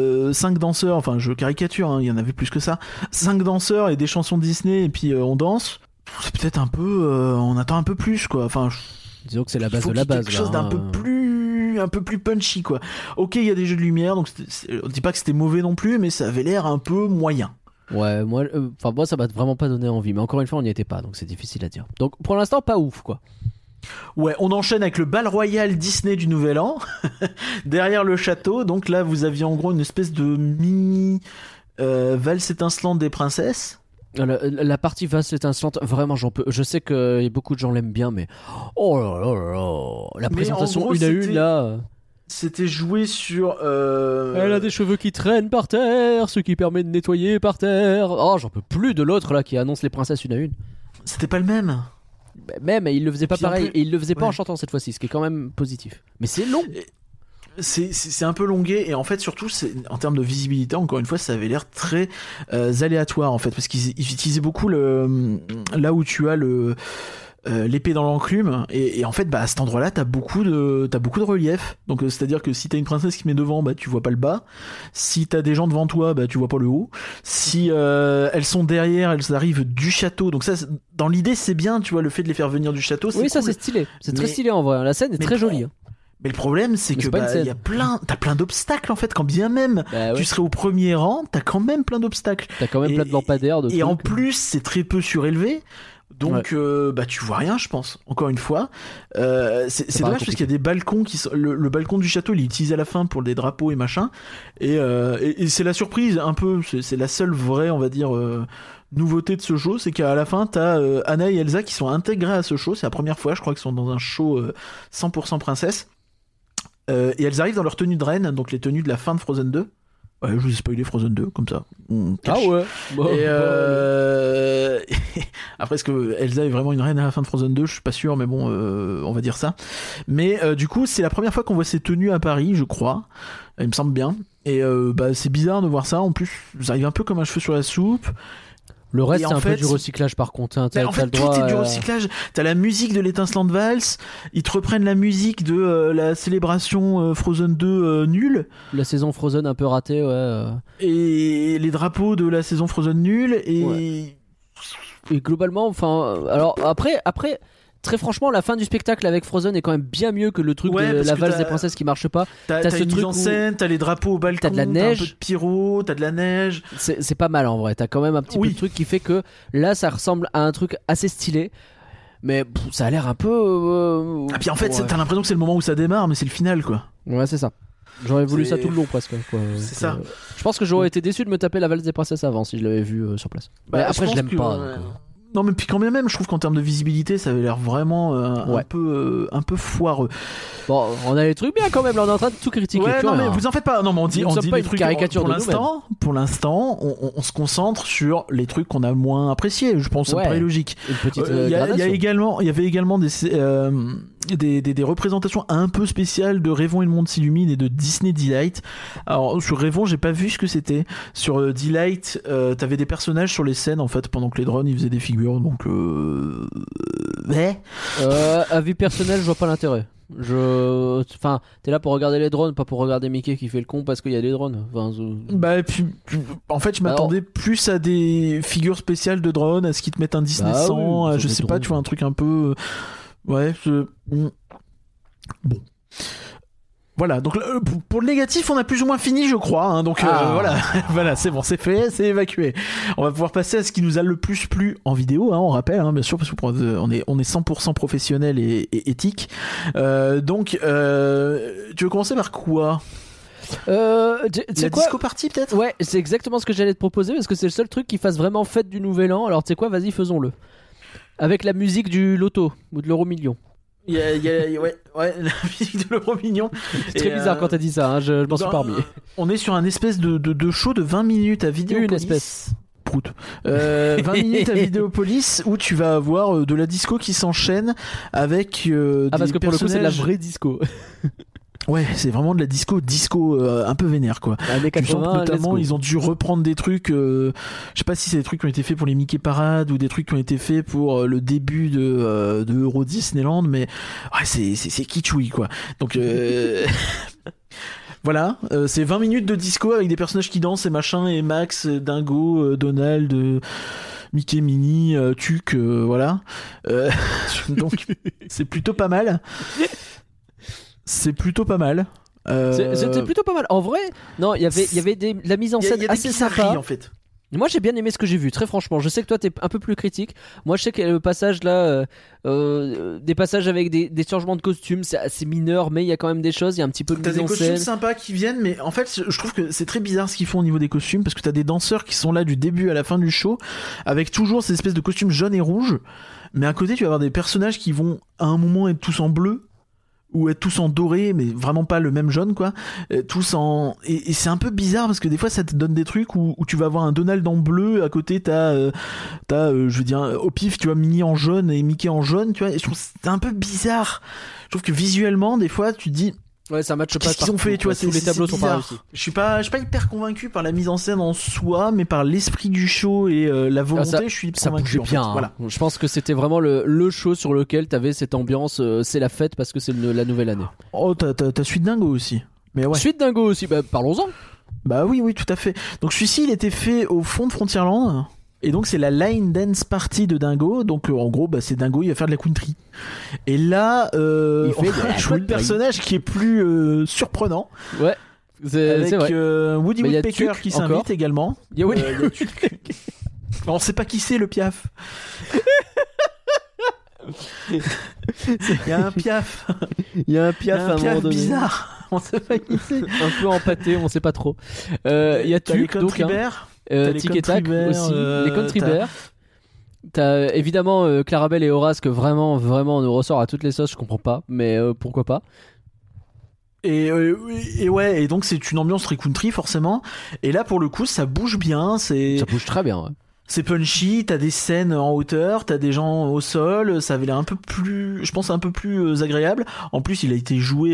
B: 5 danseurs, enfin je caricature, hein, il y en avait plus que ça, 5 danseurs et des chansons Disney et puis on danse, c'est peut-être un peu, on attend un peu plus quoi. Enfin,
A: disons que c'est la base
B: faut
A: de la
B: qu'il y ait
A: base.
B: quelque chose
A: là,
B: d'un
A: hein.
B: un peu plus punchy quoi. Ok, il y a des jeux de lumière, donc on dit pas que c'était mauvais non plus, mais ça avait l'air un peu moyen.
A: Ouais, moi ça m'a vraiment pas donné envie. Mais encore une fois, on n'y était pas, donc c'est difficile à dire. Donc pour l'instant, pas ouf quoi.
B: Ouais, on enchaîne avec le bal royal Disney du Nouvel An, derrière le château. Donc là, vous aviez en gros une espèce de mini valse étincelante des princesses.
A: La partie vaste étincelante, vraiment j'en peux. Je sais que beaucoup de gens l'aiment bien, mais oh là là là là. La présentation
B: gros,
A: une à une
B: c'était-
A: là.
B: C'était joué sur.
A: Elle a des cheveux qui traînent par terre, ce qui permet de nettoyer par terre. Oh, j'en peux plus de l'autre là qui annonce les princesses une à une.
B: C'était pas le même.
A: Bah, même, il le faisait pas
B: Puis en
A: pareil,
B: plus-
A: et il le faisait pas
B: ouais.
A: en chantant cette fois-ci, ce qui est quand même positif. Mais c'est long.
B: C'est un peu longué et en fait surtout en termes de visibilité encore une fois ça avait l'air très aléatoire en fait parce qu'ils utilisaient beaucoup là où tu as l'épée dans l'enclume et en fait bah à cet endroit-là t'as beaucoup de relief donc c'est-à-dire que si t'as une princesse qui met devant bah tu vois pas le bas, si t'as des gens devant toi bah tu vois pas le haut, si elles sont derrière elles arrivent du château donc ça dans l'idée c'est bien tu vois le fait de les faire venir du château
A: Oui, ça
B: cool.
A: c'est stylé. C'est très
B: Mais-
A: stylé en vrai. La scène est
B: mais
A: très
B: bon,
A: jolie. Hein.
B: Mais le problème, c'est
A: Mais
B: que
A: c'est pas une scène.
B: t'as plein d'obstacles en fait. Quand bien même
A: Bah ouais.
B: tu serais au premier rang, t'as quand même plein d'obstacles.
A: T'as quand même
B: Et-
A: plein de lampadaires. De
B: Et en
A: trucs.
B: plus, c'est très peu surélevé. Donc, bah tu vois rien, je pense. Encore une fois, c'est
A: paraît
B: dommage parce
A: compliqué.
B: qu'il y a des balcons qui sont. Le balcon du château, il est utilisé à la fin pour des drapeaux et machin. Et c'est la surprise un peu. C'est la seule vraie, on va dire. Nouveauté de ce show, c'est qu'à la fin, t'as Anna et Elsa qui sont intégrées à ce show. C'est la première fois, je crois, qu'ils sont dans un show 100% princesse. Et elles arrivent dans leur tenue de reine, donc les tenues de la fin de Frozen 2. Ouais, je vous ai spoilé Frozen 2, comme ça. On cache.
A: Ah ouais. Bon,
B: Et
A: bon,
B: après, est-ce que Elsa est vraiment une reine à la fin de Frozen 2 Je suis pas sûr, mais bon, on va dire ça. Mais du coup, c'est la première fois qu'on voit ces tenues à Paris, je crois. Il me semble bien. Et bah, c'est bizarre de voir ça. En plus, ça arrive un peu comme un cheveu sur la soupe.
A: Le reste,
B: et
A: c'est
B: en
A: un peu
B: fait,
A: du recyclage par contre. Hein.
B: Mais en fait, tout est du recyclage. T'as la musique de l'étincelante valse. Ils te reprennent la musique de la célébration Frozen 2 nulle.
A: La saison Frozen un peu ratée, ouais.
B: Et les drapeaux de la saison Frozen nulle. Et.
A: Ouais. Et globalement, enfin, alors après, très franchement, la fin du spectacle avec Frozen est quand même bien mieux que le truc
B: Ouais,
A: de
B: parce
A: la
B: que
A: valse
B: t'as-
A: des princesses qui marche pas.
B: T'as
A: T'as ce
B: une mise
A: truc
B: en
A: où
B: scène, t'as les drapeaux au balcon,
A: t'as de la
B: un
A: neige.
B: peu de pyro, t'as de la neige.
A: C'est pas mal en vrai. T'as quand même un petit
B: Oui.
A: peu de truc qui fait que là, ça ressemble à un truc assez stylé. Mais ça a l'air un peu.
B: Ah, puis en fait,
A: ouais.
B: t'as l'impression que c'est le moment où ça démarre, mais c'est le final, quoi.
A: Ouais, c'est ça. J'aurais voulu
B: C'est-
A: ça tout le long presque. Quoi.
B: C'est ça.
A: Je pense que j'aurais été déçu de me taper la valse des princesses avant si je l'avais vu sur place.
B: Bah,
A: Mais après,
B: pense
A: je l'aime
B: que,
A: pas.
B: ouais.
A: donc,
B: Non, mais puis quand bien même, je trouve qu'en termes de visibilité, ça avait l'air vraiment
A: Ouais.
B: un peu foireux.
A: Bon, on a les trucs bien quand même. Là, on est en train de tout critiquer.
B: Ouais,
A: plus
B: non, mais
A: rien.
B: vous en faites pas. Non, mais on dit,
A: Nous ne sommes pas
B: les
A: une
B: trucs
A: caricature
B: pour
A: de
B: l'instant. Pour l'instant, on se concentre sur les trucs qu'on a moins appréciés. Je pense que ça me
A: Ouais.
B: paraît logique.
A: Une petite
B: Il y avait
A: gradation.
B: également des représentations un peu spéciales de Rêvons et le monde s'illumine et de Disney Delight. Alors sur Rêvons, j'ai pas vu ce que c'était. Sur Delight, t'avais des personnages sur les scènes en fait pendant que les drones ils faisaient des figures. Donc ouais.
A: Avis personnel, je vois pas l'intérêt. Enfin, t'es là pour regarder les drones, pas pour regarder Mickey qui fait le con parce qu'il y a des drones. Enfin,
B: Bah et puis en fait je m'attendais plus à des figures spéciales de drones, à ce qu'ils te mettent un Disney
A: Bah
B: 100,
A: oui,
B: je
A: ça
B: sais
A: fait
B: pas,
A: drôle.
B: tu vois un truc un peu ouais, bon. Voilà, donc pour le négatif, on a plus ou moins fini, je crois. Hein, donc voilà, voilà, c'est bon, c'est fait, c'est évacué. On va pouvoir passer à ce qui nous a le plus plu en vidéo. Hein, on rappelle, hein, bien sûr, parce qu'on est 100% professionnel et éthique. Donc, tu veux commencer par quoi?
A: tu sais
B: La
A: quoi
B: disco party peut-être?
A: Ouais, c'est exactement ce que j'allais te proposer parce que c'est le seul truc qui fasse vraiment fête du Nouvel An. Alors tu sais quoi, vas-y, faisons-le. Avec la musique du loto ou de l'euro million.
B: Il y a ouais, la musique de l'euro mignon.
A: C'est très bizarre quand t'as dit ça, hein, je m'en suis pas remis.
B: On est sur un espèce de show de 20 minutes à Vidéopolis.
A: Une espèce.
B: Prout. 20 minutes à Vidéopolis où tu vas avoir de la disco qui s'enchaîne avec des
A: parce que pour le coup c'est de la
B: personnages-
A: vraie disco.
B: Ouais, c'est vraiment de la disco un peu vénère quoi.
A: Années
B: Tu sens
A: 80,
B: que
A: let's
B: notamment
A: go.
B: ils ont dû reprendre des trucs, je sais pas si c'est des trucs qui ont été faits pour les Mickey Parades ou des trucs qui ont été faits pour le début de Euro Disneyland, mais ouais, c'est kitschoui quoi. Donc voilà, c'est 20 minutes de disco avec des personnages qui dansent et machin, et Max, Dingo, Donald, Mickey, Minnie, Tuc, voilà. Donc c'est plutôt pas mal. C'est plutôt pas mal.
A: C'était plutôt pas mal. En vrai, non, il y avait la mise en
B: Il y a
A: scène
B: des
A: assez
B: bizarreries
A: sympa.
B: en fait.
A: Moi j'ai bien aimé ce que j'ai vu, très franchement. Je sais que toi t'es un peu plus critique. Moi je sais que le passage là, des passages avec des changements de costumes, c'est assez mineur, mais il y a quand même des choses, il y a un petit peu de
B: T'as
A: mise
B: des
A: en
B: costumes
A: scène.
B: sympas qui viennent, mais en fait, je trouve que c'est très bizarre ce qu'ils font au niveau des costumes, parce que t'as des danseurs qui sont là du début à la fin du show, avec toujours ces espèces de costumes jaunes et rouges, mais à côté, tu vas avoir des personnages qui vont à un moment être tous en bleu, ou être tous en doré, mais vraiment pas le même jaune, quoi. Tous en... Et c'est un peu bizarre, parce que des fois, ça te donne des trucs où tu vas avoir un Donald en bleu, à côté, t'as je veux dire, au pif, tu vois, Minnie en jaune et Mickey en jaune, tu vois, et je trouve que c'est un peu bizarre. Je trouve que visuellement, des fois, tu te dis...
A: Ouais, ça matche pas.
B: Qu'est-ce qu'ils ont
A: partout,
B: fait, tu vois,
A: quoi. Tous les
B: c'est
A: tableaux sont pas
B: bizarre.
A: réussis.
B: Je suis pas hyper convaincu par la mise en scène en soi, mais par l'esprit du show et la volonté,
A: ça-
B: je suis
A: Ça
B: convaincu.
A: bougeait bien.
B: En fait.
A: Hein.
B: Voilà.
A: Je pense que c'était vraiment le show sur lequel t'avais cette ambiance. C'est la fête parce que c'est la nouvelle année.
B: Oh, t'as Suite Dingo aussi. Mais ouais.
A: Suite Dingo aussi. Bah, parlons-en.
B: Bah oui, tout à fait. Donc celui-ci, il était fait au fond de Frontierland. Et donc c'est la Line Dance Party de Dingo. Donc en gros, bah, c'est Dingo, il va faire de la country. Et là,
A: Il fait
B: on
A: de la
B: a un choix de
A: country.
B: personnage qui est plus surprenant.
A: Ouais. C'est
B: Avec
A: vrai.
B: Woody
A: Mais y a
B: Woodpecker
A: Tuc
B: qui
A: encore.
B: s'invite également.
A: Il y a Woody-
B: Il y a Tuc. On sait pas qui c'est le Piaf. Il y a un Piaf.
A: Il y a un
B: Il y
A: piaf
B: a
A: à
B: un
A: un moment
B: Piaf
A: donné.
B: bizarre. On sait pas qui c'est.
A: Un peu empâté, on sait pas trop. Il y a
B: T'as les
A: Tuc, donc.
B: Country
A: Hein.
B: Bears. T'as les
A: Tic et Tac
B: Country Bears,
A: aussi. Les Country
B: t'as-
A: Bears. T'as évidemment Clarabelle et Horace que vraiment nous ressort à toutes les sauces, je comprends pas, mais pourquoi pas.
B: Et ouais, et donc c'est une ambiance très country forcément. Et là pour le coup ça bouge bien, c'est
A: Ça bouge très bien. Ouais.
B: c'est punchy, t'as des scènes en hauteur, t'as des gens au sol, ça avait l'air un peu plus, je pense un peu plus agréable. En plus il a été joué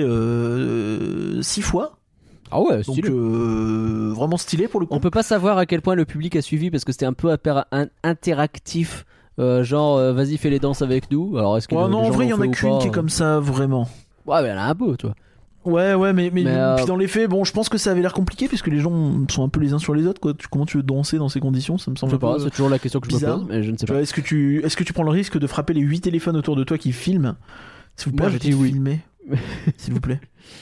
B: 6 fois,
A: Ah ouais,
B: donc
A: stylé.
B: vraiment stylé pour le coup.
A: On peut pas savoir à quel point le public a suivi parce que c'était un peu interactif. Genre vas-y fais les danses avec nous. Alors est-ce que
B: Ouais,
A: les
B: non, en
A: gens
B: vrai il y
A: l'ont
B: en a
A: fait ou
B: qu'une
A: pas
B: qui est comme ça vraiment.
A: Ouais, mais il y en a un peu, toi.
B: Ouais, mais
A: Mais,
B: puis dans les faits, bon, je pense que ça avait l'air compliqué puisque les gens sont un peu les uns sur les autres, quoi. Comment tu veux danser dans ces conditions? Ça me
A: Je
B: semble
A: sais
B: un
A: pas,
B: peu
A: c'est toujours la question que je me
B: bizarre.
A: pose, mais je ne sais
B: Tu
A: pas.
B: vois, est-ce que tu prends le risque de frapper les 8 téléphones autour de toi qui filment? S'il vous plaît,
A: Moi, je
B: arrêtez
A: dis
B: de
A: oui.
B: filmer. S'il vous plaît.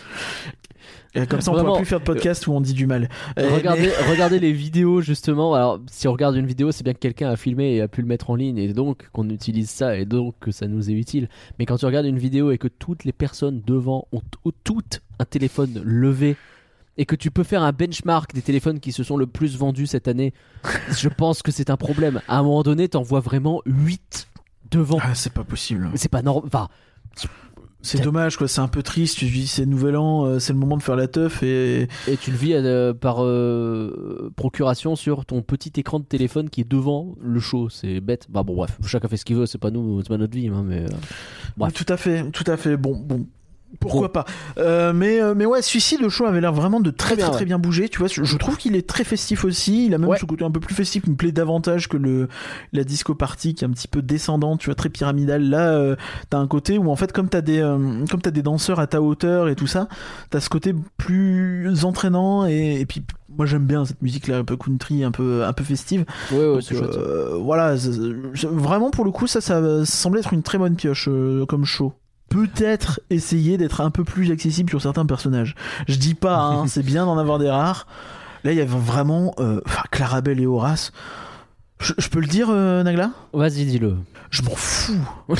B: Et comme ça, on
A: Vraiment,
B: pourra plus faire de podcast où on dit du mal.
A: Regardez les vidéos justement. Alors, si on regarde une vidéo, c'est bien que quelqu'un a filmé et a pu le mettre en ligne et donc qu'on utilise ça et donc que ça nous est utile. Mais quand tu regardes une vidéo et que toutes les personnes devant ont toutes un téléphone levé et que tu peux faire un benchmark des téléphones qui se sont le plus vendus cette année, je pense que c'est un problème. À un moment donné, t'en vois vraiment 8 devant.
B: Ah, c'est pas possible.
A: Mais c'est pas normal. Enfin,
B: C'est dommage, quoi. C'est un peu triste. Tu te dis, c'est nouvel an, c'est le moment de faire la teuf et
A: et tu le vis par procuration sur ton petit écran de téléphone qui est devant le show. C'est bête. Bah bon, bref, chacun fait ce qu'il veut. C'est pas nous, c'est pas notre vie, hein, mais. Bref.
B: Tout à fait. Bon. Pourquoi pas mais ouais, celui-ci, le show avait l'air vraiment de très bien bouger. Tu vois, je trouve qu'il est très festif aussi. Il a même ce côté un peu plus festif qui me plaît davantage que la disco party qui est un petit peu descendante, tu vois, très pyramidale. Là, t'as un côté où en fait, comme t'as des danseurs à ta hauteur et tout ça, t'as ce côté plus entraînant et puis moi j'aime bien cette musique là un peu country, un peu festive.
A: Ouais,
B: Donc,
A: c'est chouette.
B: voilà, vraiment pour le coup ça semblait être une très bonne pioche comme show. Peut-être essayer d'être un peu plus accessible sur certains personnages. Je dis pas, hein, c'est bien d'en avoir des rares. Là, il y avait vraiment Clarabelle et Horace. Je peux le dire, Nagla ?
A: Vas-y, dis-le.
B: Je m'en fous.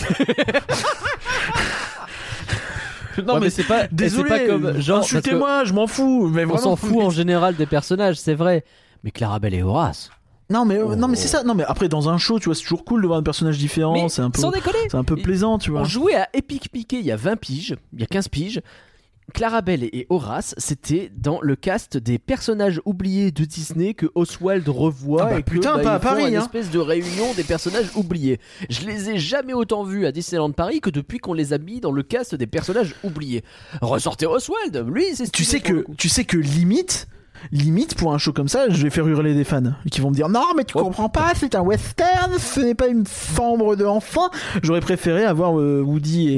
A: Non, mais c'est pas.
B: Désolé,
A: c'est pas comme genre.
B: insultez-moi, je m'en fous. Mais
A: On
B: vraiment,
A: s'en fout en général des personnages, c'est vrai. Mais Clarabelle et Horace.
B: Non mais c'est ça. Non mais après dans un show, tu vois, c'est toujours cool de voir un personnage différent.
A: Mais
B: c'est un peu,
A: sans déconner,
B: c'est un peu plaisant, tu vois.
A: On jouait à Epic Mickey il y a 20 piges, il y a 15 piges. Clarabelle et Horace, c'était dans le cast des personnages oubliés de Disney que Oswald revoit et que
B: putain, pas à
A: ils font
B: Paris,
A: une
B: hein.
A: espèce de réunion des personnages oubliés. Je les ai jamais autant vus à Disneyland Paris que depuis qu'on les a mis dans le cast des personnages oubliés. Ressortez Oswald, lui c'est
B: Tu sais que limite pour un show comme ça, je vais faire hurler des fans qui vont me dire non mais tu comprends pas, c'est un western, ce n'est pas une chambre d'enfant. J'aurais préféré avoir Woody,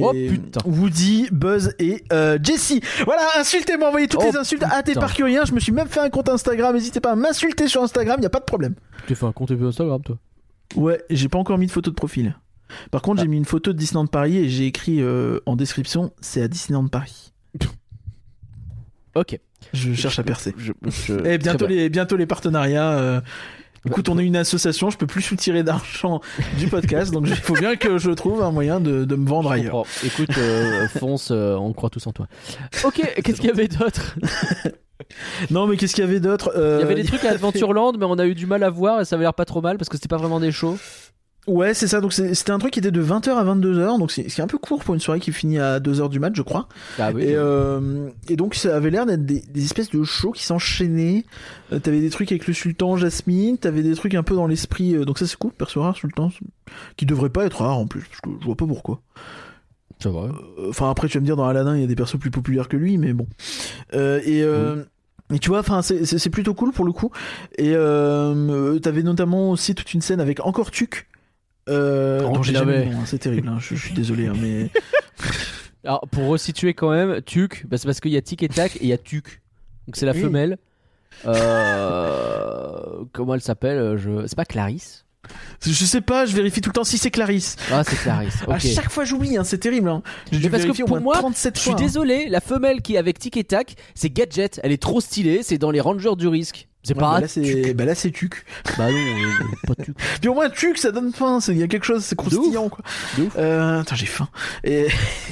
B: Buzz et Jessie. Voilà, insultez-moi, envoyez toutes les insultes à tes parcuriens. Je me suis même fait un compte Instagram, n'hésitez pas à m'insulter sur Instagram, y a pas de problème.
A: Tu t'es fait un compte Instagram toi?
B: Ouais, j'ai pas encore mis de photo de profil. Par contre, j'ai mis une photo de Disneyland Paris et j'ai écrit en description, c'est à Disneyland Paris.
A: Ok.
B: Je cherche à percer. Et bientôt les partenariats. Écoute, on est une association, je peux plus soutirer d'argent du podcast, donc il faut bien que je trouve un moyen de me vendre ailleurs.
A: Écoute, fonce, on croit tous en toi. Ok, qu'est-ce qu'il y avait d'autre?
B: Non, mais qu'est-ce qu'il y avait d'autre?
A: Il y avait des trucs à Adventureland, mais on a eu du mal à voir et ça avait l'air pas trop mal parce que c'était pas vraiment des shows.
B: Ouais, c'est ça. Donc c'était un truc qui était de 20h à 22h, donc c'est un peu court pour une soirée qui finit à 2h du mat, je crois.
A: Ah oui.
B: Et donc ça avait l'air d'être des espèces de shows qui s'enchaînaient. T'avais des trucs avec le Sultan, Jasmine, t'avais des trucs un peu dans l'esprit. Donc ça c'est cool, perso rare, Sultan, qui devrait pas être rare en plus, parce que je vois pas pourquoi.
A: C'est vrai.
B: Enfin après tu vas me dire dans Aladdin il y a des persos plus populaires que lui, mais bon. Et tu vois, enfin c'est plutôt cool pour le coup. Et t'avais notamment aussi toute une scène avec encore Tuc. J'ai jamais vu, c'est terrible, hein, je suis désolé, hein, mais.
A: Alors, pour resituer quand même, Tuc, c'est parce qu'il y a Tic et Tac et il y a Tuc. Donc c'est la femelle. Comment elle s'appelle? C'est pas Clarisse?
B: Je sais pas, je vérifie tout le temps si c'est Clarisse.
A: Ah, c'est Clarisse. Okay.
B: À chaque fois j'oublie, hein, c'est terrible. Hein.
A: Mais parce que pour moi,
B: 37
A: je suis
B: fois,
A: désolé, la femelle qui est avec Tic et Tac, c'est Gadget. Elle est trop stylée, c'est dans les Rangers du risque. C'est pas
B: là, c'est Tuc.
A: Bah non, pas Tuc.
B: Puis au moins Tuc, ça donne faim. Il y a quelque chose, c'est croustillant quoi. Attends, j'ai faim. Et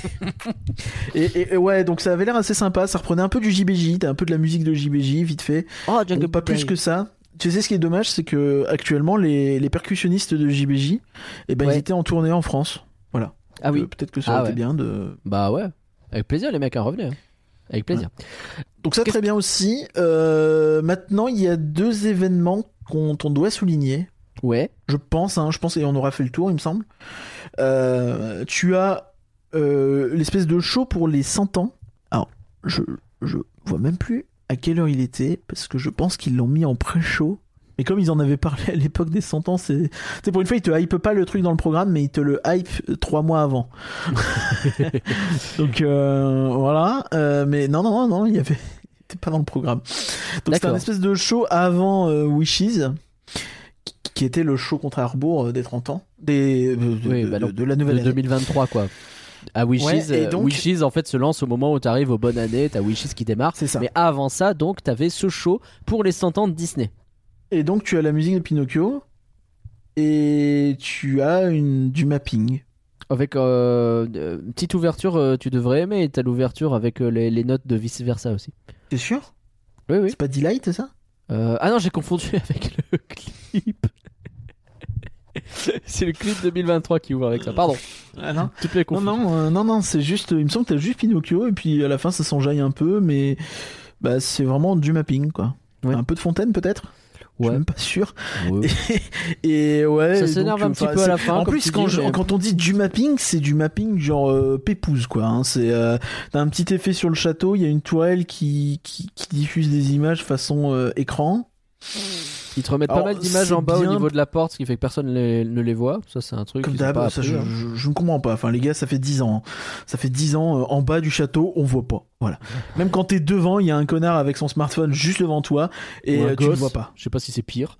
B: ouais, donc ça avait l'air assez sympa. Ça reprenait un peu du JBJ, t'as un peu de la musique de JBJ vite fait.
A: Oh, Jungle
B: pas plus que ça. Tu sais ce qui est dommage, c'est que actuellement les percussionnistes de JBJ, ils étaient en tournée en France. Voilà.
A: Ah oui.
B: Peut-être que ça aurait été bien de.
A: Bah ouais. Avec plaisir, les mecs, revenez. Hein. Avec plaisir.
B: Ouais. Donc ça très bien aussi. Maintenant, il y a 2 événements qu'on doit souligner.
A: Ouais.
B: Je pense, et on aura fait le tour, il me semble. Tu as l'espèce de show pour les 100 ans. Alors, je vois même plus à quelle heure il était, parce que je pense qu'ils l'ont mis en pré-show. Mais comme ils en avaient parlé à l'époque des 100 ans, c'est pour une fois, ils te hype pas le truc dans le programme, mais ils te le hype 3 mois avant. Donc voilà. Mais non, il était pas dans le programme. Donc c'était un espèce de show avant Wishes, qui était le show contre Harbour des 30 ans, de la nouvelle année.
A: 2023 quoi. À Wishes,
B: donc...
A: Wishes en fait se lance au moment où tu arrives aux bonnes années, t'as Wishes qui démarre.
B: C'est ça.
A: Mais avant ça, donc, t'avais ce show pour les 100 ans de Disney.
B: Et donc tu as la musique de Pinocchio et tu as du mapping.
A: Avec petite ouverture, tu devrais aimer, t'as l'ouverture avec les notes de vice versa aussi.
B: T'es sûr?
A: Oui.
B: C'est pas Delight, c'est ça?
A: Ah non, j'ai confondu avec le clip. C'est le clip 2023 qui ouvre avec ça, pardon.
B: Ah non.
A: Toutes les confuses.
B: Non, c'est juste, il me semble que t'as juste Pinocchio et puis à la fin ça s'enjaille un peu, mais c'est vraiment du mapping quoi. Ouais. Un peu de Fontaine peut-être. Je suis même pas sûr. Ouais. Et ouais.
A: Ça s'énerve un petit peu à la fin.
B: En plus, quand on dit du mapping, c'est du mapping genre pépouze quoi. Hein. T'as un petit effet sur le château, il y a une toile qui diffuse des images façon écran.
A: Ils te remettent pas mal d'images en bas au niveau de la porte, ce qui fait que personne ne les voit. Ça, c'est un truc.
B: Comme d'hab, ça, je ne comprends pas. Enfin, les gars, ça fait 10 ans. Ça fait 10 ans, en bas du château, on voit pas. Voilà. Même quand t'es devant, il y a un connard avec son smartphone juste devant toi et tu ne vois pas.
A: Je sais pas si c'est pire.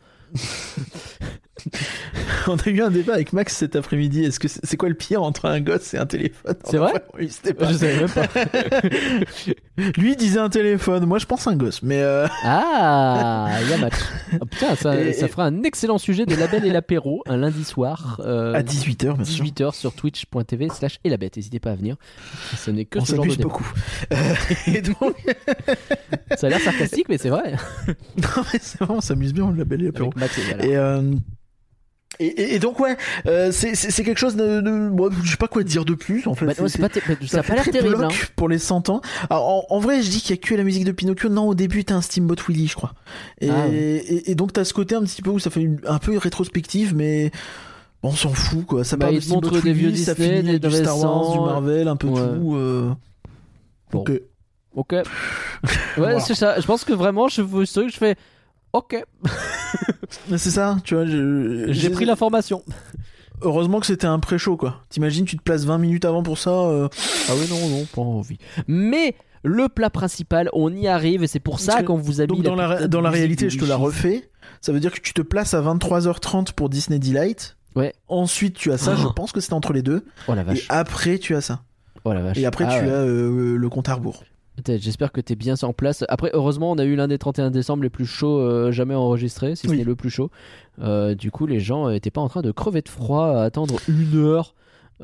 B: On a eu un débat avec Max cet après-midi. Est-ce que c'est quoi le pire entre un gosse et un téléphone?
A: C'est vrai?
B: Oui, c'était pas.
A: Je savais même pas.
B: Lui disait un téléphone, moi je pense un gosse, mais
A: Ah, il y a match. Oh, putain, ça fera un excellent sujet de La Belle et l'Apéro un lundi soir
B: à 18h, bien sûr.
A: 18h sur twitch.tv/elabette. N'hésitez pas à venir. Ce n'est que
B: On
A: ce genre de
B: s'amuse
A: débat.
B: beaucoup. Et donc,
A: Ça a l'air sarcastique, mais c'est vrai.
B: non, mais c'est vrai, on s'amuse bien, on l'appelle l'apéro.
A: Avec Mathieu, voilà.
B: Et donc ouais, c'est quelque chose de moi, je sais pas quoi dire de plus en fait.
A: Bah, non, ça a pas l'air
B: très
A: terrible.
B: bloc
A: Hein.
B: pour les 100 ans. Alors, en vrai, je dis qu'il y a que la musique de Pinocchio. Non, au début t'as un Steamboat Willie, je crois. Et donc t'as ce côté un petit peu où ça fait un peu rétrospective, mais bon, on s'en fout quoi. Ça parle de
A: il te
B: Steamboat
A: montre des
B: Willie,
A: vieux
B: ça
A: Disney,
B: finit avec
A: des
B: du Star Wars,
A: récents,
B: du Marvel, un peu
A: ouais.
B: tout.
A: Bon.
B: Ok.
A: Ouais,
B: Voilà.
A: c'est ça. Je pense que vraiment, je fais. Ok.
B: Mais c'est ça, tu vois.
A: J'ai pris l'information.
B: Heureusement que c'était un pré-show quoi. T'imagines, tu te places 20 minutes avant pour ça.
A: Ah oui, non, pas envie. Mais le plat principal, on y arrive et c'est pour ça
B: Parce que-
A: qu'on vous a mis
B: Donc dans la
A: musique
B: réalité,
A: de
B: je te la
A: Wishes.
B: refais. Ça veut dire que tu te places à 23h30 pour Disney Delight.
A: Ouais.
B: Ensuite, tu as ça. Je pense que c'était entre les deux.
A: Oh la
B: Et
A: vache.
B: après, tu as ça.
A: Oh la vache.
B: Et après,
A: Ah
B: tu
A: ouais.
B: as le compte à rebours.
A: Peut-être, j'espère que t'es bien en place. Après, heureusement, on a eu l'un des 31 décembre les plus chauds jamais enregistrés, si ce
B: Oui.
A: n'est le plus chaud. Du coup, les gens étaient pas en train de crever de froid à attendre 1 heure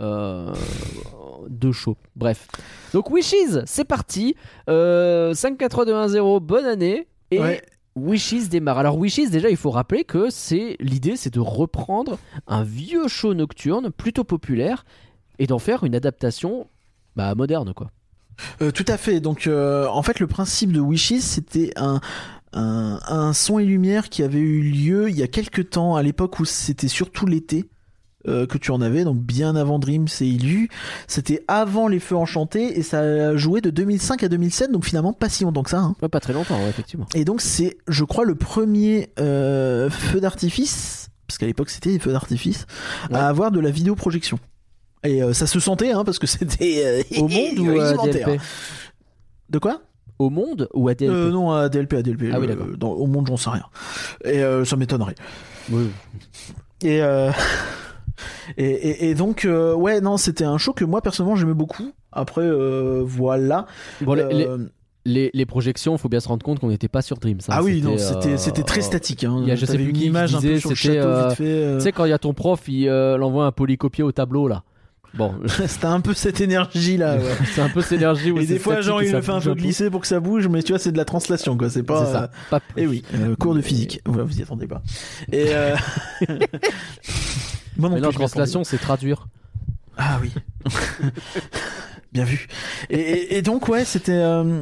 A: de chaud. Bref. Donc, Wishes, c'est parti. 5, 4, 3, 2, 1, 0, bonne année. Et
B: Ouais.
A: Wishes démarre. Alors, Wishes, déjà, il faut rappeler que l'idée, c'est de reprendre un vieux show nocturne plutôt populaire et d'en faire une adaptation moderne, quoi.
B: Tout à fait. Donc, en fait, le principe de Wishes, c'était un son et lumière qui avait eu lieu il y a quelques temps, à l'époque où c'était surtout l'été. Que tu en avais, donc bien avant Dreams et Illu. C'était avant Les Feux Enchantés et ça a joué de 2005 à 2007, donc finalement pas si longtemps que ça. Hein.
A: Ouais, pas très longtemps, ouais, effectivement.
B: Et donc c'est, je crois, le premier feu d'artifice, parce qu'à l'époque c'était des feux d'artifice,
A: Ouais.
B: à avoir de la vidéoprojection. Et ça se sentait, hein, parce que c'était
A: Au monde ou à
B: alimentaire.
A: DLP?
B: De quoi?
A: Au monde ou à DLP?
B: Non, à DLP.
A: Ah oui, d'accord.
B: Au monde, j'en sais rien. Et ça m'étonnerait.
A: Oui.
B: Et donc, ouais, non, c'était un show que moi personnellement j'aimais beaucoup. Après, voilà.
A: Bon, les projections, faut bien se rendre compte qu'on n'était pas sur Dreams. Hein.
B: Ah oui, non, c'était très statique. Hein.
A: Il y a, je sais
B: T'avais
A: plus
B: une
A: qui
B: image un peu
A: disait,
B: sur le
A: c'était,
B: château vite fait.
A: Tu sais, quand il y a ton prof, il envoie un polycopier au tableau là. Bon,
B: C'était un peu cette énergie là. Ouais.
A: c'est un peu cette énergie. où
B: Et
A: c'est
B: des fois,
A: statique
B: genre,
A: et
B: il
A: ça
B: le fait un
A: bouge
B: peu glisser pour que ça bouge, mais tu vois, c'est de la translation, quoi. C'est pas.
A: C'est ça. Pas plus.
B: Eh oui, cours de physique. Voilà, vous y attendez pas. Et. Moi non
A: Mais non,
B: plus, je m'y
A: translation, c'est traduire.
B: Ah oui. Bien vu. Et donc ouais, c'était un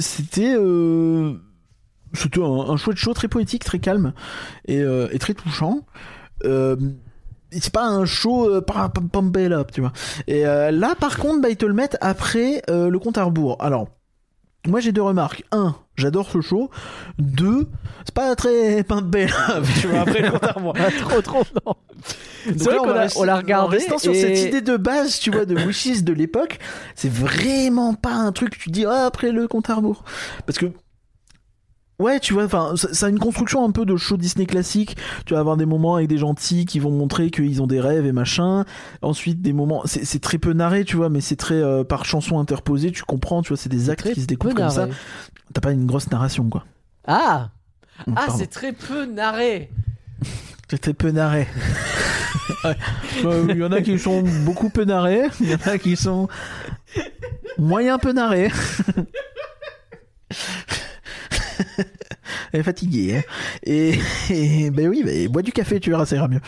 B: chouette show très poétique, très calme et très touchant. C'est pas un show pump it up, tu vois. Et là par contre, ils te le mettent après le compte à rebours. Alors moi j'ai deux remarques. 1, j'adore ce show. 2, c'est pas très pump it up, tu vois, après le compte à rebours.
A: trop, non.
B: Donc
A: C'est vrai
B: là,
A: qu'on l'a regardé.
B: En restant sur
A: et-
B: cette idée de base, tu vois, de Wishes de l'époque, c'est vraiment pas un truc que tu dis après le compte à rebours. Parce que, ouais, tu vois, enfin, ça a une construction un peu de show Disney classique. Tu vas avoir des moments avec des gentils qui vont montrer qu'ils ont des rêves et machin. Ensuite, des moments, c'est très peu narré, tu vois, mais c'est très par chanson interposée, tu comprends, tu vois, c'est des actes
A: Très
B: qui se découpent
A: peu
B: comme ça.
A: narré.
B: T'as pas une grosse narration, quoi.
A: Ah,
B: Pardon.
A: c'est très peu narré.
B: C'est très peu narré. Il y en a qui sont beaucoup peu narrés, il y en a qui sont moyen peu narrés. Elle est fatiguée. Hein. Et ben oui, bois du café, tu verras, ça ira mieux.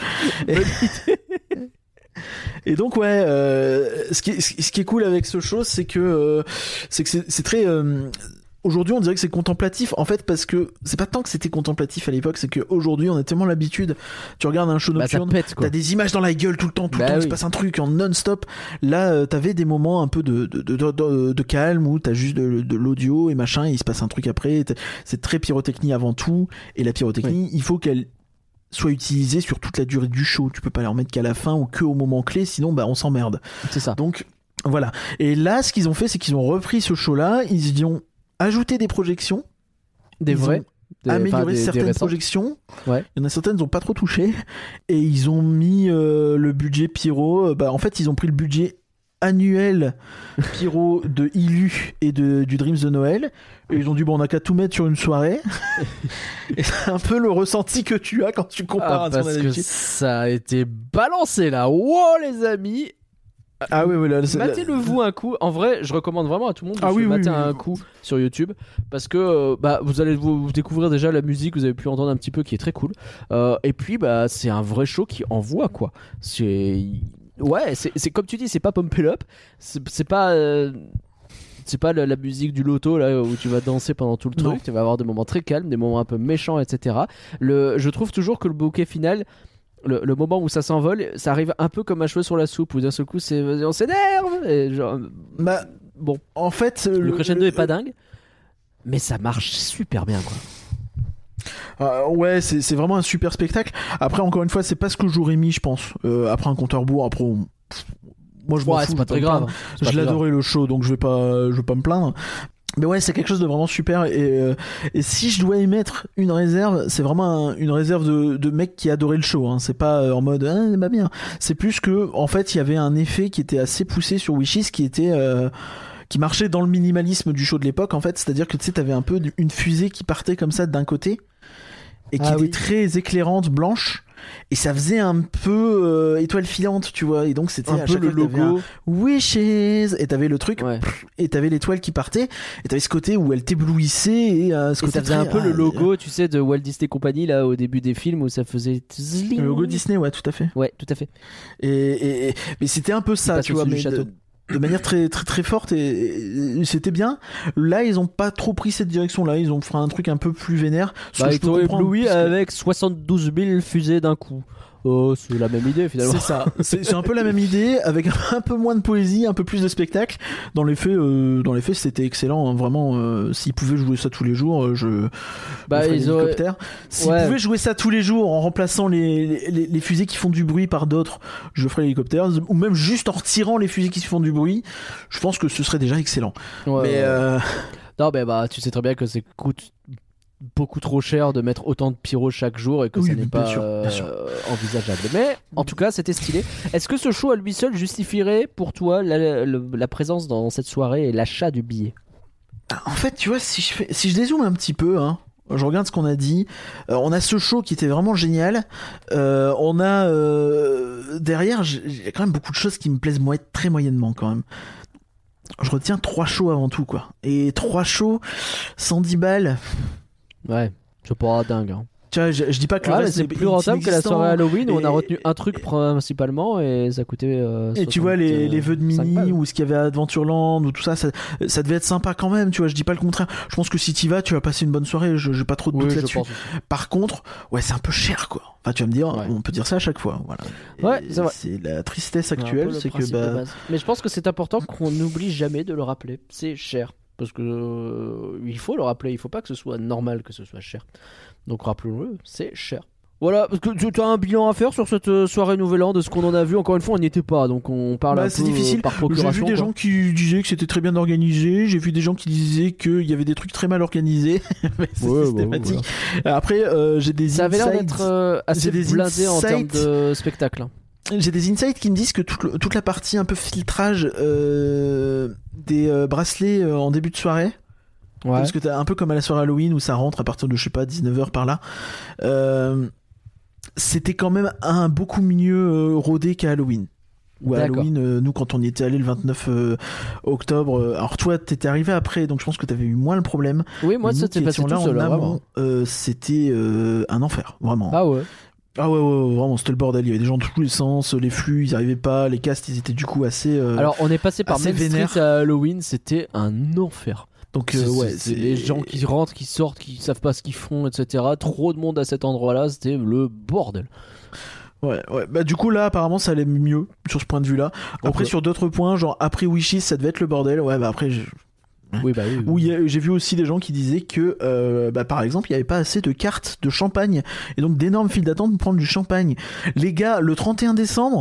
B: Et donc ouais, ce qui est cool avec ce show, c'est que c'est très aujourd'hui, on dirait que c'est contemplatif, en fait, parce que c'est pas tant que c'était contemplatif à l'époque, c'est qu'aujourd'hui, on a tellement l'habitude. Tu regardes un show
A: Bah, ça
B: nocturne,
A: pète, quoi.
B: t'as des images dans la gueule tout le temps,
A: Bah
B: il se
A: oui.
B: passe un truc en non-stop. Là, t'avais des moments un peu de calme où t'as juste de l'audio et machin, et il se passe un truc après. C'est très pyrotechnie avant tout, et la pyrotechnie, il faut qu'elle soit utilisée sur toute la durée du show. Tu peux pas la remettre qu'à la fin ou que au moment clé, sinon, bah, on s'emmerde.
A: C'est ça.
B: Donc, voilà. Et là, ce qu'ils ont fait, c'est qu'ils ont repris ce show-là, ils y ont ajouté des projections,
A: Des
B: ils
A: vrais.
B: ont amélioré
A: des
B: certaines
A: récentes.
B: projections.
A: Ouais.
B: Il y en a certaines qui n'ont pas trop touché. Et ils ont mis le budget pyro. En fait, ils ont pris le budget annuel pyro de Ilu et du Dreams de Noël. Et ils ont dit, bon, on a qu'à tout mettre sur une soirée. Et c'est un peu le ressenti que tu as quand tu compares à ce qu'on a
A: parce que
B: d'habitude.
A: ça a été balancé là. Wow, les amis.
B: Ah oui, là,
A: Matez-le vous un coup. En vrai, je recommande vraiment à tout le monde de mater un coup sur YouTube parce que vous allez vous découvrir déjà la musique, vous avez pu entendre un petit peu qui est très cool. Et puis c'est un vrai show qui envoie quoi. C'est comme tu dis, c'est pas Pump It Up, c'est pas la musique du loto là où tu vas danser pendant tout le truc.
B: Non.
A: Tu vas avoir des moments très calmes, des moments un peu méchants, etc. Je trouve toujours que le bouquet final, le moment où ça s'envole, ça arrive un peu comme un cheveu sur la soupe où d'un seul coup on s'énerve et genre bon,
B: en fait
A: le crescendo est pas dingue mais ça marche super bien quoi.
B: Ouais, c'est vraiment un super spectacle. Après, encore une fois, c'est pas ce que j'aurais mis, je pense. Après un compteur bourg, après moi je m'en fous,
A: c'est pas très grave.
B: Je l'adorais le show, donc je vais pas me plaindre. Mais ouais, c'est quelque chose de vraiment super. Et si je dois y mettre une réserve, c'est vraiment une réserve de mec qui adorait le show. Hein. C'est pas en mode c'est pas bien. C'est plus que en fait, il y avait un effet qui était assez poussé sur Wishes, qui marchait dans le minimalisme du show de l'époque. En fait, c'est-à-dire que tu sais, t'avais un peu une fusée qui partait comme ça d'un côté et qui était très éclairante, blanche. Et ça faisait un peu étoile filante, tu vois. Et donc c'était
A: un
B: à
A: peu
B: chaque
A: le
B: fois que t'avais
A: logo
B: un Wishes, et t'avais le truc,
A: ouais.
B: Et t'avais l'étoile qui partait, et t'avais ce côté où elle t'éblouissait, et ce côté
A: ça faisait un peu le logo, tu sais, de Walt Disney Company là au début des films où ça faisait
B: le logo Disney, ouais, tout à fait.
A: Ouais, tout à fait.
B: Mais c'était un peu ça, tu vois, mais de manière très très très forte, et c'était bien. Là, ils ont pas trop pris cette direction-là. Ils ont fait un truc un peu plus vénère.
A: Ils t'ont ébloui avec 72 000 fusées d'un coup. Oh, c'est la même idée finalement.
B: C'est ça, c'est un peu la même idée avec un peu moins de poésie, un peu plus de spectacle. Dans les faits, c'était excellent, hein, vraiment. S'ils pouvaient jouer ça tous les jours, je ferais l'hélicoptère. S'ils pouvaient jouer ça tous les jours en remplaçant les fusées qui font du bruit par d'autres, je ferais l'hélicoptère. Ou même juste en retirant les fusées qui font du bruit, je pense que ce serait déjà excellent.
A: Ouais, non, mais tu sais très bien que ça coûte beaucoup trop cher de mettre autant de pyro chaque jour et que ça n'est pas envisageable. Mais en tout cas, c'était stylé. Est-ce que ce show à lui seul justifierait pour toi la présence dans cette soirée et l'achat du billet ?
B: En fait, tu vois, si je dézoome un petit peu, hein, je regarde ce qu'on a dit. On a ce show qui était vraiment génial. On a derrière, il y a quand même beaucoup de choses qui me plaisent très moyennement quand même. Je retiens 3 shows avant tout, quoi. Et 3 shows, 110 balles.
A: Ouais, c'est pas dingue. Hein.
B: Tu vois, je dis pas que le reste
A: c'est plus rentable que la soirée Halloween où on a retenu un truc principalement et ça coûtait.
B: Et tu vois les vœux de Mini ou ce qu'il y avait à Adventureland ou tout ça, ça devait être sympa quand même. Tu vois, je dis pas le contraire. Je pense que si t'y vas, tu vas passer une bonne soirée. J'ai pas trop de doute là-dessus. Par contre, ouais, c'est un peu cher, quoi. Enfin, tu vas me dire, on peut dire ça à chaque fois. Voilà.
A: Ouais, c'est vrai.
B: C'est la tristesse actuelle, c'est que
A: Mais je pense que c'est important qu'on n'oublie jamais de le rappeler. C'est cher. Parce que il faut le rappeler, il faut pas que ce soit normal que ce soit cher. Donc rappelons-le, c'est cher. Voilà, parce que tu as un bilan à faire sur cette soirée Nouvel An de ce qu'on en a vu. Encore une fois, on n'y était pas, donc on parle un peu
B: difficile.
A: Par procuration.
B: J'ai vu des gens qui disaient que c'était très bien organisé. J'ai vu des gens qui disaient qu'il y avait des trucs très mal organisés. Mais c'est systématique. Voilà. Après, j'ai des
A: ça
B: insights.
A: Ça avait l'air d'être assez blindé en termes de spectacle.
B: J'ai des insights qui me disent que toute la partie un peu filtrage des bracelets en début de soirée, parce que t'as un peu comme à la soirée Halloween où ça rentre à partir de, je sais pas, 19h par là, c'était quand même beaucoup mieux rodé qu'à Halloween. Ou à Halloween, nous quand on y était allé le 29 octobre, alors toi t'étais arrivé après, donc je pense que t'avais eu moins le problème.
A: Oui, moi c'était passé tout seul, vraiment.
B: C'était un enfer, vraiment.
A: Ah ouais.
B: Ah ouais, vraiment, c'était le bordel. Il y avait des gens de tous les sens, les flux, ils arrivaient pas, les castes, ils étaient du coup assez.
A: Alors, on est passé par Main
B: vénère.
A: Street à Halloween, c'était un enfer.
B: Donc,
A: c'est les gens qui rentrent, qui sortent, qui savent pas ce qu'ils font, etc. Trop de monde à cet endroit-là, c'était le bordel.
B: Ouais. Bah, du coup, là, apparemment, ça allait mieux sur ce point de vue-là. Après, sur d'autres points, genre après Wishes, ça devait être le bordel. Ouais, bah après.
A: Oui.
B: J'ai vu aussi des gens qui disaient que par exemple il n'y avait pas assez de cartes de champagne et donc d'énormes files d'attente pour prendre du champagne. Les gars, le 31 décembre,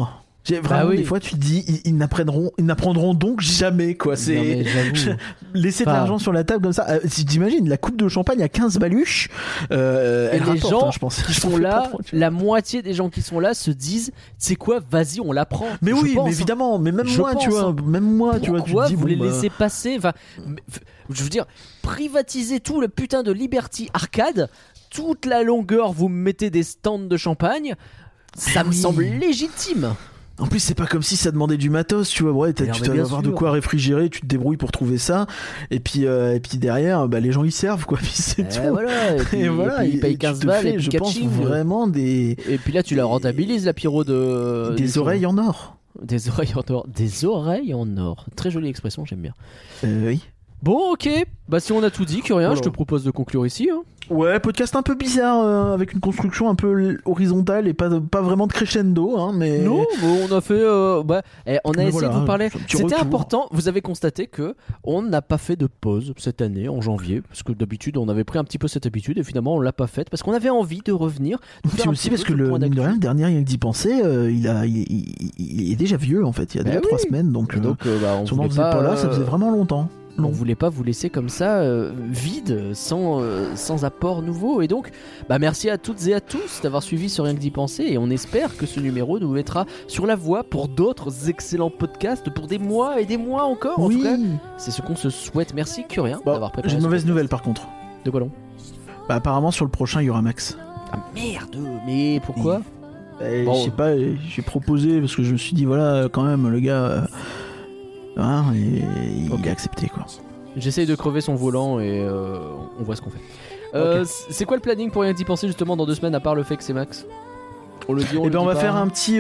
B: Vraiment,
A: oui.
B: des fois, tu te dis, ils n'apprendront donc jamais, quoi.
A: Non, mais j'avoue.
B: Laisser de l'argent sur la table comme ça. Si t'imagines, la coupe de champagne à 15 baluches,
A: Et
B: elle
A: les
B: rapporte,
A: gens
B: je pense.
A: qui
B: Je
A: sont
B: m'en fais pas
A: là,
B: trop, tu vois.
A: la moitié des gens qui sont là se disent, c'est quoi, vas-y, on la prend.
B: Mais
A: Je
B: oui,
A: pense,
B: mais
A: hein.
B: évidemment, mais même
A: Je
B: moi, tu
A: pense,
B: vois,
A: hein.
B: même moi, tu vois, tu
A: Pourquoi
B: te dis,
A: vous les
B: bon, bah,
A: laissez passer, enfin, je veux dire, privatiser tout le putain de Liberty Arcade, toute la longueur, vous me mettez des stands de champagne, ça me
B: oui.
A: semble légitime.
B: En plus, c'est pas comme si ça demandait du matos, tu vois. Ouais,
A: Mais non,
B: tu
A: mais
B: dois
A: bien
B: avoir
A: sûr.
B: de quoi réfrigérer, tu te débrouilles pour trouver ça. Et puis derrière, bah, les gens ils servent, quoi. Puis c'est tout.
A: Voilà, et puis,
B: Et voilà,
A: ils payent
B: tu
A: 15
B: te
A: balles
B: fais,
A: et puis
B: je pense
A: catching.
B: vraiment des
A: Et puis là, tu la rentabilises, la pyro de...
B: des oreilles en or.
A: Des oreilles en or. Des oreilles en or. Très jolie expression, j'aime bien.
B: Oui.
A: Bon, ok. Bah, si on a tout dit, Curien,
B: Voilà.
A: je te propose de conclure ici. Hein.
B: Ouais, podcast un peu bizarre, avec une construction un peu horizontale et pas vraiment de crescendo, hein, mais.
A: Non, bon, on a fait. On a
B: Mais
A: essayé
B: voilà,
A: de vous parler.
B: un petit
A: C'était
B: retour.
A: important. Vous avez constaté que on n'a pas fait de pause cette année en janvier, parce que d'habitude on avait pris un petit peu cette habitude et finalement on l'a pas faite parce qu'on avait envie de revenir. de faire
B: C'est
A: un
B: aussi
A: petit
B: parce
A: peu
B: que
A: ce
B: le
A: point
B: mine de
A: d'actu.
B: rien, le dernier rien que d'y penser, il est déjà vieux en fait, il y a
A: Bah
B: 2-3
A: oui.
B: semaines, donc,
A: Et donc, on
B: si on n'en
A: voulait
B: faisait pas là, ça
A: euh,
B: faisait vraiment longtemps.
A: On
B: Long.
A: voulait pas vous laisser comme ça vide, sans apport nouveau. Et donc, bah merci à toutes et à tous d'avoir suivi ce Rien que d'y penser. Et on espère que ce numéro nous mettra sur la voie pour d'autres excellents podcasts pour des mois et des mois encore. En
B: Oui.
A: tout cas, c'est ce qu'on se souhaite. Merci Curien
B: Bon,
A: d'avoir préparé.
B: j'ai une
A: ce
B: mauvaise
A: podcast.
B: nouvelle par contre.
A: De quoi donc?
B: Bah, apparemment sur le prochain il y aura Max.
A: Ah merde, mais pourquoi? Bon.
B: Je sais pas, j'ai proposé parce que je me suis dit voilà quand même le gars, hein, et
A: Ok.
B: il a accepté quoi.
A: J'essaye de crever son volant et on voit ce qu'on fait. C'est quoi le planning pour Rien que d'y penser justement dans 2 semaines à part le fait que c'est Max? On le dit,
B: Et ben on va faire un petit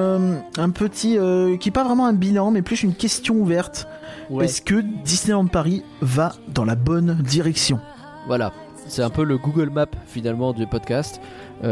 B: qui est pas vraiment un bilan mais plus une question ouverte.
A: Ouais.
B: Est-ce que Disneyland Paris va dans la bonne direction?
A: Voilà, c'est un peu le Google Map finalement du podcast.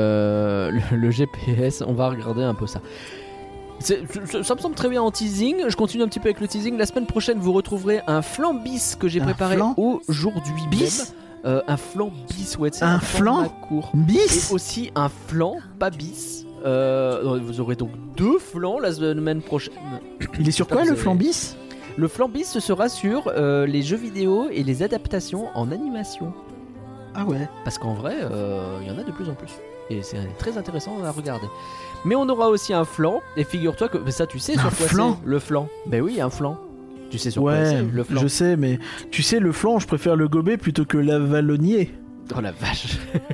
A: Le GPS, on va regarder un peu ça. Ça me semble très bien en teasing. Je continue un petit peu avec le teasing. La semaine prochaine, vous retrouverez un flan bis que j'ai
B: Un
A: préparé
B: flan
A: aujourd'hui
B: Bis
A: même. Un flan bis, ouais, c'est
B: Un
A: format
B: flan
A: court.
B: Bis
A: Et aussi un flan, pas bis. Vous aurez donc 2 flans la semaine prochaine.
B: Il est sur quoi
A: Vous
B: le
A: avez-
B: flan bis?
A: Le flan bis, ce sera sur les jeux vidéo et les adaptations en animation.
B: Ah ouais.
A: Parce qu'en vrai, il y en a de plus en plus. Et c'est très intéressant à regarder. Mais on aura aussi un flan. Et figure-toi que mais ça, tu sais sur
B: Un
A: quoi
B: flan
A: c'est le flan. Ben oui, un flan. Tu sais sur quoi
B: Ouais,
A: c'est le flan.
B: je sais, mais tu sais, le flan, je préfère le gober plutôt que l'avalonier.
A: Oh la vache.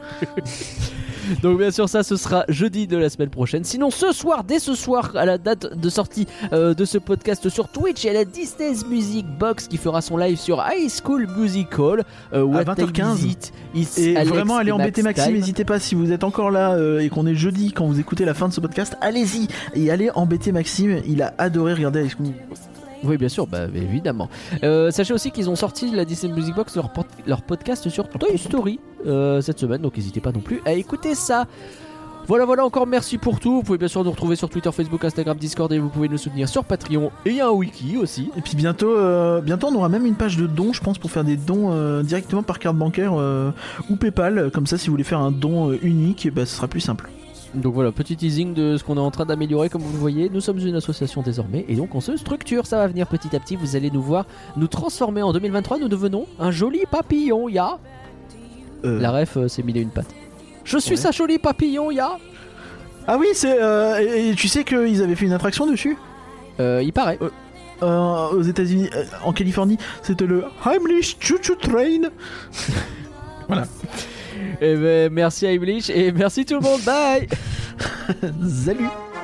A: Donc bien sûr ça ce sera jeudi de la semaine prochaine. Sinon ce soir, dès ce soir à la date de sortie de ce podcast sur Twitch, il y a la Disney's Music Box qui fera son live sur High School Musical What
B: 20h15.
A: Time Is It? It's
B: Et
A: Alex
B: vraiment, allez
A: et
B: embêter
A: Max
B: Maxime,
A: Time.
B: n'hésitez pas, si vous êtes encore là et qu'on est jeudi quand vous écoutez la fin de ce podcast, allez-y et allez embêter Maxime, il a adoré regarder High School.
A: Oui, bien sûr, bah évidemment. Sachez aussi qu'ils ont sorti la Disney Music Box, leur podcast sur Toy Story cette semaine, donc n'hésitez pas non plus à écouter ça. Voilà, encore merci pour tout. Vous pouvez bien sûr nous retrouver sur Twitter, Facebook, Instagram, Discord et vous pouvez nous soutenir sur Patreon. Et il y a un wiki aussi.
B: Et puis bientôt on aura même une page de dons, je pense, pour faire des dons directement par carte bancaire ou PayPal, comme ça si vous voulez faire un don unique, bah, ce sera plus simple.
A: Donc voilà, petit teasing de ce qu'on est en train d'améliorer comme vous le voyez. Nous sommes une association désormais et donc on se structure, ça va venir petit à petit. Vous allez nous voir nous transformer en 2023, nous devenons un joli papillon, ya. La ref, c'est mille et une pattes. Je suis
B: Ouais.
A: un joli papillon, ya.
B: Ah oui, c'est et tu sais qu'ils avaient fait une attraction dessus
A: Il paraît.
B: aux États-Unis, en Californie, c'était le Heimlich Choo Choo Train. Voilà.
A: Et ben, merci à Iblich et merci tout le monde, bye.
B: Salut.